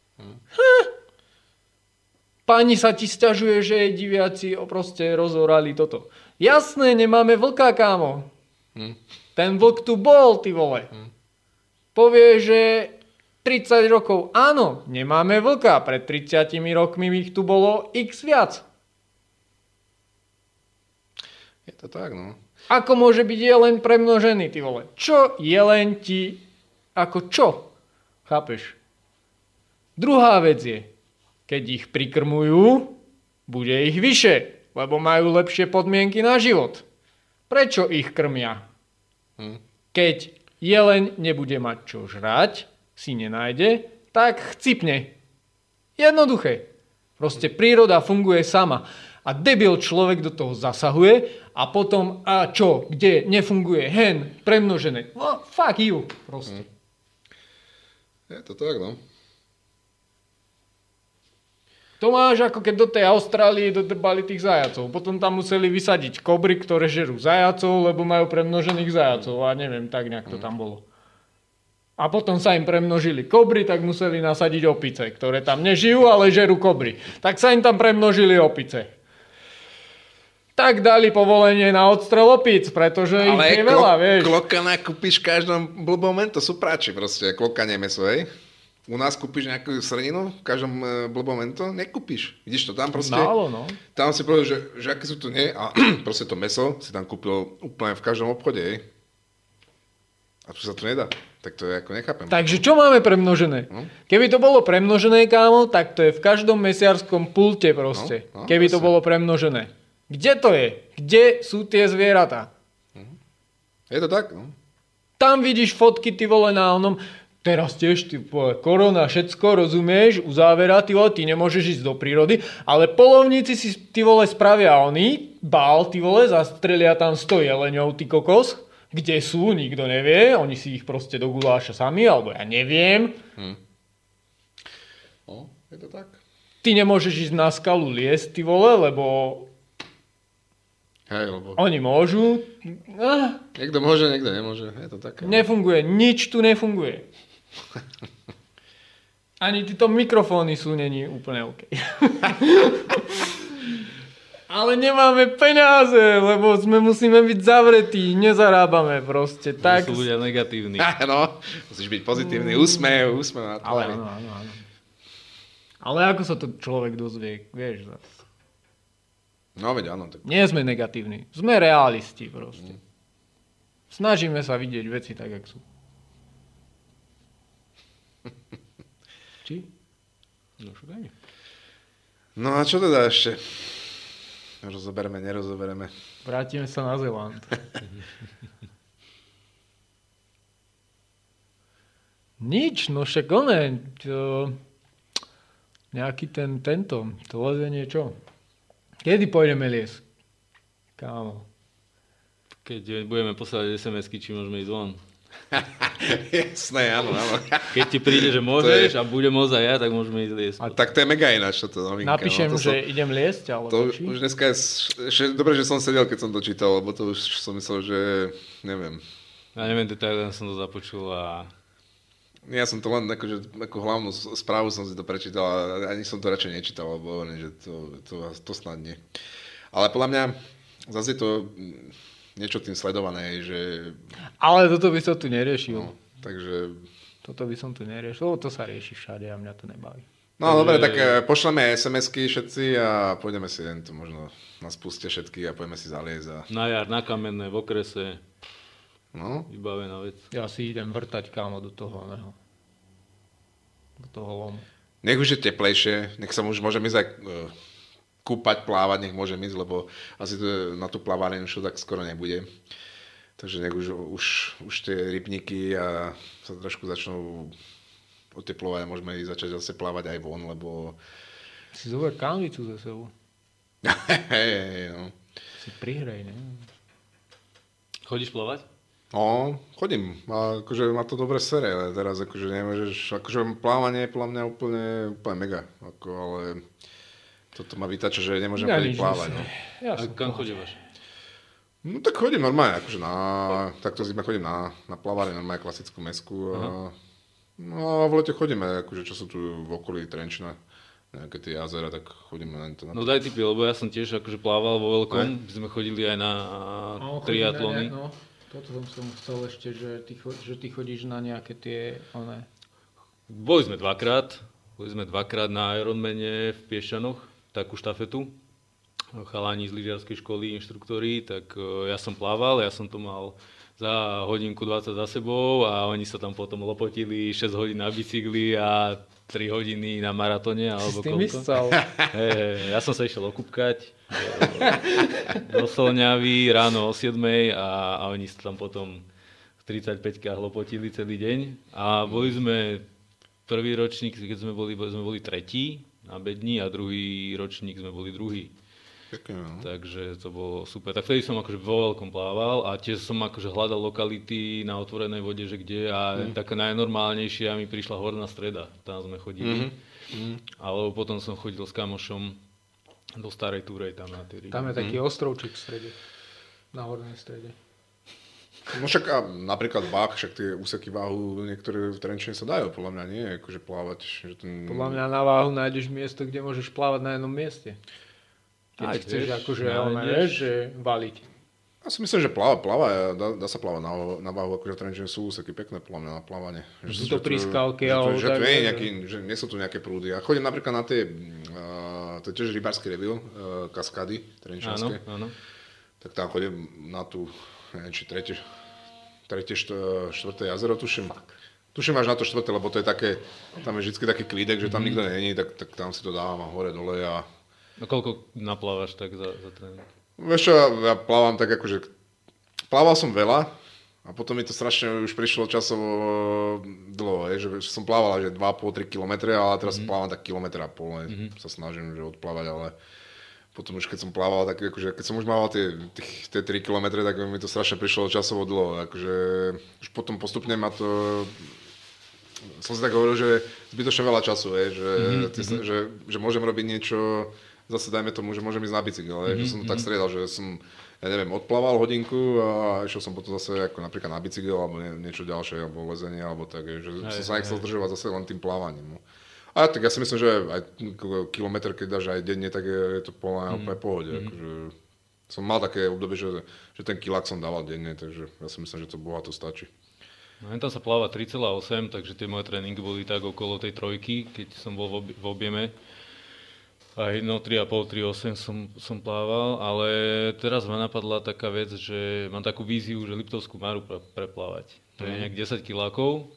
Pani sa ti sťažuje, že jej diviaci proste rozorali toto. Jasné, nemáme vlka, kámo. Ten vlk tu bol, ty vole. Povie, že 30 rokov, áno, nemáme vlka. Pred 30 rokmi ich tu bolo x viac. Je to tak, no. Ako môže byť jeleň premnožený, ty vole? Čo jeleň ti... Ako čo? Chápeš? Druhá vec je, keď ich prikrmujú, bude ich vyše, lebo majú lepšie podmienky na život. Prečo ich krmia? Keď jeleň nebude mať čo žrať, si nenájde, tak chcipne. Jednoduché. Proste príroda funguje sama. A debil človek do toho zasahuje a potom, a čo, kde, nefunguje, hen, premnožené. No, fuck you, proste. Je to tak, no. To máš ako keď do tej Austrálie dodrbali tých zajacov. Potom tam museli vysadiť kobry, ktoré žerú zajacov, lebo majú premnožených zajacov a neviem, tak nejak to tam bolo. A potom sa im premnožili kobry, tak museli nasadiť opice, ktoré tam nežijú, ale žerú kobry. Tak sa im tam premnožili opice. Tak dali povolenie na odstrel opíc, pretože ich je veľa, vieš. Ale klokana kúpiš v každom blbom momentu, sú práči proste, klokanie meso, hej. U nás kúpiš nejakú srninu v každom blbom momentu, nekúpiš. Vidíš to tam proste. Málo, no. Tam si povedal, že aké sú to nie a proste to meso si tam kúpil úplne v každom obchode, hej. A tu sa to nedá. Tak to ako nechápem. Takže čo máme premnožené? No? Keby to bolo premnožené, kámo, tak to je v každom mesiarskom pulte proste. No, keby to bolo premnožené. Kde to je? Kde sú tie zvieratá? Je to tak, no. Tam vidíš fotky, ty vole, na onom. Teraz tiež, ty vole, korona, všetko, rozumieš, uzávera, ty vole, ty nemôžeš ísť do prírody, ale polovníci si, ty vole, spravia oni, bál, ty vole, zastrelia tam 100 jeleňov, ty kokos. Kde sú, nikto nevie, oni si ich proste do guláša sami, alebo ja neviem. No, je to tak. Ty nemôžeš ísť na skalu liesť, ty vole, lebo... Hej, lebo... Oni môžu. Niekto môže, niekto nemôže, je to také. Nefunguje, nič tu nefunguje. Ani títo mikrofóny sú není úplne OK. Ale nemáme peniaze, lebo musíme byť zavretí, nezarábame proste. Tak... Sú ľudia negatívni. No, musíš byť pozitívny, úsmev na tvári. Áno. Ale ako sa to človek dozvie, vieš zase. No veď áno. Tak... Nie sme negatívni, sme realisti proste. Snažíme sa vidieť veci tak, jak sú. Či? No šukaj. No a čo teda ešte? Nerozobereme. Vrátime sa na Zéland. Nič, no však nejaký tento, to lezenie čo? Kedy pôjdeme liesť? Kámo. Keď budeme poslať SMS-ky, či môžeme ísť von. Jasné, áno. Keď ti príde, že môžeš a budem môcť aj ja, tak môžeme ísť liesť. A tak to je mega ináč, toto novinka. Napíšem, že idem liesť, alebo to či? Už dneska je dobre, že som sedel, keď som to čítal, lebo to už som myslel, že neviem. Ja neviem, detailne som to započul a... Ja som to len ako hlavnú správu som si to prečítal a ani som to radšej nečítal, lebo hovorím, že to snad nie. Ale podľa mňa zase je to niečo tým sledované, že... Ale toto by som tu neriešil. No, takže... Toto by som tu neriešil, lebo to sa rieši všade a mňa to nebaví. No dobre, tak pošleme SMS-ky všetci a pôjdeme si to možno nás pustia všetky a pôjdeme si zaliezť. A... Na jar, na Kamenné, v okrese. No. Vybavená vec. Ja si idem vrtať, kámo, do toho lomu. Nech už je teplejšie, nech sa už môžeme ísť aj kúpať, plávať, nech môžem ísť, lebo asi to na tú plaváreň už tak skoro nebude. Takže nech už tie rybníky a sa trošku začnú oteplovať a môžeme ísť začať zase plávať aj von, lebo... Si zober kanvicu za sebou. No. Si prihrej, ne? Chodíš plávať? No, chodím. Akože má to dobre sere, ale teraz akože nemôžeš... Akože plávanie je podľa mňa úplne mega. Ale toto ma vytača, že nemôžem chodiť plávať. No. Ja a kam chodívaš? No tak chodím normálne, akože takto zime chodím na plávanie, normálne klasickú mesku. No a v lete chodíme, akože čo sú tu v okolí Trenčína, nejaké tie jazera, tak chodíme na to. No daj tipy, lebo ja som tiež akože plával vo veľkom, sme chodili aj na triatlony. Toto som chcel ešte, že ty chodíš na nejaké tie... Boli sme dvakrát na Ironmane v Piešťanoch, takú štafetu. Chalani z lyžiarskej školy, inštruktori, tak ja som plával, ja som to mal za hodinku 20 za sebou a oni sa tam potom lopotili 6 hodín na bicykli a 3 hodiny na maratóne alebo koľko. Ja som sa išiel okúpkať do Solňavy ráno o 7 a oni sa tam potom v 35-kách lopotili celý deň a boli sme prvý ročník, keď sme boli tretí na bedni a druhý ročník sme boli druhý. Pekne, no. Takže to bolo super. Tak vtedy som akože vo veľkom plával a tiež som akože hľadal lokality na otvorenej vode, že kde a taká najnormálnejšia mi prišla Horná Streda. Tam sme chodili. Alebo potom som chodil s kamošom do Starej Túrej tam na tej ryby. Tam je taký ostrovček v strede. Na Hornej Strede. No však a napríklad Bach, však tie úseky váhu niektoré v Trenčine sa dajú, podľa mňa nie, akože plávať. Že Podľa mňa na váhu nájdeš miesto, kde môžeš plávať na jednom mieste. Keď Aj chceš vieš, akože nájdeš. že valiť. Ja si myslím, že pláva, dá sa plávať na váhu, akože v Trenčine sú úseky pekné, podľa mňa na plávanie. Sú to prískalky, že alebo to nie je tak, nejaký, že nie sú tu nejaké prúdy. Ja chodím napríklad na tie, to je tiež rybársky revíl, kaskády trenčianske. Áno. Tak tam chodím na tú, neviem, či tretie, štvrté jazero, tuším. Tuším až na to štvrté, lebo to je také, tam je vždy taký klídek, že tam nikto není, tak tam si to dávam a hore, dole a... No koľko naplávaš tak za tréning? Vieš čo, ja plávam tak akože, plával som veľa a potom mi to strašne už prišlo časovo dlho, že som plával že 2,5-3 km, ale teraz plávam tak kilometr a pol, sa snažím že odplávať, ale potom už keď som plával, tak akože, keď som už mával tie 3 km, tak mi to strašne prišlo časovo dlho, akože už potom postupne ma to, som si tak hovoril, že zbytočne veľa času, že môžem robiť niečo, zase dajme tomu, že môžem ísť na bicykel, že som to tak striedal, že som, ja neviem, odplával hodinku a išiel som potom zase ako napríklad na bicykel alebo niečo ďalšie, alebo lezenie, alebo tak, že som sa nechcel zdržovať zase len tým plávaním. No. A tak ja si myslím, že aj kilometr, keď dáš aj denne, tak je to úplne pohode. Akože som mal také obdobie, že ten kilák som dával denne, takže ja si myslím, že to bohato stačí. No tam sa pláva 3,8, takže tie moje tréningy boli tak okolo tej trojky, keď som bol v objeme. Aj 3,5, 3,8 som plával, ale teraz ma napadla taká vec, že mám takú víziu, že Liptovskú Maru preplávať. To je nejak 10 kilákov.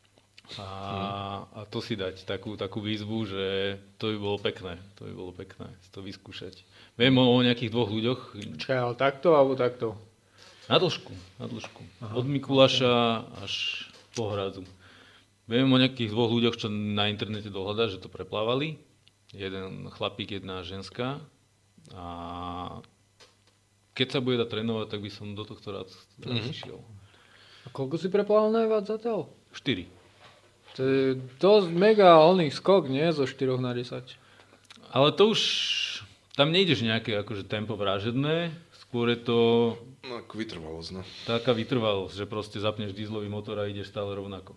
A to si dať takú výzvu, že to by bolo pekné si to vyskúšať. Viem o nejakých dvoch ľuďoch. Čakaj, ale takto alebo takto? Na dĺžku. Od Mikuláša až po Hradzu. Viem o nejakých dvoch ľuďoch, čo na internete dohľadá, že to preplávali. Jeden chlapík, jedna ženská. A keď sa bude dať trénovať, tak by som do tohto rád išiel. A koľko si preplával najviac zatiaľ? 4. To je dosť mega skok, nie? Zo 4 na 10. Ale to už, tam nejdeš nejaké akože tempo vražedné, skôr je to... No ako vytrvalosť, no. Taká vytrvalosť, že proste zapneš dieselový motor a ideš stále rovnako.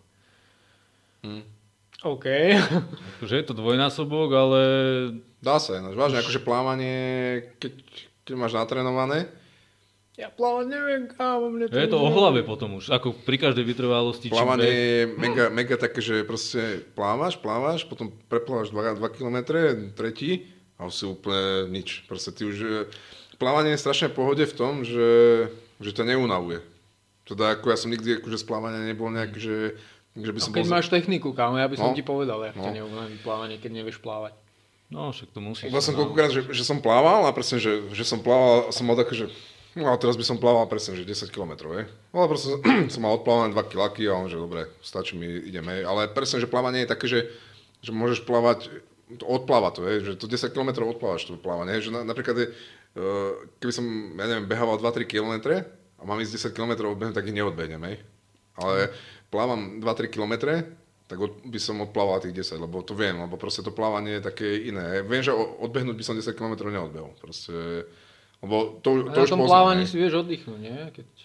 OK. Akože je to dvojnásobok, ale... Dá sa, no, vážne, akože plávanie, keď máš natrénované. Ja plávať neviem, kámo, mne to... Je to o hlave potom už, ako pri každej vytrvalosti. Plávanie je mega také, že proste plávaš, potom preplávaš 2 km, tretí a už si úplne nič. Proste ty už... Plávanie je strašne v pohode v tom, že ťa neunavuje. Teda ako ja som nikdy akože z plávania nebol nejak, že by som... Keď máš techniku, kámo, ja by som ti povedal, jak ťa neunaví plávanie, keď nevieš plávať. No, však to musíš. Vlastne koľkokrát, že som plával a presne, že som plával a som mal také, že no a teraz by som plával presne, že 10 km, ale proste som mal odplávané 2 kiláky a on, že dobre, stačí mi, ideme. Ale presne, že plávanie je také, že môžeš plávať, odplávať to, že to 10 km odplávaš to plávanie, že napríklad, keby som, ja neviem, behával 2-3 km a mám ísť 10 km odbehnúť, tak ich neodbehnem, ale plávam 2-3 km, tak by som odplával tých 10, lebo to viem, lebo proste to plávanie je také iné. Viem, že odbehnúť by som 10 km neodbehol, proste... Lebo to už na tom plávaní si vieš oddychnúť, nie?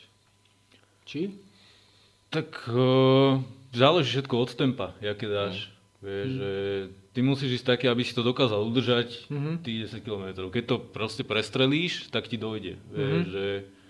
Či? Tak záleží všetko od tempa, jaké dáš. Vieš, že ty musíš ísť také, aby si to dokázal udržať tých 10 km. Keď to proste prestrelíš, tak ti dojde. Vieš, že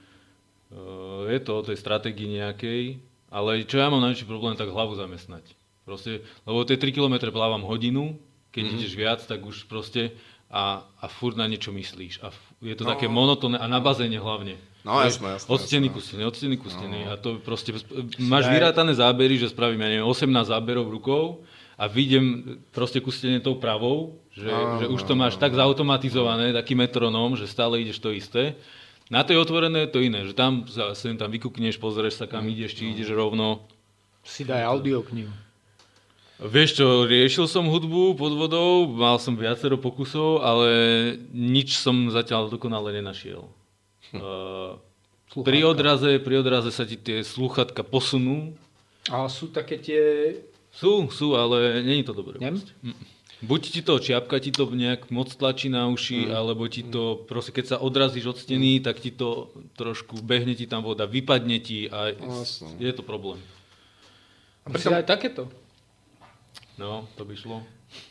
je to o tej stratégii nejakej, ale čo ja mám najväčší problém, tak hlavu zamestnať. Proste, lebo tie 3 km plávam hodinu, keď ideš viac, tak už proste a furt na niečo myslíš. A je to také monotónne a na bazéne hlavne. No jasné. Od steny ku steny. A to proste, máš vyrátané zábery, že spravím, ja neviem, 18 záberov rukou a vyjdem proste ku stene tou pravou, že už to máš tak zautomatizované, taký metronóm, že stále ideš to isté. Na tej otvorené je to iné, že tam vykúkneš, pozrieš sa kam ideš, či ideš rovno. Si daj audioknihu. Vieš čo, riešil som hudbu pod vodou, mal som viacero pokusov, ale nič som zatiaľ dokonale nenašiel. Pri odraze sa ti tie slúchatka posunú. A sú také tie... Sú, ale není to dobré. Buď ti to čiapka ti to nejak moc tlačí na uši, alebo ti to, proste keď sa odrazíš od steny, tak ti to trošku behne ti tam voda, vypadne ti a je to problém. A pritom... aj takéto? No, to by šlo.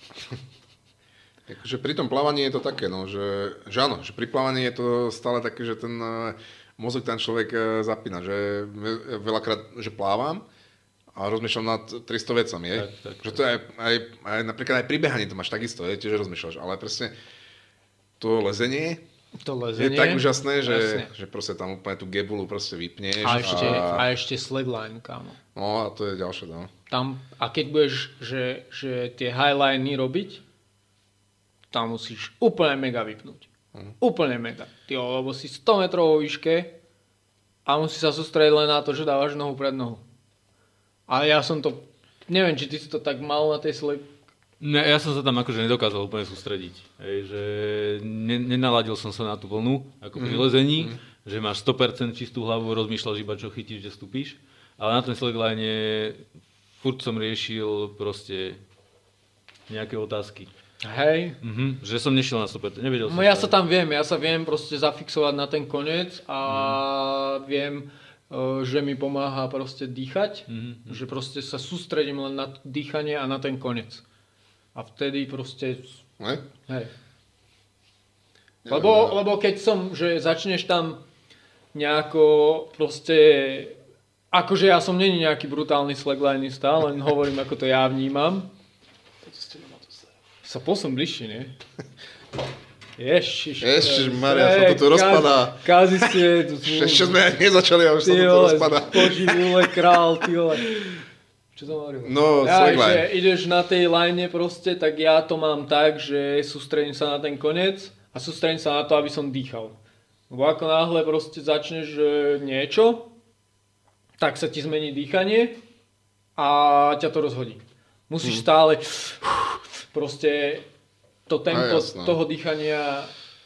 Takže pri tom plávaní je to také, no, že áno, že pri plávaní je to stále také, že ten mozog ten človek zapína, že veľakrát, že plávam a rozmýšľam nad 300 vecami, tak. Že to je aj napríklad aj pri behaní to máš takisto, tiež rozmýšľaš, ale presne to lezenie je tak úžasné, že proste tam úplne tú gebulu proste vypneš. A ešte slackline, kámo. No a to je ďalšie, no. Tam, a keď budeš, že tie highliny robiť, tam musíš úplne mega vypnúť. Úplne mega. Lebo si 100 metrov vo výške a musíš sa sústrediť len na to, že dávaš nohu pred nohu. Ale ja som to, neviem, či ty si to tak mal na tej slep. Ne, ja som sa tam akože nedokázal úplne sústrediť. Že nenaladil som sa na tú vlnu, ako pri lezení, že máš 100% čistú hlavu, rozmýšľaš iba čo chytíš, že stúpiš. Ale na ten slackline furt som riešil proste nejaké otázky. Hej. Že som nešiel na 100%, nevedel som. No ja sa viem proste zafixovať na ten koniec a viem, že mi pomáha proste dýchať, že proste sa sústredím len na dýchanie a na ten koniec. A vtedy proste... Hej. Lebo keď že začneš tam nejako proste... Akože ja som není nejaký brutálny slacklinista, len hovorím, ako to ja vnímam. Sa posom bližšie, nie? Ježišmaria, sa to tu rozpadá. Kázi ste... Ešte sme nezačali a už sa to tu rozpadá. Poživule král, ty vole. Čo som hovoril? No, slackline. Ideš na tej line proste, tak ja to mám tak, že sústredím sa na ten koniec a sústredím sa na to, aby som dýchal. Lebo ako náhle proste začneš niečo, tak sa ti zmení dýchanie a ťa to rozhodí. Musíš stále proste to tempo toho dýchania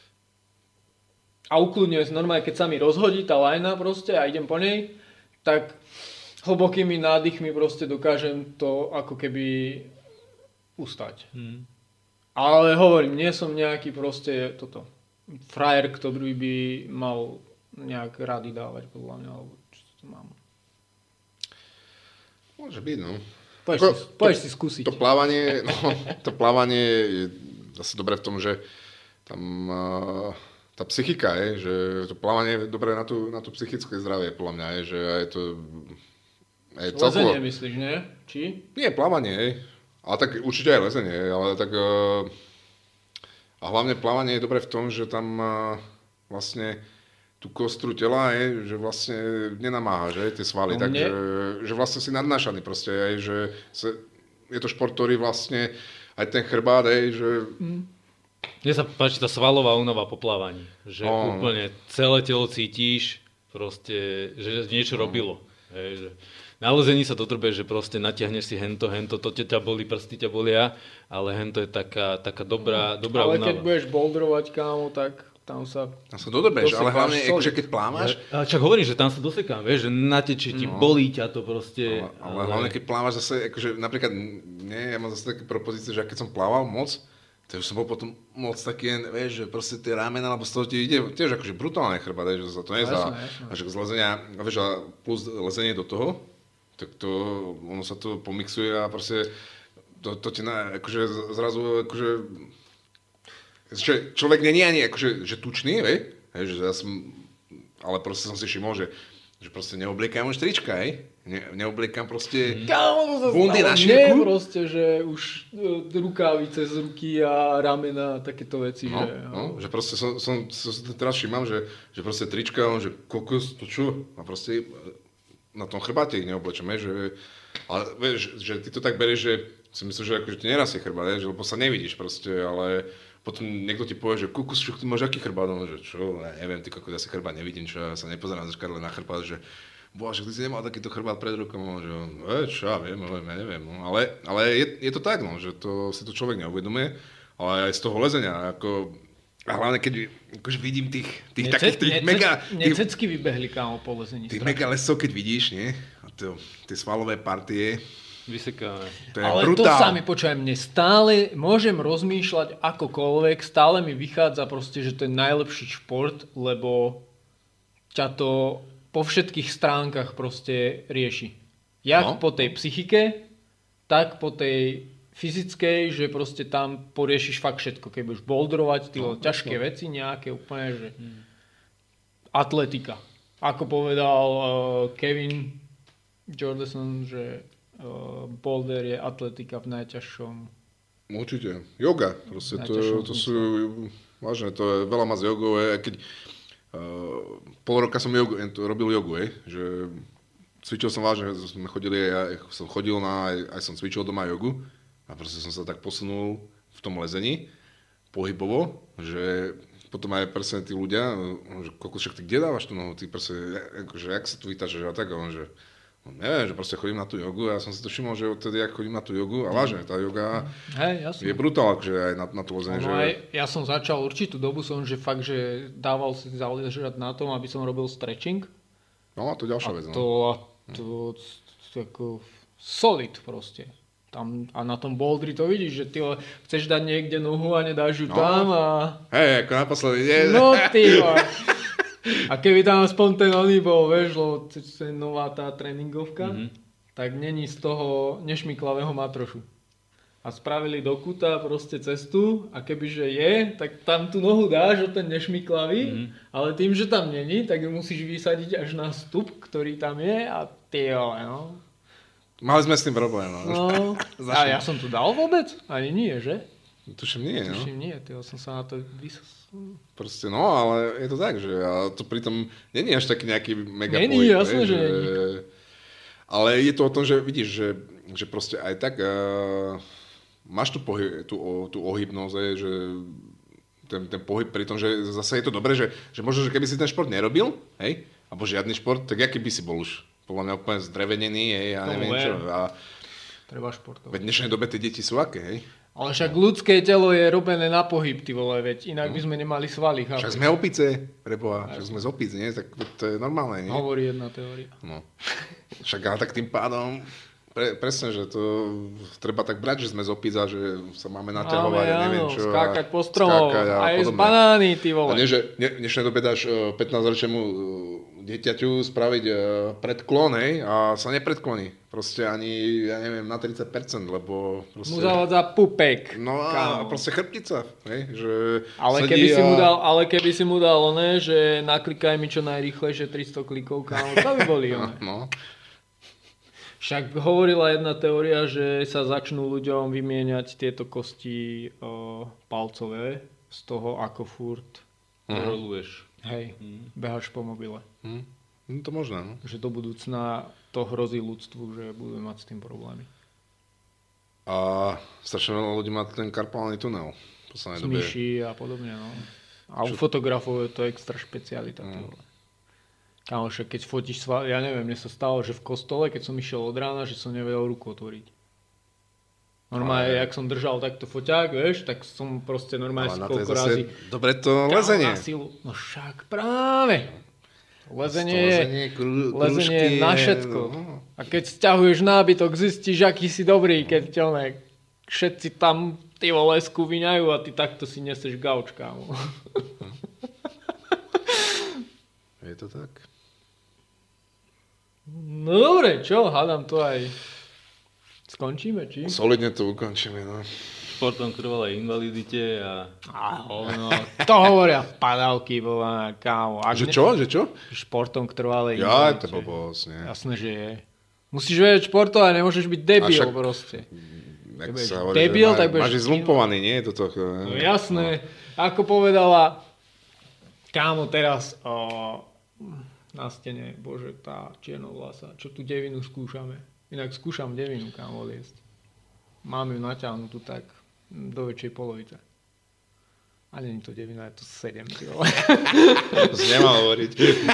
a ukludňuje sa normálne, keď sa mi rozhodí tá lajna proste a idem po nej, tak hlbokými nádychmi proste dokážem to ako keby ustať. Ale hovorím, nie som nejaký proste frajer, ktorý by mal nejak rady dávať podľa mňa, alebo čo to mám. Môže byť, no. Poďš si skúsiť. To plávanie je zase dobré v tom, že tam tá psychika je, že to plávanie je dobré na tú psychické zdravie, podľa mňa je, že aj to... Lezenie myslíš, nie? Či? Nie, plávanie, hej. Ale tak určite aj lezenie, ale tak... A hlavne plávanie je dobré v tom, že tam vlastne tú kostru tela, že vlastne nenamáha, že tie svaly, takže že vlastne si nadnášaný proste, že je to šport, ktorý vlastne aj ten chrbát, že... Mne sa páči tá svalová únava po plávaní, že úplne celé telo cítiš, proste, že niečo robilo. Že na lezení sa dotrbe, že proste natiahneš si hento, to ťa bolí, prsty ťa bolia, ale hento je taká dobrá únava. Ale keď budeš boulderovať, kámo, tak... Tam sa dodrbeš, ale hlavne akože keď plávaš... Čak hovorím, že tam sa dosekám, vieš, že nateče ti, bolí ťa to proste. Ale hlavne keď plávaš zase, akože napríklad, ja mám zase také propozície, že keď som plával moc, to už som bol potom moc taký, vieš, že proste tie ramena, alebo z toho ti ide tiež akože brutálne chrbát, že sa to nezdá. A že z lezenia, vieš, a plus lezenie do toho, tak to, ono sa to pomixuje a proste to ti akože zrazu, akože... Že človek není ani akože, že tučný, že ja som, ale proste som si všimol, že proste neobliekam už trička, neobliekam proste bundy na šírku. Nie proste, že už rukávice z ruky a ramena, takéto veci. Že proste som teraz všímam, že proste trička, že kokos, to čo? A proste na tom chrbáte ich neoblečem, že... Ale vieš, že ty to tak berieš, že si myslíš, že akože ti nerastie chrbát, že lebo sa nevidíš proste, ale... Potom niekto ti povie, že kukus, čo ty máš aký chrbát? No, že čo, neviem, ty kokos, ja si chrbát nevidím, čo ja sa nepozerám zrkadle na chrbát, že bože, ty si nemal takýto chrbát pred rokom, že čo ja viem, ja neviem, no. Ale je to tak, no, že to si to človek neuvedomuje, ale aj z toho lezenia, ako, a hlavne keď akože vidím tých mega... Nececky vybehli, kámo, po lezení. Tých mega lesov, keď vidíš, nie? A tie svalové partie... Vysekáme. Ale brutál. To sa mi počujem, mne stále môžem rozmýšľať akokoľvek, stále mi vychádza proste, že to je najlepší šport, lebo ťa to po všetkých stránkach proste rieši. Jak po tej psychike, tak po tej fyzickej, že proste tam poriešiš fakt všetko. Keď budeš boulderovať, ťažké veci nejaké úplne, že atletika. Ako povedal Kevin Jordanson, že boulder je atletika v najťažšom. Určite. Yoga. Proste to sú, vážne, to je veľa má z jogou. Keď pol roka som robil jogu, že cvičil som vážne, sme chodili, ja som chodil aj som cvičil doma jogu a proste som sa tak posunul v tom lezení pohybovo, že potom aj presne tí ľudia, že koľko však ty kde dávaš tú nohu, ty proste, akože, jak sa tu vytáčaš a tak, že neviem, že proste chodím na tú jogu a ja som si to všimol, že odtedy, ak chodím na tú jogu a vážne, tá joga je brutál, že aj na tú lezenie. Ja som začal určitú dobu, že fakt, že dával si záležať na tom, aby som robil stretching. No a to je ďalšia vec. To ako solid proste. Tam, a na tom boulderi to vidíš, že ty chceš dať niekde nohu a nedáš ju tam a... Hej, ako naposledy. No ty A keby tam aspoň ten oný bol, vieš, lebo to je nová tá tréningovka, tak není z toho nešmiklavého matrošu. A spravili do kuta proste cestu a kebyže je, tak tam tú nohu dáš o ten nešmiklavý, ale tým, že tam není, tak ju musíš vysadiť až na stup, ktorý tam je a ty no. Mali sme s tým problém, no. A ja som tu dal vôbec? Ani nie, že? Tuším nie, no. Tuším nie, som sa na to Proste, no, ale je to tak, že a to pritom není až taký nejaký mega pohyb. Není, jasné, že není. Ale je to o tom, že vidíš, že proste aj tak máš tú ohybnosť, že ten pohyb pri tom, že zase je to dobré, že možno, že keby si ten šport nerobil, hej, alebo žiadny šport, tak aký by si bol už? Podľa mňa úplne zdrevenený, hej, ja neviem čo. Treba športovať. Veď v dnešnej dobe tie deti sú aké, hej? Ale však ľudské telo je robené na pohyb, ty vole, veď inak by sme nemali svaly. Však sme opice, preboha, však sme z opic, nie? Tak to je normálne, nie? Hovorí jedna teória. No. Však ale tak tým pádom, presne, že to treba tak brať, že sme z opic a že sa máme naťahovať a neviem čo. Skákať po stromoch, aj z banány, ty vole. A nie, že v dnešnej dobe dáš 15-ročiemu dieťaťu spraviť predklon, hej, a sa nepredkloní. Proste ani, ja neviem, na 30%, lebo proste... Mu zavádza pupek. No a proste chrbtica, hej, že... Ale keby si mu dal oné, že naklikaj mi čo najrýchlejšie 300 klikov, kámo, to by boli oné. No. Však hovorila jedna teória, že sa začnú ľuďom vymieňať tieto kosti palcové z toho, ako furt roluješ. Hej, behaš po mobile. No to možné, no. Že do budúcna to hrozí ľudstvu, že budeme mať s tým problémy. A strašne veľa ľudí má ten karpálny tunel. S myší a podobne, no. A u fotografov je to extra špecialita. Kámo, však keď fotíš ja neviem, mne sa stalo, že v kostole, keď som išiel od rána, že som nevedel ruku otvoriť. Normálne, jak som držal takto foťák, vieš, tak som proste normálne si koľko razy... Dobre to lezenie. No však práve. Lezenie je na všetko. A keď sťahuješ nábytok, zistíš, aký si dobrý, keď všetci tam ty lesku vyňajú a ty takto si neseš gauč, kámo. Je to tak? No dobre, čo? Hádam to aj skončíme, či? Solidne to ukončíme, no. Športom trvalej invalidite a... hovno, to hovoria padavky, bola kámo. Že čo? Športom k trvalej invalidite. Ja, to je blbosť, nie. Jasné, že je. Musíš vedieť športovať, nemôžeš byť debil proste. Debil, tak budeš... Máš zlumpovaný, nie? No jasné. Ako povedala kámo teraz na stene, bože, tá čiernovlasa, čo tu devinu skúšame. Inak skúšam devinu, kámo, liesť. Mám ju natiahnutú tak do väčšej polovice. A nie je to 9, je to 7. To si nemal hovoriť.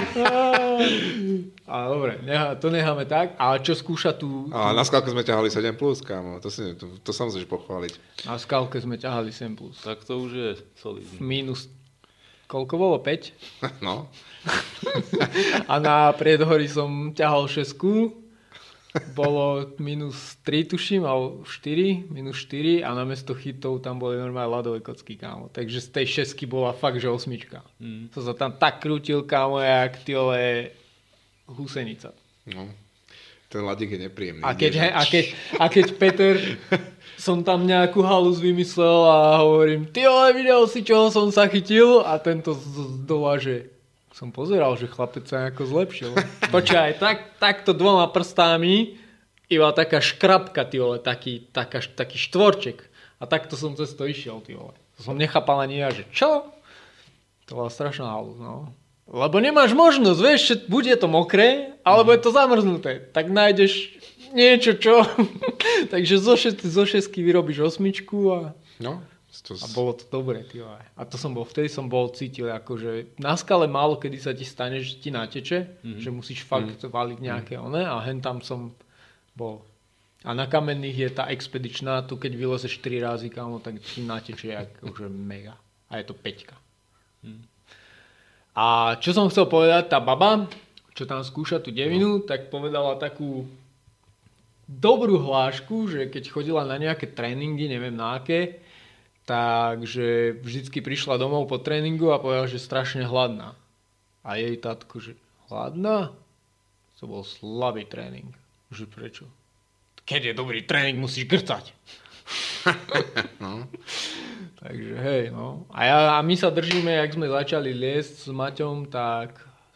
A dobre, to necháme tak. A čo skúša tu... A na skalke sme ťahali 7+, kámo. To sa musíš pochváliť. Na skalke sme ťahali 7+. Tak to už je solidné. Minus... Koľko bolo? 5? No. A na predhory som ťahal 6. Bolo minus 3, tuším, alebo 4, minus 4 a namiesto chytov tam boli normálne ľadové kocky, kámo. Takže z tej 6 bola fakt, že 8. Som sa tam tak krútil, kámo, jak tyhle husenica. No. Ten ľadík je nepríjemný. A keď Peter som tam nejakú halus vymyslel a hovorím, ty ale videl si, čoho som sa chytil? A tento z dola, že som pozeral, že chlapec sa nejako zlepšil. Počkaj, takto 2 prstami, iba taká škrabka, ty vole, taký štvorček. A takto som cez to išiel, ty vole. To som nechápal ani ja, že čo? To bola strašná halus, no. Lebo nemáš možnosť, vieš, že buď je to mokré, alebo je to zamrznuté. Tak nájdeš niečo, čo... Takže zo šesky vyrobíš 8 a... No. A bolo to dobré, a to vtedy som bol cítil, akože na skale málo kedy sa ti stane, že ti nateče, že musíš fakt valiť nejaké one a hen tam som bol. A na kamenných je tá expedičná, tu keď vylezeš 3 razy, kámo, tak ti nateče akože mega. A je to 5. A čo som chcel povedať, tá baba, čo tam skúša tú devinu, tak povedala takú dobrú hlášku, že keď chodila na nejaké tréningy, neviem na aké, takže vždycky prišla domov po tréningu a povedala, že je strašne hladná. A jej tatko, že hladná? To bol slabý tréning. Že prečo? Keď je dobrý tréning, musíš grcať. No. Takže hej, no. A my sa držíme, jak sme začali liesť s Maťom, tak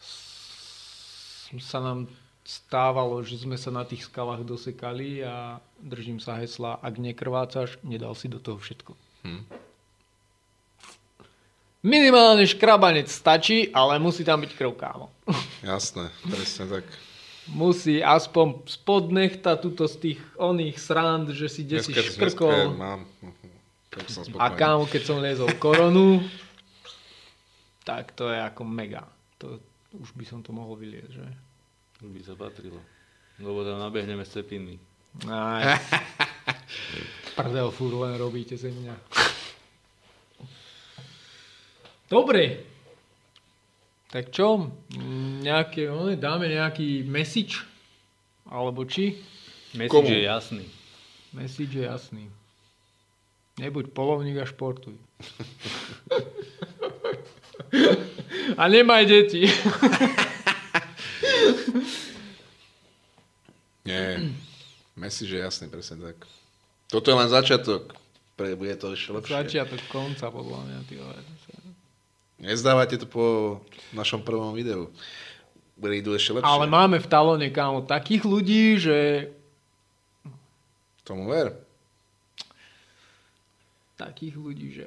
sa nám stávalo, že sme sa na tých skalách dosekali a držím sa hesla, ak nekrvácaš, nedal si do toho všetko. Minimálne škrabanec stačí, ale musí tam byť krv, kámo. Jasné, presne tak. Musí aspoň spod nechta tuto z tých oných srand, že si desíš škrkol. Mám. A kámo, keď som liezol koronu, tak to je ako mega. To, už by som to mohol vyliezť, že? Už by sa patrilo. Lebo tam nabehneme z cepiny. Aj. Prdel, furt len robíte ze mňa. Dobre. Tak čo? Dáme nejaký message? Alebo či? Message je jasný. Message je jasný. Nebuď polovník a športuj. A nemaj deti. Nie. Message je jasný, presne tak. Toto je len začiatok. Bude to ešte lepšie. Začiatok konca, podľa mňa. Nezdávajte to po našom prvom videu. Idú ešte lepšie. Ale máme v talóne, kámo, takých ľudí, že... Tomu ver. Takých ľudí, že...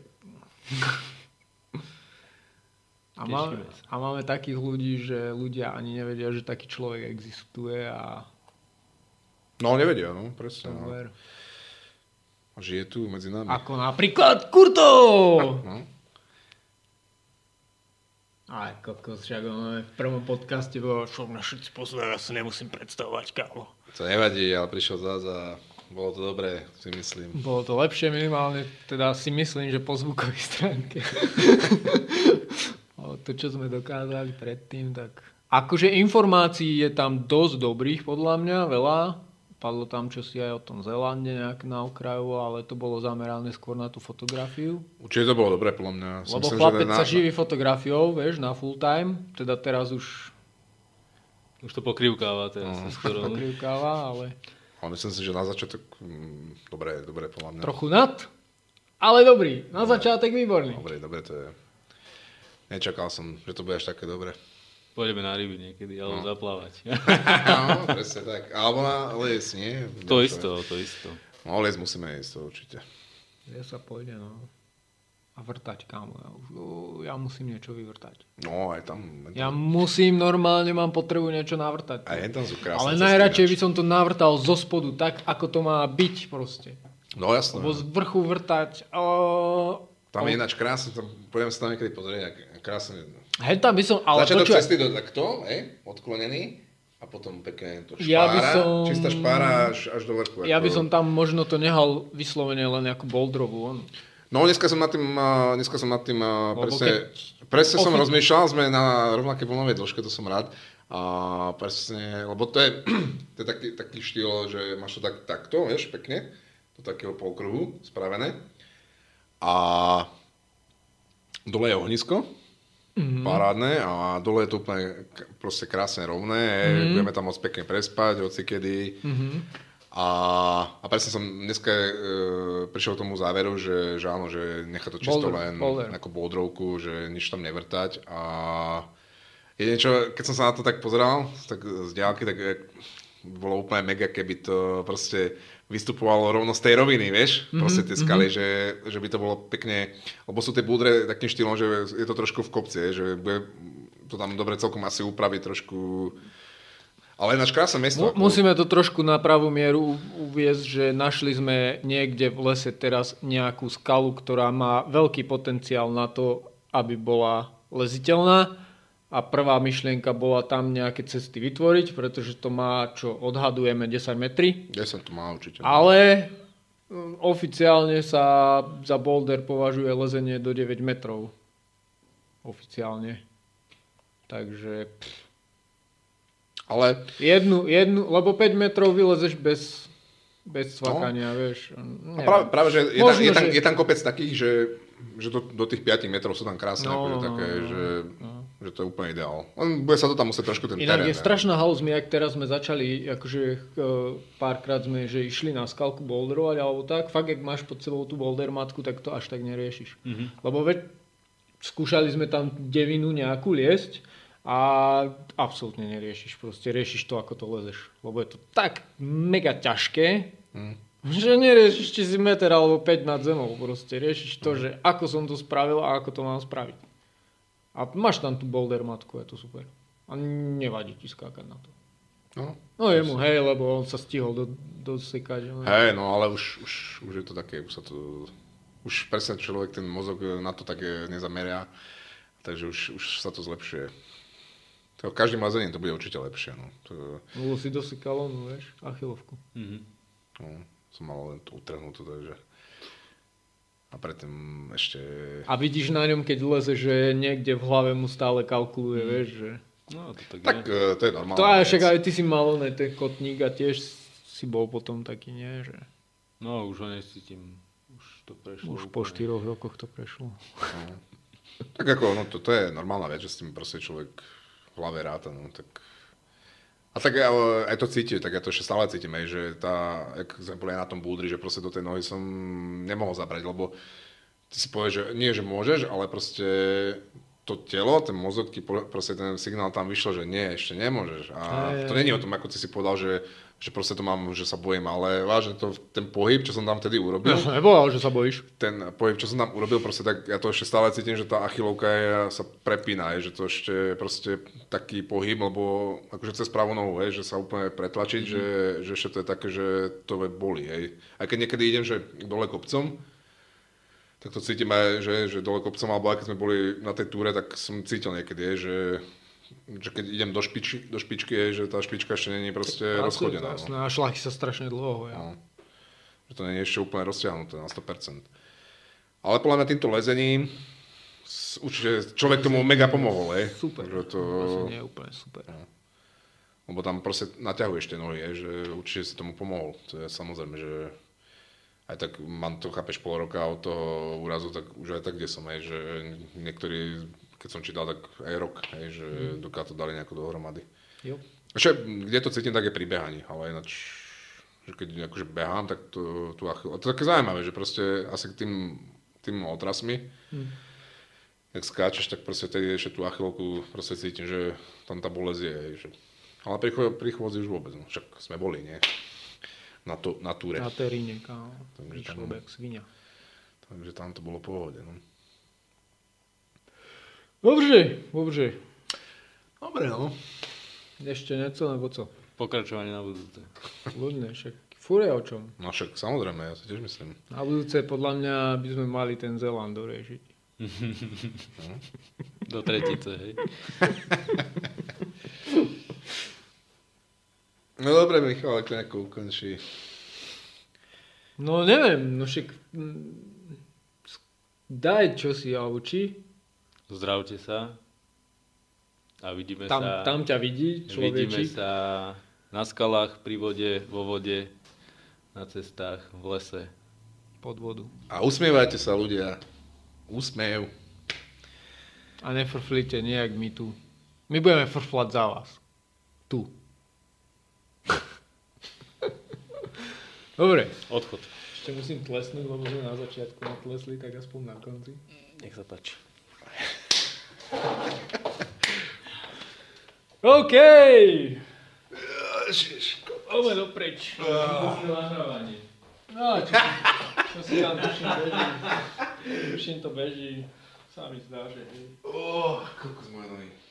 A máme takých ľudí, že ľudia ani nevedia, že taký človek existuje a... No, nevedia, no, presne. No. A žije tu medzi nami. Ako napríklad Kurto! No. Aj kokos, však v prvom podcaste bolo, čo mňa všetci pozerajú, ja sa nemusím predstavovať, kámo. To nevadí, ale prišiel zás a bolo to dobré, si myslím. Bolo to lepšie minimálne, teda si myslím, že po zvukovej stránke. To, čo sme dokázali predtým, tak... Akože informácií je tam dosť dobrých, podľa mňa, veľa. Padlo tam čosi aj o tom Zélande nejak na okraju, ale to bolo zamerané skôr na tú fotografiu. Určite to bolo dobré, podľa mňa. Lebo chlapec sa živí fotografiou, vieš, na full time. Teda teraz už... Už to pokrývkáva teraz. Pokrývkáva, ale... Ale myslím si, že na začiatok dobre, podľa mňa. Trochu nad, ale dobrý. Na začiatok výborný. Dobre, to je... Nečakal som, že to bude až také dobre. Pôjdeme na ryby niekedy, alebo zaplávať. No, presne tak. Alebo na les, nie? To isto. No, les musíme ísť, to určite. Ja sa pôjde, no. A vrtať, kámo. Ja musím niečo vyvrtať. No, aj tam. Ja musím, normálne mám potrebu niečo navrtať. Aj tam sú krásne. Ale najradšej by som to navrtal zo spodu, tak ako to má byť proste. No, jasné. Lebo z vrchu vrtať... Tam je ináč krásne, pôjdem sa tam niekedy pozrieť, krásne. Hej, tam by som... Ale Začiatok cesty do takto, odklonený, a potom pekne to špára, čistá špára až do vrchu. Ja by som tam možno to nehal vyslovene len ako boldrovú. No dneska som nad tým presne som rozmýšľal, sme na rovnakej vlnovej dĺžke, to som rád. A presne, lebo to je taký štýl, že máš to takto, vieš, pekne, do takého polkruhu spravené. A dole je ohnisko, parádne, a dole je to úplne proste krásne rovné, budeme tam môcť pekne prespať, hocikedy. A presne som dneska prišiel k tomu záveru, že áno, že nechá to čisto len ako boldrovku, že nič tam nevrtať. A jedine čo, keď som sa na to tak pozeral, tak z diaľky, tak bolo úplne mega, keby to proste vystupovalo rovno z tej roviny, vieš? Proste tie skaly, že by to bolo pekne, lebo sú tie búdre takým štýlom, že je to trošku v kopci, že bude to tam dobre celkom asi upraviť trošku. Ale ináč krásne miesto. Musíme to trošku na pravú mieru uviesť, že našli sme niekde v lese teraz nejakú skalu, ktorá má veľký potenciál na to, aby bola leziteľná. A prvá myšlienka bola tam nejaké cesty vytvoriť, pretože to má, čo odhadujeme, 10 metrí. 10 to má určite. Ale oficiálne sa za boulder považuje lezenie do 9 metrov. Oficiálne. Takže... Ale... Jednu, lebo 5 metrov vylezeš bez cvakania, vieš. Práve, že je tam kopec takých, že do tých 5 metrov sú tam krásne, že to je úplne ideál. Bude sa to tam musieť trošku ten terén. Inak je strašná halus, my ak teraz sme začali, akože párkrát sme že išli na skalku boulderovať alebo tak, fakt, ak máš pod sebou tú boulder matku, tak to až tak neriešiš. Lebo skúšali sme tam devinu nejakú liesť, a absolútne neriešiš, proste riešiš to, ako to lezeš. Lebo je to tak mega ťažké, že neriešiš, či si meter alebo 5 nad zemou. Proste riešiš to, že ako som to spravil a ako to mám spraviť. A máš tam tú boulder matku, je to super. A nevadí ti skákať na to. No jemu, hej, lebo on sa stihol dosekať. Hej, no ale už je to také, už presne človek, ten mozog na to také nezameria, takže už sa to zlepšuje. Každým lezením to bude určite lepšie. No. Bolo si dosekal vieš, achilovku. No, som mal len utrhnutú, takže... A predtým ešte... A vidíš na ňom, keď leze, že niekde v hlave mu stále kalkuluje, vieš, že... No, to tak to je normálne. To aj však aj ty si mal ten kotník a tiež si bol potom taký, nie, že... No, už ho necítim. Už to prešlo. Už po 4 rokoch to prešlo. No. Tak ako, no to je normálna vec, že s tým proste človek v hlave ráta, no tak... A tak aj to cítim, tak ja to ešte stále cítim, že jak sme boli aj na tom búdri, že proste do tej nohy som nemohol zabrať, lebo ty si povieš, že nie, že môžeš, ale proste to telo, ten mozog, proste ten signál tam vyšiel, že nie, ešte nemôžeš. A to nie je o tom, ako ty si povedal, že proste to mám, že sa bojím, ale vážne ten pohyb, čo som tam vtedy urobil. Ja som neboval, že sa bojíš. Ten pohyb, čo som tam urobil, proste tak ja to ešte stále cítim, že tá achilovka sa prepína, že to ešte proste taký pohyb, lebo akože cez pravú nohu, že sa úplne pretlačiť, že ešte to je také, že to bolí. Aj keď niekedy idem, že dole kopcom, tak to cítim aj, že dole kopcom, alebo aj keď sme boli na tej túre, tak som cítil niekedy, že keď idem do špičky, že tá špička ešte nie je proste rozchodená. No. A šlachy sa strašne dlho. Ja. No. Že to nie je ešte úplne rozťahnuté na 100%. Ale podľa mňa týmto lezením určite človek tomu mega pomohol. Super. Že to nie je úplne super. No. Lebo tam proste naťahuješ tie nohy, že určite si tomu pomohol. To je samozrejme, že aj tak mám to, chápeš, pol roka od toho úrazu, tak už aj tak, kde som, že niektorí, keď som čítal, tak aj rok, že dokiaľ to dali nejako dohromady. Jo. Kde to cítim, tak je pri behaní, ale ináč, že keď akože behám, tak to achilovku. A to je také zaujímavé, že proste asi k tým otrasmi, keď skáčeš, tak proste tedy ešte tú achilovku proste cítim, že tam tá bolesť je. Že... Ale pri chôdzi už vôbec, no. Však sme boli, nie? Na túre. Na teríne, kámo. Išlo jak svinia. Takže tam to bolo v pohode, no. Dobre. Dobre, no. Ešte niečo, nebo co? Pokračovanie na budúce. Ľudne, však Fúre o čom? No však samozrejme, ja si tiež myslím. Na budúce podľa mňa by sme mali ten Zeland doriešiť. Do tretice, hej. No dobre, Michal, ako nejako ukončí. No neviem, no však daj čosi, alebo či? Zdravte sa a vidíme Tam, sa. tam ťa vidí Vidíme človečík. sa na skalách, pri vode, vo vode, na cestách, v lese. Pod vodu. A usmievajte sa ľudia. Úsmev. A nefrflite nejak my tu. My budeme frflať za vás. Tu. Dobre. Odchod. Ešte musím tlesnúť, lebo sme na začiatku natlesli, tak aspoň na konci. Nech sa páči. OK! Poďme dopreč. Nahrávanie. No, čo si tam tuším beží. Tuším to beží. Sa mi zdá, že... Kokos moje nohy.